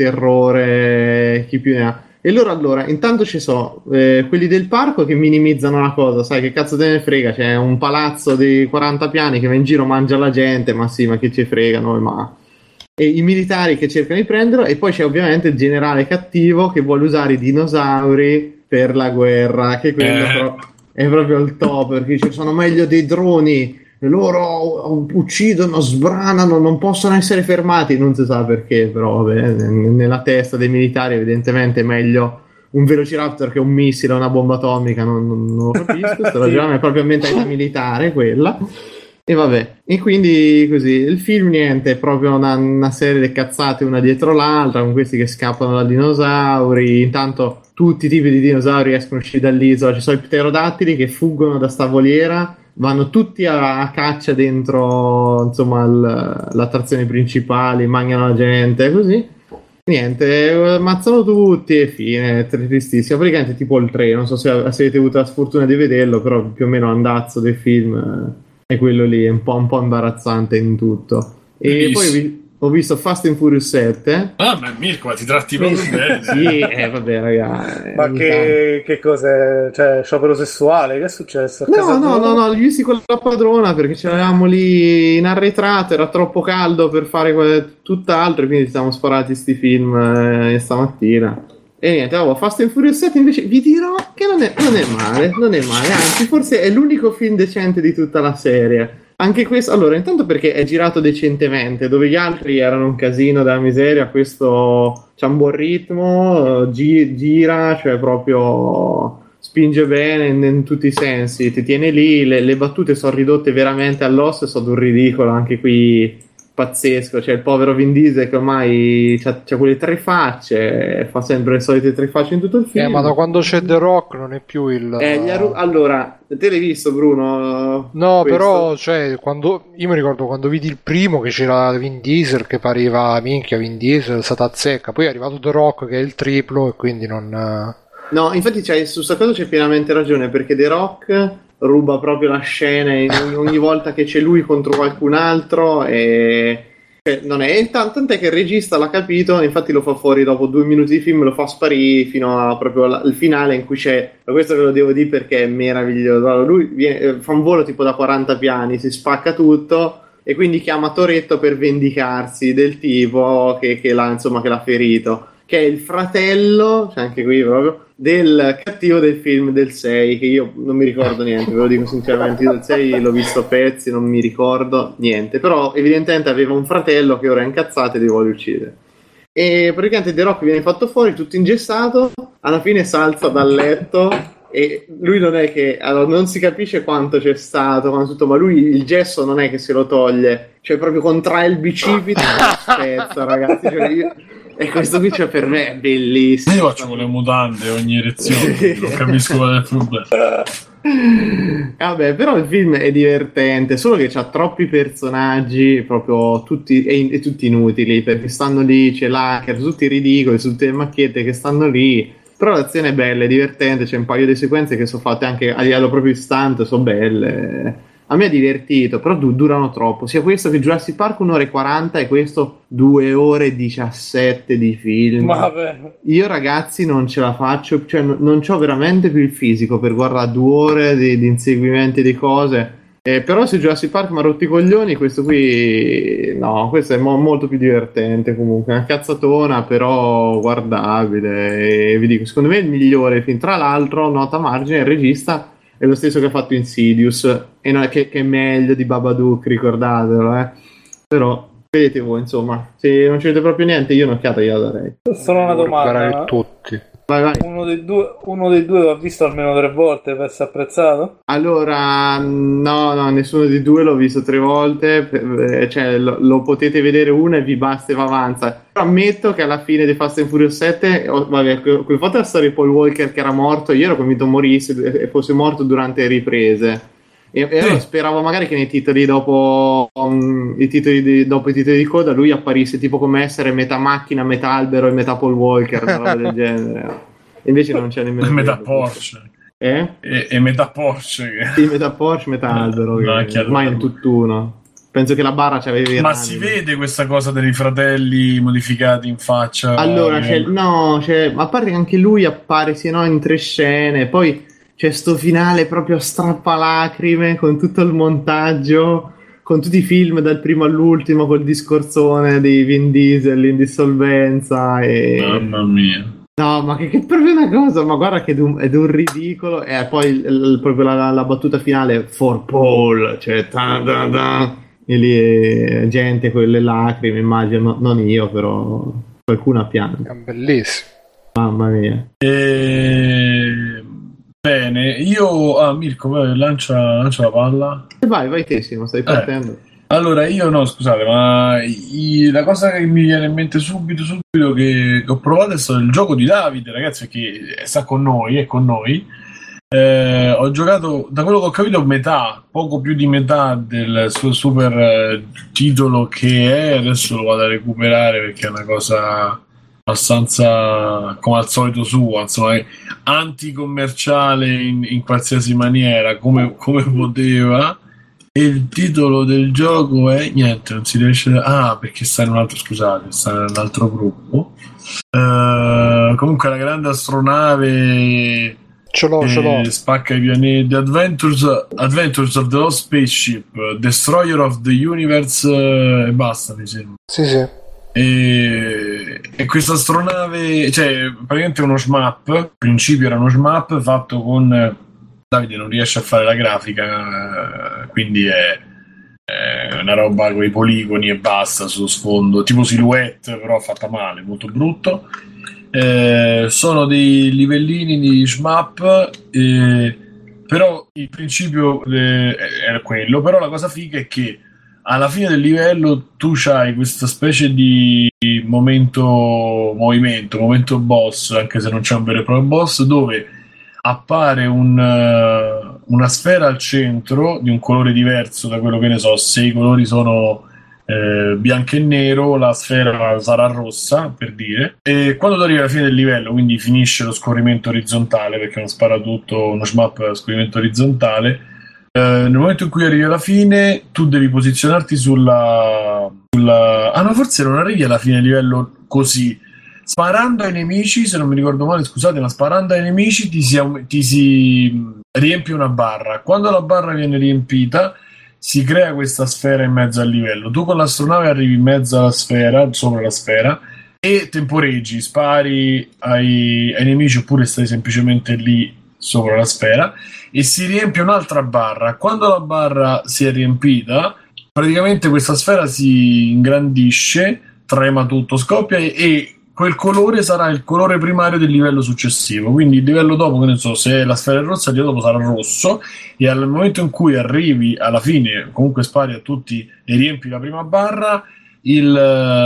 terrore, chi più ne ha. E loro allora, intanto ci sono eh, quelli del parco che minimizzano la cosa, sai che cazzo te ne frega, c'è un palazzo di quaranta piani che va in giro, mangia la gente, ma sì, ma che ci fregano, ma... E i militari che cercano di prenderlo, e poi c'è ovviamente il generale cattivo che vuole usare i dinosauri per la guerra, che quello Eh. però è proprio il top, perché ci sono meglio dei droni, loro uccidono, sbranano, non possono essere fermati, non si sa perché, però vabbè, nella testa dei militari evidentemente è meglio un Velociraptor che un missile o una bomba atomica, non, non, non lo capisco, sto ragionando, è proprio mentalità militare quella. E vabbè, e quindi così il film niente, è proprio una, una serie di cazzate una dietro l'altra, con questi che scappano da dinosauri. Intanto tutti i tipi di dinosauri escono usciti dall'isola, ci sono i pterodattili che fuggono da sta voliera, vanno tutti a, a caccia dentro, insomma, il- l'attrazione principale, mangiano la gente, così. Niente, ammazzano tutti e fine, è tristissimo. Praticamente tipo il tre, non so se, se avete avuto la sfortuna di vederlo, però più o meno l'andazzo del film è quello lì, è un po', un po' imbarazzante in tutto. E Bellissimo. poi vi, ho visto Fast and Furious sette. Ah, ma Mirko, ma ti tratti proprio bene. Sì, eh, vabbè, ragazzi. Ma che, che cos'è? Cioè, sciopero sessuale? Che è successo? A No, casa no, tua? no, no, li visti con la padrona perché ce l'avevamo lì in arretrato, era troppo caldo per fare que- tutt'altro, e quindi ci siamo sparati sti film eh, stamattina. E niente, avevo Fast and Furious sette, invece vi dirò che non è, non è male, non è male, anzi forse è l'unico film decente di tutta la serie. Anche questo, allora, intanto perché è girato decentemente, dove gli altri erano un casino della miseria, questo c'ha un buon ritmo, gi- gira, cioè proprio spinge bene in, in tutti i sensi, ti tiene lì, le, le battute sono ridotte veramente all'osso e sono d'un ridicolo, anche qui pazzesco, cioè il povero Vin Diesel che ormai c'ha, c'ha quelle tre facce, fa sempre le solite tre facce in tutto il film. Eh, ma da quando c'è The Rock non è più il... Eh, gli arru- allora, te l'hai visto Bruno? No, questo? però, cioè, quando io mi ricordo quando vidi il primo che c'era Vin Diesel che pareva minchia Vin Diesel, è stata azzecca, poi è arrivato The Rock che è il triplo e quindi non... No, infatti c'hai, su questa cosa c'è pienamente ragione, perché The Rock ruba proprio la scena in ogni, ogni volta che c'è lui contro qualcun altro e... Cioè, non è tant'è che il regista l'ha capito, infatti lo fa fuori dopo due minuti di film, lo fa sparire fino a proprio al finale in cui c'è, questo ve lo devo dire perché è meraviglioso. Allora, lui viene, fa un volo tipo da quaranta piani, si spacca tutto e quindi chiama Toretto per vendicarsi del tipo che, che l'ha, insomma, che l'ha ferito, che è il fratello, cioè anche qui proprio, del cattivo del film del sei, che io non mi ricordo niente, ve lo dico sinceramente, io del sei l'ho visto a pezzi, non mi ricordo niente, però evidentemente aveva un fratello che ora è incazzato e li vuole uccidere. E praticamente The Rock viene fatto fuori tutto ingessato, alla fine si alza dal letto e lui non è che, allora, non si capisce quanto c'è stato, quanto tutto, ma lui il gesso non è che se lo toglie, cioè proprio contrae il bicipite e lo spezza, ragazzi, cioè io... E questo qui cioè, per me è bellissimo. Io faccio con le mutande ogni erezione, non capisco qual è il problema. Vabbè, però il film è divertente, solo che c'ha troppi personaggi proprio tutti, e, e tutti inutili, perché stanno lì, c'è l'hacker, tutti ridicoli, tutte le macchiette che stanno lì. Però l'azione è bella, è divertente, c'è un paio di sequenze che sono fatte anche a livello proprio istante, sono belle. A me è divertito, però du- durano troppo. Sia questo che Jurassic Park un'ora e quaranta e questo due ore e diciassette di film. Vabbè. Io ragazzi non ce la faccio, cioè n- non c'ho veramente più il fisico per guardare due ore di, di inseguimenti di cose. Eh, però se Jurassic Park mi ha rotto i coglioni, questo qui no, questo è mo- molto più divertente comunque. È una cazzatona, però guardabile. E vi dico, secondo me è il migliore film. Tra l'altro, nota a margine, il regista è lo stesso che ha fatto Insidious e non è che, che è meglio di Babadook, ricordatelo, eh. Però vedete voi, insomma, se non c'è proprio niente io un'occhiata gliela darei. Solo una domanda, tutti. Vai, vai. Uno dei due, uno dei due l'ho visto almeno tre volte per essere apprezzato? Allora, no, no, nessuno dei due l'ho visto tre volte, eh, cioè lo, lo potete vedere una e vi basta e va avanza. Però ammetto che alla fine di Fast and Furious sette, oh, vabbè, quel fatto la storia di Paul Walker che era morto, io ero convinto morisse e fosse morto durante le riprese. E, e allora speravo magari che nei titoli dopo, um, i titoli di, dopo i titoli di coda lui apparisse tipo come essere metà macchina, metà albero e metà Paul Walker, una roba del genere. E invece non c'è nemmeno metà Porsche. Eh? E, e metà Porsche. Sì, metà Porsche, metà albero. No, che ormai è tutt'uno. Penso che la barra c'aveva i Ma rami. si vede questa cosa dei fratelli modificati in faccia? Allora, che... c'è, no, c'è, a parte che anche lui appare sì, no, in tre scene, poi c'è sto finale proprio strappalacrime con tutto il montaggio, con tutti i film dal primo all'ultimo, col discorsone di Vin Diesel, l'indissolvenza e... Mamma mia. No, ma che, che è proprio una cosa, ma guarda che è d'un, è d'un ridicolo, e poi il, il, proprio la, la battuta finale, for Paul, cioè... Ta, da, da. E lì è gente con le lacrime, immagino, no, non io, però qualcuno ha pianto. È bellissimo. Mamma mia. E... Bene, io... Ah, Mirko, vai, lancia, lancia la palla. E vai, vai te, Simo, stai partendo. Eh. Allora, io no, scusate, ma i, la cosa che mi viene in mente subito, subito che, che ho provato è stato il gioco di Davide, ragazzi, che sta con noi, è con noi. Eh, ho giocato, da quello che ho capito, metà, poco più di metà del suo super eh, titolo che è, adesso lo vado a recuperare perché è una cosa abbastanza come al solito suo, insomma, anticommerciale in, in qualsiasi maniera, come, come poteva. E il titolo del gioco è niente, non si riesce a... ah, perché sta in un altro, scusate, sta in un altro gruppo. Uh, comunque la grande astronave ce l'ho, ce l'ho. spacca i pianeti. Adventures, Adventures of the Lost Spaceship, Destroyer of the Universe, uh, e basta, mi sembra. Sì, sì. E, e questa astronave, cioè praticamente uno shmup, in principio era uno shmup fatto con... Davide non riesce a fare la grafica, quindi è, è una roba con i poligoni e basta sullo sfondo, tipo silhouette, però fatta male, molto brutto. Eh, sono dei livellini di shmup, eh, però il principio eh, era quello, però la cosa figa è che alla fine del livello tu c'hai questa specie di momento movimento, momento boss, anche se non c'è un vero e proprio boss, dove appare un, uh, una sfera al centro di un colore diverso da quello che ne so, se i colori sono eh, bianco e nero, la sfera sarà rossa, per dire, e quando tu arrivi alla fine del livello, quindi finisce lo scorrimento orizzontale, perché non spara tutto uno shmup a scorrimento orizzontale, eh, nel momento in cui arrivi alla fine tu devi posizionarti sulla, sulla... ah no, forse non arrivi alla fine del livello così. Sparando ai nemici, se non mi ricordo male, scusate, ma sparando ai nemici ti si, ti si riempie una barra. Quando la barra viene riempita, si crea questa sfera in mezzo al livello. Tu con l'astronave arrivi in mezzo alla sfera, sopra la sfera, e temporeggi, spari ai, ai nemici oppure stai semplicemente lì sopra la sfera e si riempie un'altra barra. Quando la barra si è riempita, praticamente questa sfera si ingrandisce, trema tutto, scoppia e, e quel colore sarà il colore primario del livello successivo. Quindi il livello dopo, che ne so, se la sfera è rossa, il livello dopo sarà rosso, e al momento in cui arrivi alla fine, comunque spari a tutti e riempi la prima barra, il,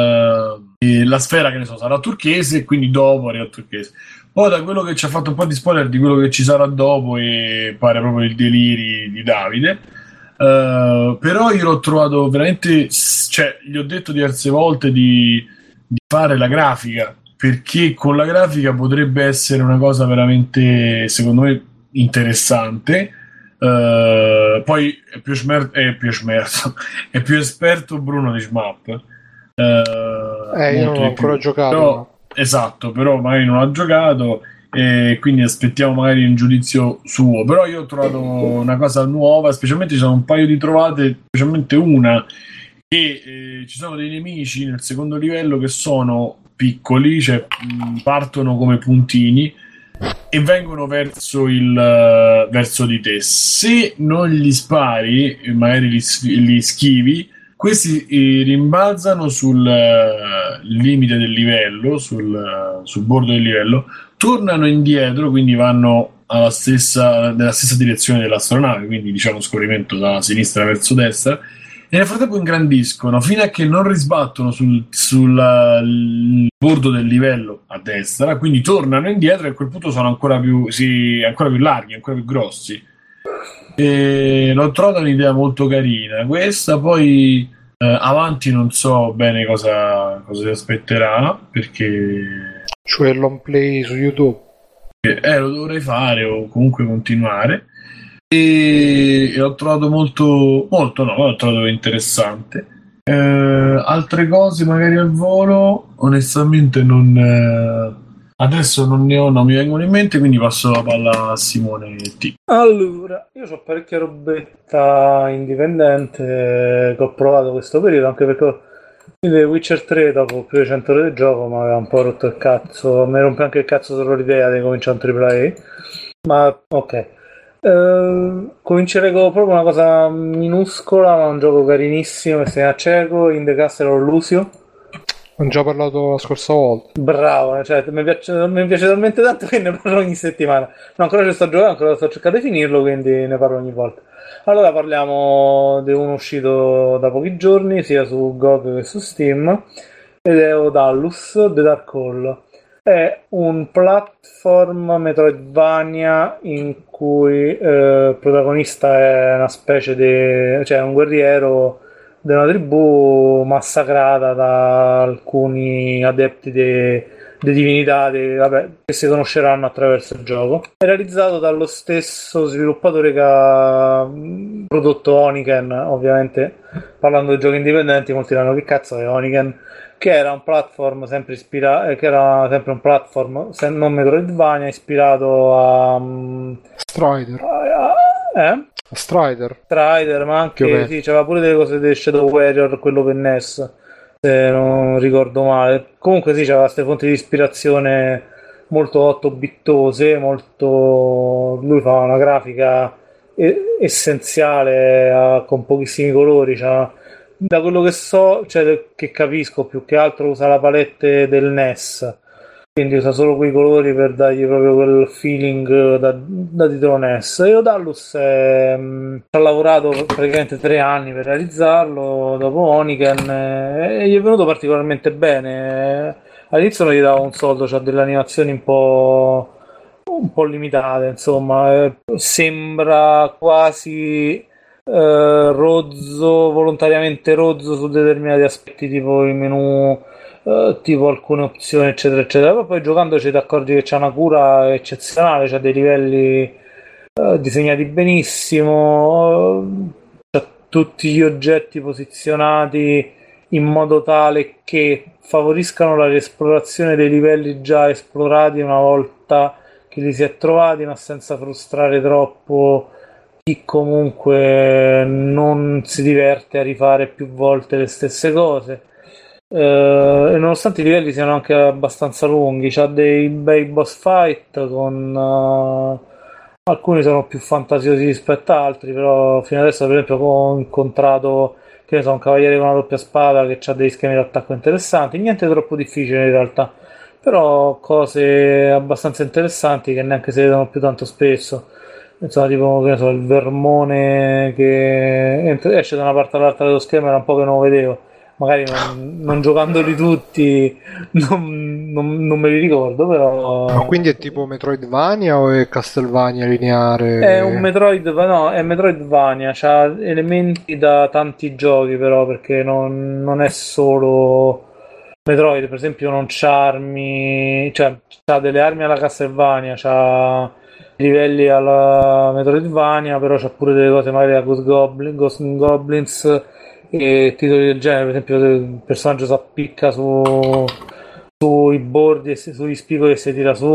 eh, la sfera, che ne so, sarà turchese, e quindi dopo arriva il turchese. Poi, da quello che ci ha fatto un po' di spoiler di quello che ci sarà dopo, e pare proprio il deliri di Davide. Uh, però io l'ho trovato veramente, cioè gli ho detto diverse volte di di fare la grafica, perché con la grafica potrebbe essere una cosa veramente, secondo me, interessante. Uh, poi è più, smer- è più smerto è più esperto Bruno di shmup, uh, eh, io non ho ancora più. giocato però, no. Esatto, però magari non ha giocato e quindi aspettiamo magari un giudizio suo. Però io ho trovato una cosa nuova, specialmente ci sono un paio di trovate, specialmente una e eh, ci sono dei nemici nel secondo livello che sono piccoli, cioè mh, partono come puntini e vengono verso il uh, verso di te. Se non gli spari e magari li, li schivi, questi eh, rimbalzano sul uh, limite del livello, sul, uh, sul bordo del livello, tornano indietro, quindi vanno alla stessa, nella stessa direzione dell'astronave, quindi diciamo scorrimento da sinistra verso destra, e nel frattempo ingrandiscono fino a che non risbattono sul, sul uh, bordo del livello a destra, quindi tornano indietro e a quel punto sono ancora più, sì, ancora più larghi, ancora più grossi. E l'ho trovata un'idea molto carina questa. Poi eh, avanti non so bene cosa, cosa si aspetterà, perché cioè long play su YouTube eh, lo dovrei fare o comunque continuare. E, e l'ho trovato molto molto no, l'ho trovato interessante. Eh, altre cose magari al volo onestamente non eh, adesso non ne ho, non mi vengono in mente, quindi passo la palla a Simone T. Allora, io ho parecchia robetta indipendente che ho provato questo periodo, anche perché The Witcher tre dopo più di cento ore di gioco mi aveva un po' rotto il cazzo, mi rompe anche il cazzo solo l'idea di cominciare un tripla A, ma ok. Uh, comincerei con proprio una cosa minuscola, ma un gioco carinissimo che si chiama Cieco in the Castle of Lucio. Ho già parlato la scorsa volta. Bravo, cioè mi piace, mi piace talmente tanto che ne parlo ogni settimana. No, ancora ci sto giocando, ancora sto cercando di finirlo, quindi ne parlo ogni volta. Allora parliamo di uno uscito da pochi giorni, sia su G O G che su Steam, ed è Odallus The Dark Call. È un platform Metroidvania in cui eh, il protagonista è una specie di, cioè un guerriero di una tribù massacrata da alcuni adepti de, di divinità di, vabbè, che si conosceranno attraverso il gioco. È realizzato dallo stesso sviluppatore che ha prodotto Oniken, ovviamente parlando di giochi indipendenti molti diranno che cazzo è Oniken, che era un platform sempre ispirato, che era sempre un platform se non Metroidvania ispirato a um, Strider. A, a, eh? Strider. Strider, ma anche sì, c'aveva pure delle cose di Shadow Warrior, quello per N E S, se non ricordo male. Comunque sì, c'aveva queste fonti di ispirazione molto otto-bittose, molto... lui fa una grafica essenziale a... con pochissimi colori, c'ha... da quello che so, cioè che capisco, più che altro usa la palette del N E S, quindi usa solo quei colori per dargli proprio quel feeling da, da titolo N E S. E Odallus è, mh, ha lavorato praticamente tre anni per realizzarlo dopo Oniken e, e gli è venuto particolarmente bene. All'inizio non gli davo un soldo, c'ha delle animazioni un po' un po' limitate, insomma, eh, sembra quasi eh, rozzo, volontariamente rozzo su determinati aspetti, tipo il menu, eh, tipo alcune opzioni, eccetera, eccetera. Ma poi giocandoci ti accorgi che c'è una cura eccezionale, c'ha dei livelli eh, disegnati benissimo, c'ha tutti gli oggetti posizionati in modo tale che favoriscano la riesplorazione dei livelli già esplorati una volta che li si è trovati, ma senza frustrare troppo chi comunque non si diverte a rifare più volte le stesse cose. Eh, e nonostante i livelli siano anche abbastanza lunghi, c'ha dei bei boss fight con uh, alcuni sono più fantasiosi rispetto a altri, però fino adesso per esempio ho incontrato, che ne so, un cavaliere con una doppia spada che ha degli schemi di attacco interessanti, niente troppo difficile in realtà, però cose abbastanza interessanti che neanche si vedono più tanto spesso. Insomma, tipo, che ne so, il vermone che esce da una parte all'altra dello schermo era un po' che non lo vedevo, magari non, non giocandoli tutti non, non, non me li ricordo, però... Ma quindi è tipo Metroidvania o è Castlevania lineare? È un Metroid, no, è Metroidvania, c'ha elementi da tanti giochi però, perché non, non è solo Metroid, per esempio non c'ha armi, cioè c'ha delle armi alla Castlevania, c'ha livelli alla Metroidvania, però c'ha pure delle cose magari da Ghost Goblin, Ghost Goblins e titoli del genere, per esempio il personaggio si appicca su sui bordi e sugli spigoli e si tira su,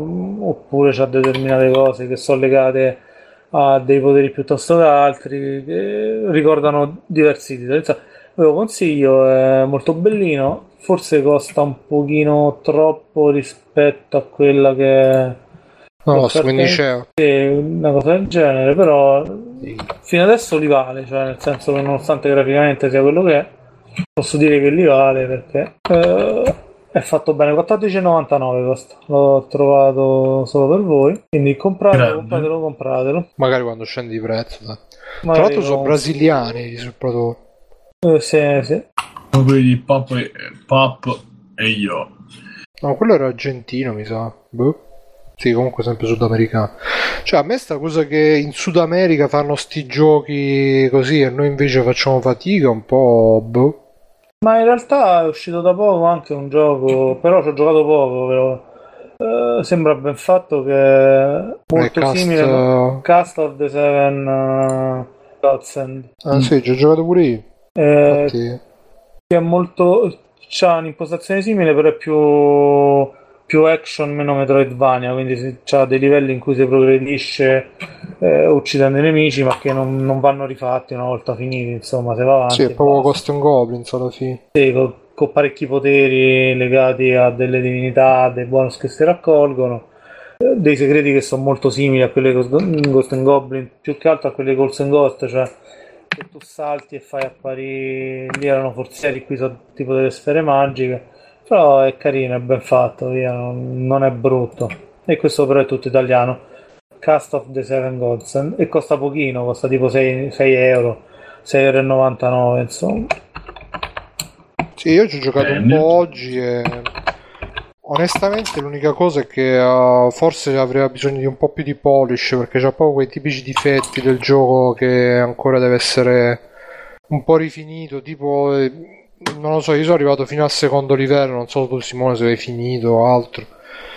oppure c'ha determinate cose che sono legate a dei poteri piuttosto che altri che ricordano diversi titoli. Ve lo consiglio, è molto bellino, forse costa un pochino troppo rispetto a quella che no, quindici euro, sì, una cosa del genere, però sì, fino adesso li vale, cioè nel senso che nonostante graficamente sia quello che è, posso dire che li vale perché eh, è fatto bene. quattordici e novantanove costa, l'ho trovato solo per voi, quindi compratelo, compratelo, compratelo, magari quando scende di prezzo, dai. Tra l'altro sono brasiliani i produttori. Eh, sì, sì. Quelli di Pop e, Pop e io. No, quello era argentino, mi sa. Boh. Sì, comunque sempre sudamericano. Cioè, a me sta cosa che in Sud America fanno sti giochi così e noi invece facciamo fatica, un po' boh. Ma in realtà è uscito da poco anche un gioco, però ci ho giocato poco, però eh, sembra ben fatto, che è molto cast... simile a Cast of the Seven uh, Godsend. Ah mm. sì, ci ho giocato pure io. Eh, Infatti... Che è molto... c'ha un'impostazione simile, però è più... più action, meno Metroidvania, quindi c'ha dei livelli in cui si progredisce eh, uccidendo i nemici, ma che non, non vanno rifatti una volta finiti, insomma, se va avanti. Sì, è proprio Ghost and Goblins alla fine. Sì, con, con parecchi poteri legati a delle divinità, dei bonus che si raccolgono, eh, dei segreti che sono molto simili a quelli di Ghost and Goblin, più che altro a quelli di Ghost and Ghost, cioè che tu salti e fai apparire, lì erano forzieri, qui sono tipo delle sfere magiche. Però è carino, è ben fatto, via, non, non è brutto. E questo però è tutto italiano. Cast of the Seven Gods. E costa pochino, costa tipo sei euro, sei e novantanove, insomma. Sì, io ci ho giocato eh, un po' oggi e onestamente l'unica cosa è che uh, forse avrebbe bisogno di un po' più di polish, perché c'ha proprio quei tipici difetti del gioco che ancora deve essere un po' rifinito, tipo... non lo so, io sono arrivato fino al secondo livello, non so tu Simone se hai finito o altro.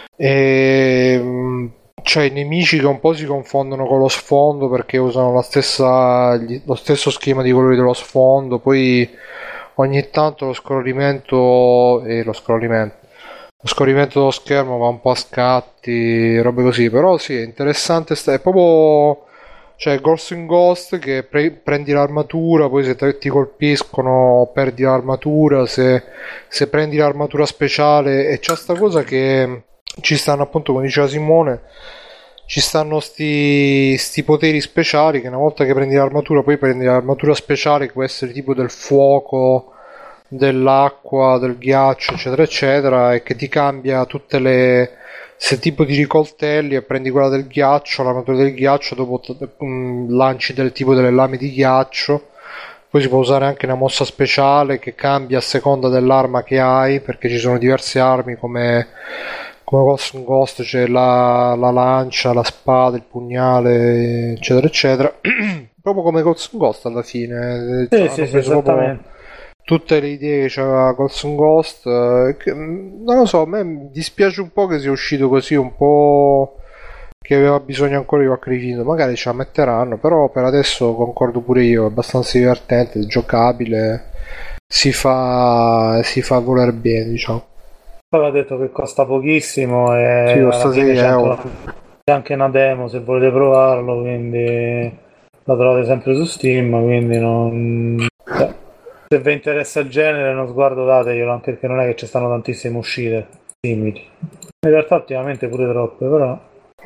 E cioè i nemici che un po' si confondono con lo sfondo perché usano la stessa, lo stesso schema di colori dello sfondo, poi ogni tanto lo scorrimento e lo scorrimento lo scorrimento dello schermo va un po' a scatti, robe così, però sì, è interessante, è proprio, cioè Ghost in Ghost che pre- prendi l'armatura, poi se te- ti colpiscono perdi l'armatura, se, se prendi l'armatura speciale, e c'è sta cosa che ci stanno, appunto come diceva Simone, ci stanno sti, sti poteri speciali che una volta che prendi l'armatura, poi prendi l'armatura speciale che può essere tipo del fuoco, dell'acqua, del ghiaccio, eccetera eccetera, e che ti cambia tutte le, se tipo ti ricoltelli e prendi quella del ghiaccio, l'armatura del ghiaccio, dopo um, lanci del tipo delle lame di ghiaccio. Poi si può usare anche una mossa speciale che cambia a seconda dell'arma che hai, perché ci sono diverse armi come come Ghost in Ghost, c'è la, la lancia, la spada, il pugnale, eccetera eccetera. Proprio come Ghost in Ghost alla fine. Sì, hanno sì, sì, preso proprio esattamente. tutte le idee che c'aveva Ghost in Ghost, eh, che, non lo so, a me mi dispiace un po' che sia uscito così, un po' che aveva bisogno ancora di qualche rifinito, magari ce la metteranno, però per adesso concordo pure io, è abbastanza divertente, giocabile, si fa si fa voler bene, diciamo. Aveva detto che costa pochissimo e Sì, costa alla fine sei c'è anche, euro. una, c'è anche una demo se volete provarlo, quindi la trovate sempre su Steam, quindi non... Beh, se vi interessa il genere uno sguardo dateglielo, anche perché non è che ci stanno tantissime uscite simili. In realtà ultimamente pure troppe, però...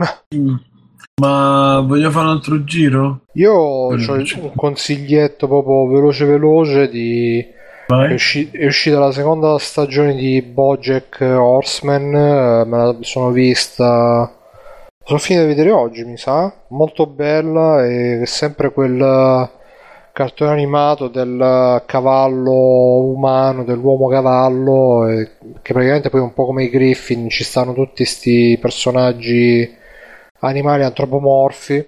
Ma voglio fare un altro giro? Io ho un consiglietto proprio veloce veloce di... È, usci- è uscita la seconda stagione di BoJack Horseman, eh, me la sono vista, sono finita di vedere oggi mi sa, molto bella, e è sempre quel cartone animato del cavallo umano, dell'uomo cavallo, e che praticamente poi è un po' come i Griffin, ci stanno tutti sti personaggi animali antropomorfi,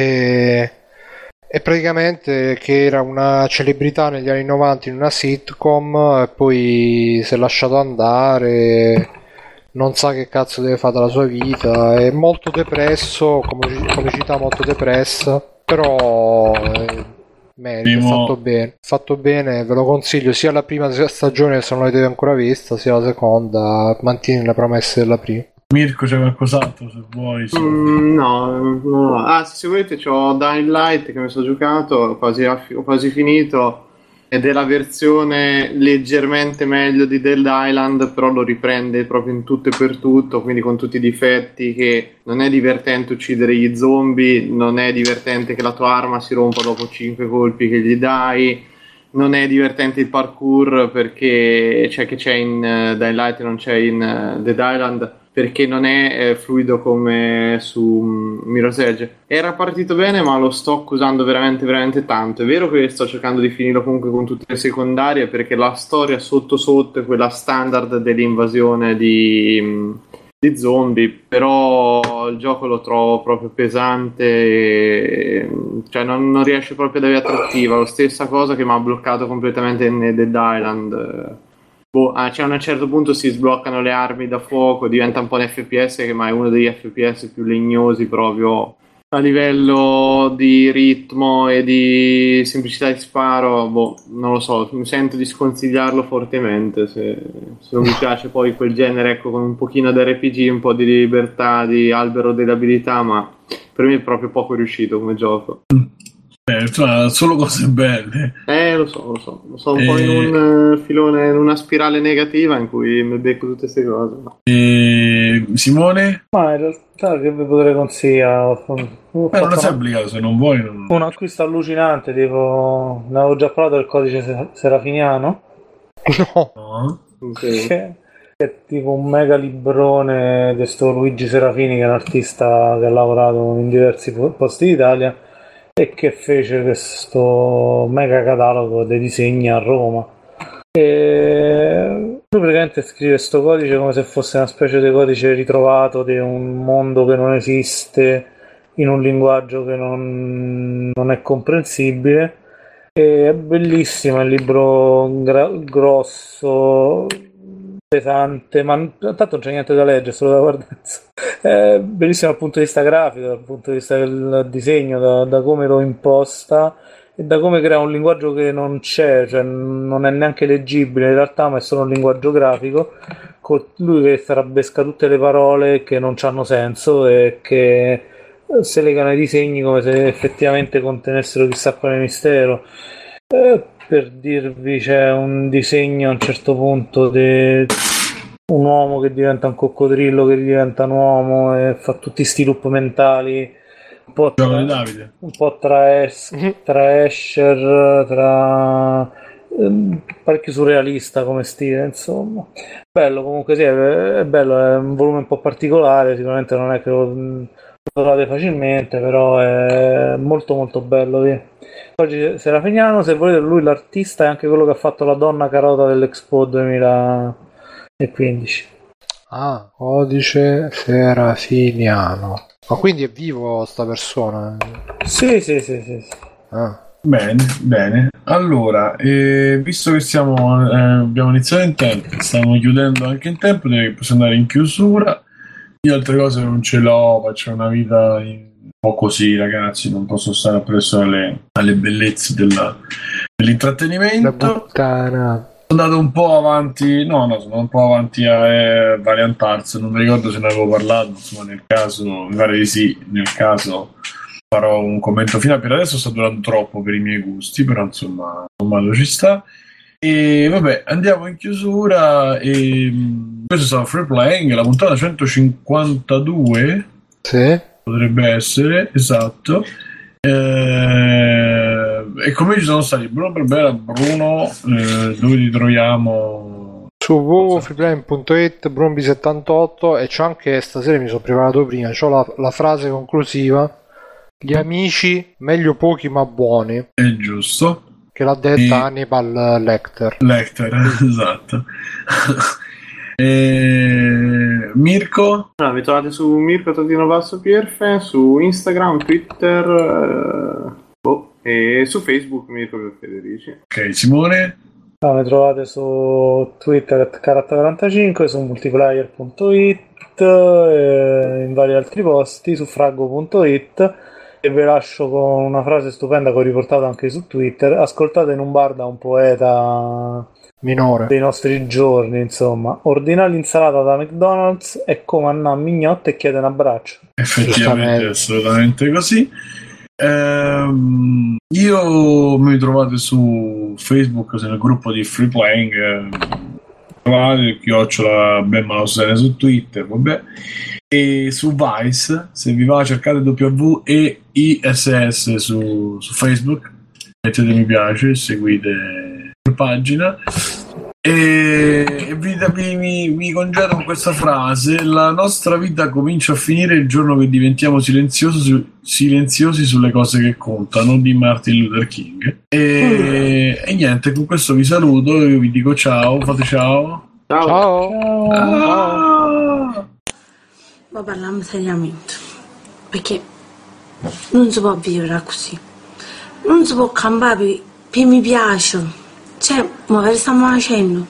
e e praticamente che era una celebrità negli anni novanta in una sitcom e poi si è lasciato andare, non sa che cazzo deve fare della sua vita, è molto depresso, come, comicità molto depressa, però è, merita, è fatto bene, fatto bene, ve lo consiglio, sia la prima stagione se non l'avete ancora vista, sia la seconda, mantieni le promesse della prima. Mirko, c'è qualcos'altro se vuoi? Se... Mm, no, no, ah, se volete c'ho Dying Light che mi sono giocato, ho quasi, ho quasi finito, ed è la versione leggermente meglio di Dead Island, però lo riprende proprio in tutto e per tutto, quindi con tutti i difetti, che non è divertente uccidere gli zombie, non è divertente che la tua arma si rompa dopo cinque colpi che gli dai, non è divertente il parkour perché c'è che c'è in uh, Dying Light e non c'è in uh, Dead Island, perché non è eh, fluido come su um, Mirror's Edge. Era partito bene, ma lo sto accusando veramente veramente tanto. È vero che sto cercando di finirlo comunque con tutte le secondarie, perché la storia sotto sotto è quella standard dell'invasione di, um, di zombie, però il gioco lo trovo proprio pesante e, cioè non, non riesce proprio ad avere attrattiva. La stessa cosa che mi ha bloccato completamente in Dead Island. Boh, ah, cioè a un certo punto si sbloccano le armi da fuoco, diventa un po' un F P S che ma è uno degli F P S più legnosi proprio a livello di ritmo e di semplicità di sparo. Boh, non lo so, mi sento di sconsigliarlo fortemente se, se non mi piace poi quel genere, ecco, con un pochino di R P G, un po' di libertà, di albero delle abilità, ma per me è proprio poco riuscito come gioco. Eh, cioè, solo cose belle. Eh, lo so, lo so, lo so, un e... po' in un uh, filone, in una spirale negativa in cui mi becco tutte queste cose. No. E... Simone? Ma in realtà che vi potrei consigliare? Ho eh, non sei obbligato, se non vuoi. Non... Un acquisto allucinante, tipo, ne avevo già parlato del codice serafiniano. No. no. Okay. Che è tipo un mega librone di sto Luigi Serafini, che è un artista che ha lavorato in diversi posti d'Italia e che fece questo mega catalogo dei disegni a Roma. E lui praticamente scrive sto codice come se fosse una specie di codice ritrovato di un mondo che non esiste, in un linguaggio che non, non è comprensibile, È bellissimo, è un libro gra- grosso, pesante, ma tanto non c'è niente da leggere, solo da guardare. È bellissimo dal punto di vista grafico, dal punto di vista del disegno, da, da come lo imposta e da come crea un linguaggio che non c'è, cioè non è neanche leggibile in realtà, ma è solo un linguaggio grafico, con lui che strabesca tutte le parole che non hanno senso e che si legano ai disegni come se effettivamente contenessero chissà quale mistero. Eh, per dirvi, c'è un disegno a un certo punto di un uomo che diventa un coccodrillo che diventa un uomo e fa tutti sti loop mentali un po' tra, un po' tra, es, tra Escher, tra ehm, parecchio surrealista come stile, insomma. Bello comunque, sì, è, è bello, è un volume un po' particolare, sicuramente non è che lo, lo trovate facilmente, però è molto molto bello, sì. Oggi Serafiniano, se volete, lui l'artista è anche quello che ha fatto la donna carota dell'Expo duemilaquindici. Ah, Codice Serafiniano. Ma quindi è vivo sta persona? Sì, sì, sì, sì, sì. Ah. Bene, bene. Allora, eh, visto che siamo, eh, abbiamo iniziato in tempo, stiamo chiudendo anche in tempo, direi che possiamo andare in chiusura. Io altre cose non ce l'ho, faccio una vita in... un po' così, ragazzi, non posso stare appresso alle, alle bellezze della, dell'intrattenimento. Sono andato un po' avanti, no, no, sono andato un po' avanti a eh, Valiant Arts, non mi ricordo se ne avevo parlato, insomma, nel caso, mi pare di sì, nel caso farò un commento finale. Per adesso sta durando troppo per i miei gusti, però insomma, insomma ci sta. E vabbè, andiamo in chiusura. E questo è stato Free Playing, la puntata centocinquantadue. Sì. Potrebbe essere, esatto. Eh, e come ci sono stati Bruno Berbera, Bruno, eh, dove ti troviamo? Su w w w punto freeplaying punto it, Brumbi settantotto, e c'ho anche, stasera mi sono preparato prima, c'ho la, la frase conclusiva: gli amici meglio pochi ma buoni. È giusto. Che l'ha detta e... Hannibal Lecter. Lecter, esatto. E... Mirko? Allora, mi trovate su Mirko Totino Basso Pierfe, su Instagram, Twitter eh, oh, e su Facebook Mirko Federici. Ok, Simone? No, mi trovate su Twitter at Caratta quarantacinque, su multiplayer punto it e in vari altri posti, su fraggo punto it. E vi lascio con una frase stupenda che ho riportato anche su Twitter: ascoltate in un bar da un poeta minore dei nostri giorni, insomma, ordinare l'insalata da McDonald's è come andare a mignotta e chiedere un abbraccio. Effettivamente è assolutamente così. Ehm, io mi trovate su Facebook nel gruppo di Free Playing, eh, trovate chiocciola Ben Mausene su Twitter, vabbè. E su Vice, se vi va, cercate W E I S S su, su Facebook, mettete mi piace, seguite la pagina e, e vi, vi, vi congedo con questa frase: la nostra vita comincia a finire il giorno che diventiamo silenziosi, su, silenziosi sulle cose che contano, di Martin Luther King. E, e niente, con questo vi saluto, io vi dico ciao, fate ciao. Ciao. Ciao. Ciao. Ciao. Ma parliamo seriamente, perché non si può vivere così, non si può cambiare per mi piace, cioè, ma che stiamo facendo?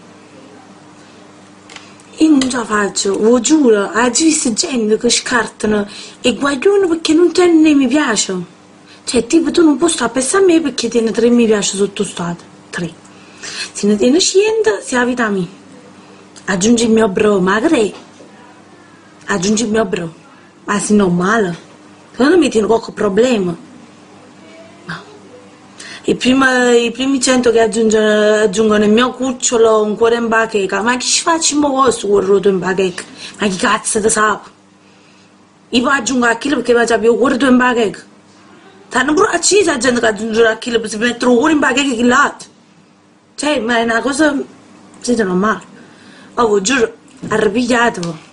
Io non ce la faccio, lo giuro, ho visto gente che scartano e guaglione perché non tiene né mi piace, cioè tipo tu non puoi stare a pensare a me perché tieni tre mi piace sotto stato, tre, se ne tieni cento si la vita mia, aggiungi il mio bro, magari aggiungi il mio bro, ma se non male, secondo me tiene qualche problema. No. I, prima, I primi cento che aggiungono, aggiungono il mio cucciolo, un cuore in bacheca, ma chi ci facciamo questo cuore rotto in bacheca? Ma chi cazzo ti sa? Io poi aggiungo a chilo perché faccio più cuore in bacheca. Stanno pure accesa la gente che aggiunge a chilo per si mettere un cuore in bacheca che l'altro. Cioè, ma è una cosa, siete normale. Oh, vi giuro, arrabbiatevo.